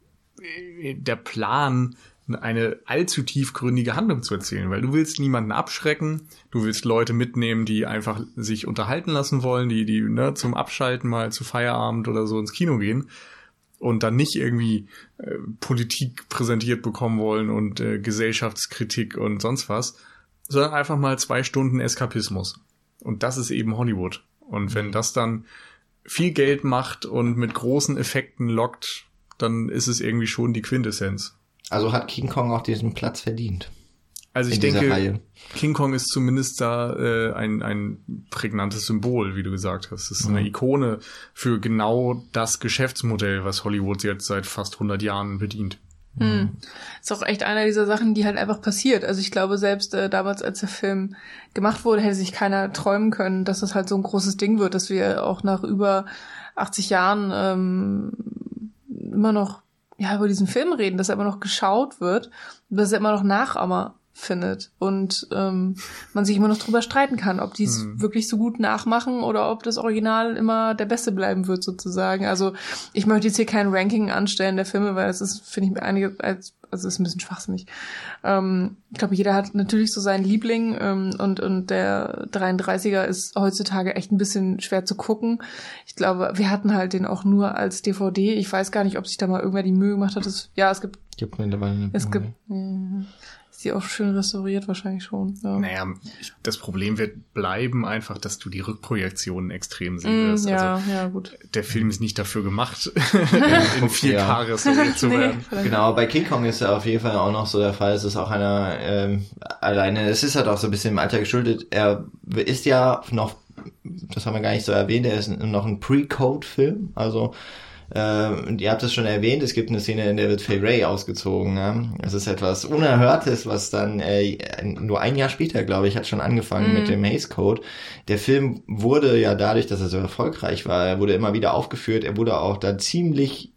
der Plan, eine allzu tiefgründige Handlung zu erzählen, weil du willst niemanden abschrecken, du willst Leute mitnehmen, die einfach sich unterhalten lassen wollen, die die ne, zum Abschalten mal zu Feierabend oder so ins Kino gehen und dann nicht irgendwie äh, Politik präsentiert bekommen wollen und äh, Gesellschaftskritik und sonst was, sondern einfach mal zwei Stunden Eskapismus. Und das ist eben Hollywood. Und wenn das dann viel Geld macht und mit großen Effekten lockt, dann ist es irgendwie schon die Quintessenz. Also hat King Kong auch diesen Platz verdient. Also ich in dieser denke, Reihe. King Kong ist zumindest da äh, ein, ein prägnantes Symbol, wie du gesagt hast. Es ist Mhm. eine Ikone für genau das Geschäftsmodell, was Hollywood jetzt seit fast hundert Jahren bedient. Hm. Ist auch echt einer dieser Sachen, die halt einfach passiert. Also ich glaube, selbst äh, damals, als der Film gemacht wurde, hätte sich keiner träumen können, dass das halt so ein großes Ding wird, dass wir auch nach über achtzig Jahren ähm, immer noch ja über diesen Film reden, dass er immer noch geschaut wird, dass er immer noch Nachahmer findet und ähm, man sich immer noch drüber streiten kann, ob die es Mhm. wirklich so gut nachmachen oder ob das Original immer der Beste bleiben wird sozusagen. Also ich möchte jetzt hier kein Ranking anstellen der Filme, weil es ist, finde ich, einige als also es ist ein bisschen schwachsinnig. Ähm, ich glaube, jeder hat natürlich so seinen Liebling ähm, und und der dreiunddreißiger ist heutzutage echt ein bisschen schwer zu gucken. Ich glaube, wir hatten halt den auch nur als D V D. Ich weiß gar nicht, ob sich da mal irgendwer die Mühe gemacht hat. Das, ja, es gibt Gibt mittlerweile eine es gibt ja, ist die auch schön restauriert wahrscheinlich schon. Ja. Naja, ich, das Problem wird bleiben einfach, dass du die Rückprojektionen extrem sehen Mm, wirst. ja, Also ja, gut. der Film ist nicht dafür gemacht, in, in vier K restauriert zu Nee, werden. verdammt. Genau, bei King Kong ist ja auf jeden Fall auch noch so der Fall. Es ist auch einer ähm, alleine, es ist halt auch so ein bisschen im Alter geschuldet. Er ist ja noch, das haben wir gar nicht so erwähnt, er ist noch ein Pre-Code-Film, also Ähm, und ihr habt es schon erwähnt, es gibt eine Szene, in der wird Fay Wray ausgezogen. Ja? Das ist etwas Unerhörtes, was dann äh, nur ein Jahr später, glaube ich, hat schon angefangen mm. mit dem Hays Code. Der Film wurde ja dadurch, dass er so erfolgreich war, er wurde immer wieder aufgeführt, er wurde auch dann ziemlich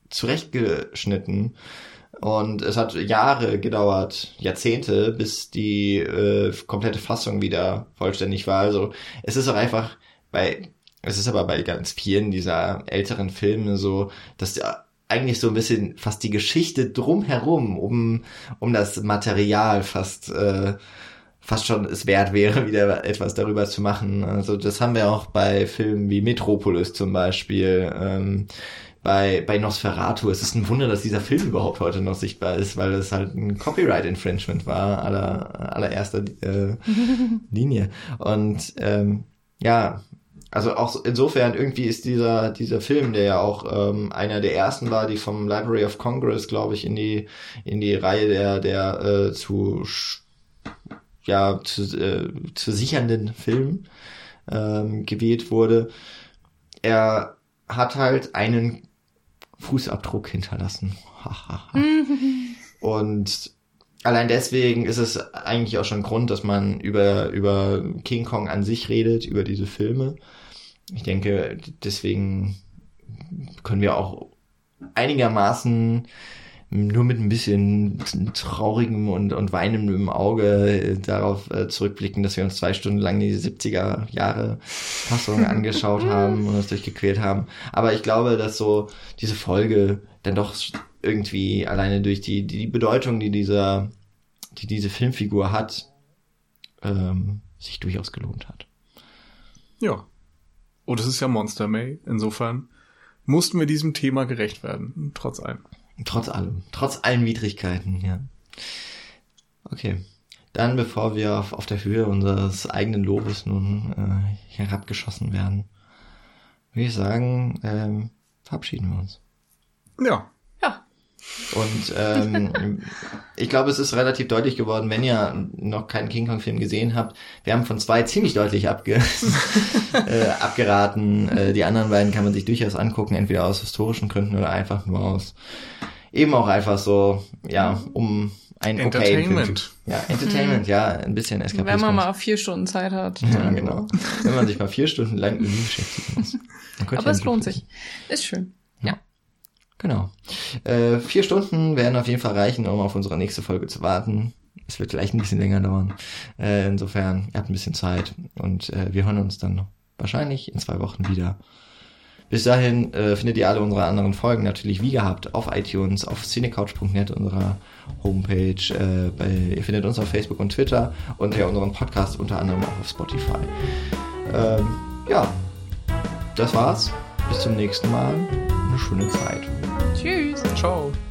zurechtgeschnitten. Und es hat Jahre gedauert, Jahrzehnte, bis die äh, komplette Fassung wieder vollständig war. Also es ist auch einfach bei... Es ist aber bei ganz vielen dieser älteren Filme so, dass ja eigentlich so ein bisschen fast die Geschichte drumherum, um um das Material fast äh, fast schon es wert wäre, wieder etwas darüber zu machen. Also das haben wir auch bei Filmen wie Metropolis zum Beispiel, ähm, bei bei Nosferatu. Es ist ein Wunder, dass dieser Film überhaupt heute noch sichtbar ist, weil es halt ein Copyright-Infringement war, aller allererster äh, Linie. Und ähm, ja, also auch insofern irgendwie ist dieser dieser Film, der ja auch ähm, einer der ersten war, die vom Library of Congress, glaube ich, in die in die Reihe der der äh, zu ja zu, äh, zu sichernden Filmen ähm, gewählt wurde. Er hat halt einen Fußabdruck hinterlassen. Und allein deswegen ist es eigentlich auch schon Grund, dass man über über King Kong an sich redet, über diese Filme. Ich denke, deswegen können wir auch einigermaßen nur mit ein bisschen traurigem und, und weinendem Auge darauf äh, zurückblicken, dass wir uns zwei Stunden lang die siebziger Jahre Fassung angeschaut haben und uns durchgequält haben. Aber ich glaube, dass so diese Folge dann doch irgendwie alleine durch die, die Bedeutung, die dieser, die diese Filmfigur hat, ähm, sich durchaus gelohnt hat. Ja. Und es ist ja Monster May. Insofern mussten wir diesem Thema gerecht werden. Trotz allem. Trotz allem. Trotz allen Widrigkeiten, ja. Okay. Dann, bevor wir auf, auf der Höhe unseres eigenen Lobes nun äh, herabgeschossen werden, würde ich sagen, ähm, verabschieden wir uns. Ja. Ja. Und ähm, ich glaube, es ist relativ deutlich geworden, wenn ihr noch keinen King Kong-Film gesehen habt. Wir haben von zwei ziemlich deutlich abge äh, abgeraten. Äh, die anderen beiden kann man sich durchaus angucken, entweder aus historischen Gründen oder einfach nur aus eben auch einfach so, ja, um ein Entertainment. Okay ja, Entertainment, ja, ein bisschen Eskapismus. Wenn man mal vier Stunden Zeit hat. Ja, genau. Wenn man sich mal vier Stunden lang irgendwie beschäftigen muss. Aber es lohnt sich. Ist schön. Ja. Genau. Äh, vier Stunden werden auf jeden Fall reichen, um auf unsere nächste Folge zu warten. Es wird vielleicht ein bisschen länger dauern. Äh, insofern, ihr habt ein bisschen Zeit und äh, wir hören uns dann wahrscheinlich in zwei Wochen wieder. Bis dahin äh, findet ihr alle unsere anderen Folgen natürlich wie gehabt auf iTunes, auf cinecouch punkt net, unserer Homepage. Äh, bei, ihr findet uns auf Facebook und Twitter und ja unseren Podcast unter anderem auch auf Spotify. Ähm, ja, das war's. Bis zum nächsten Mal. Eine schöne Zeit. Tschüss. Ciao.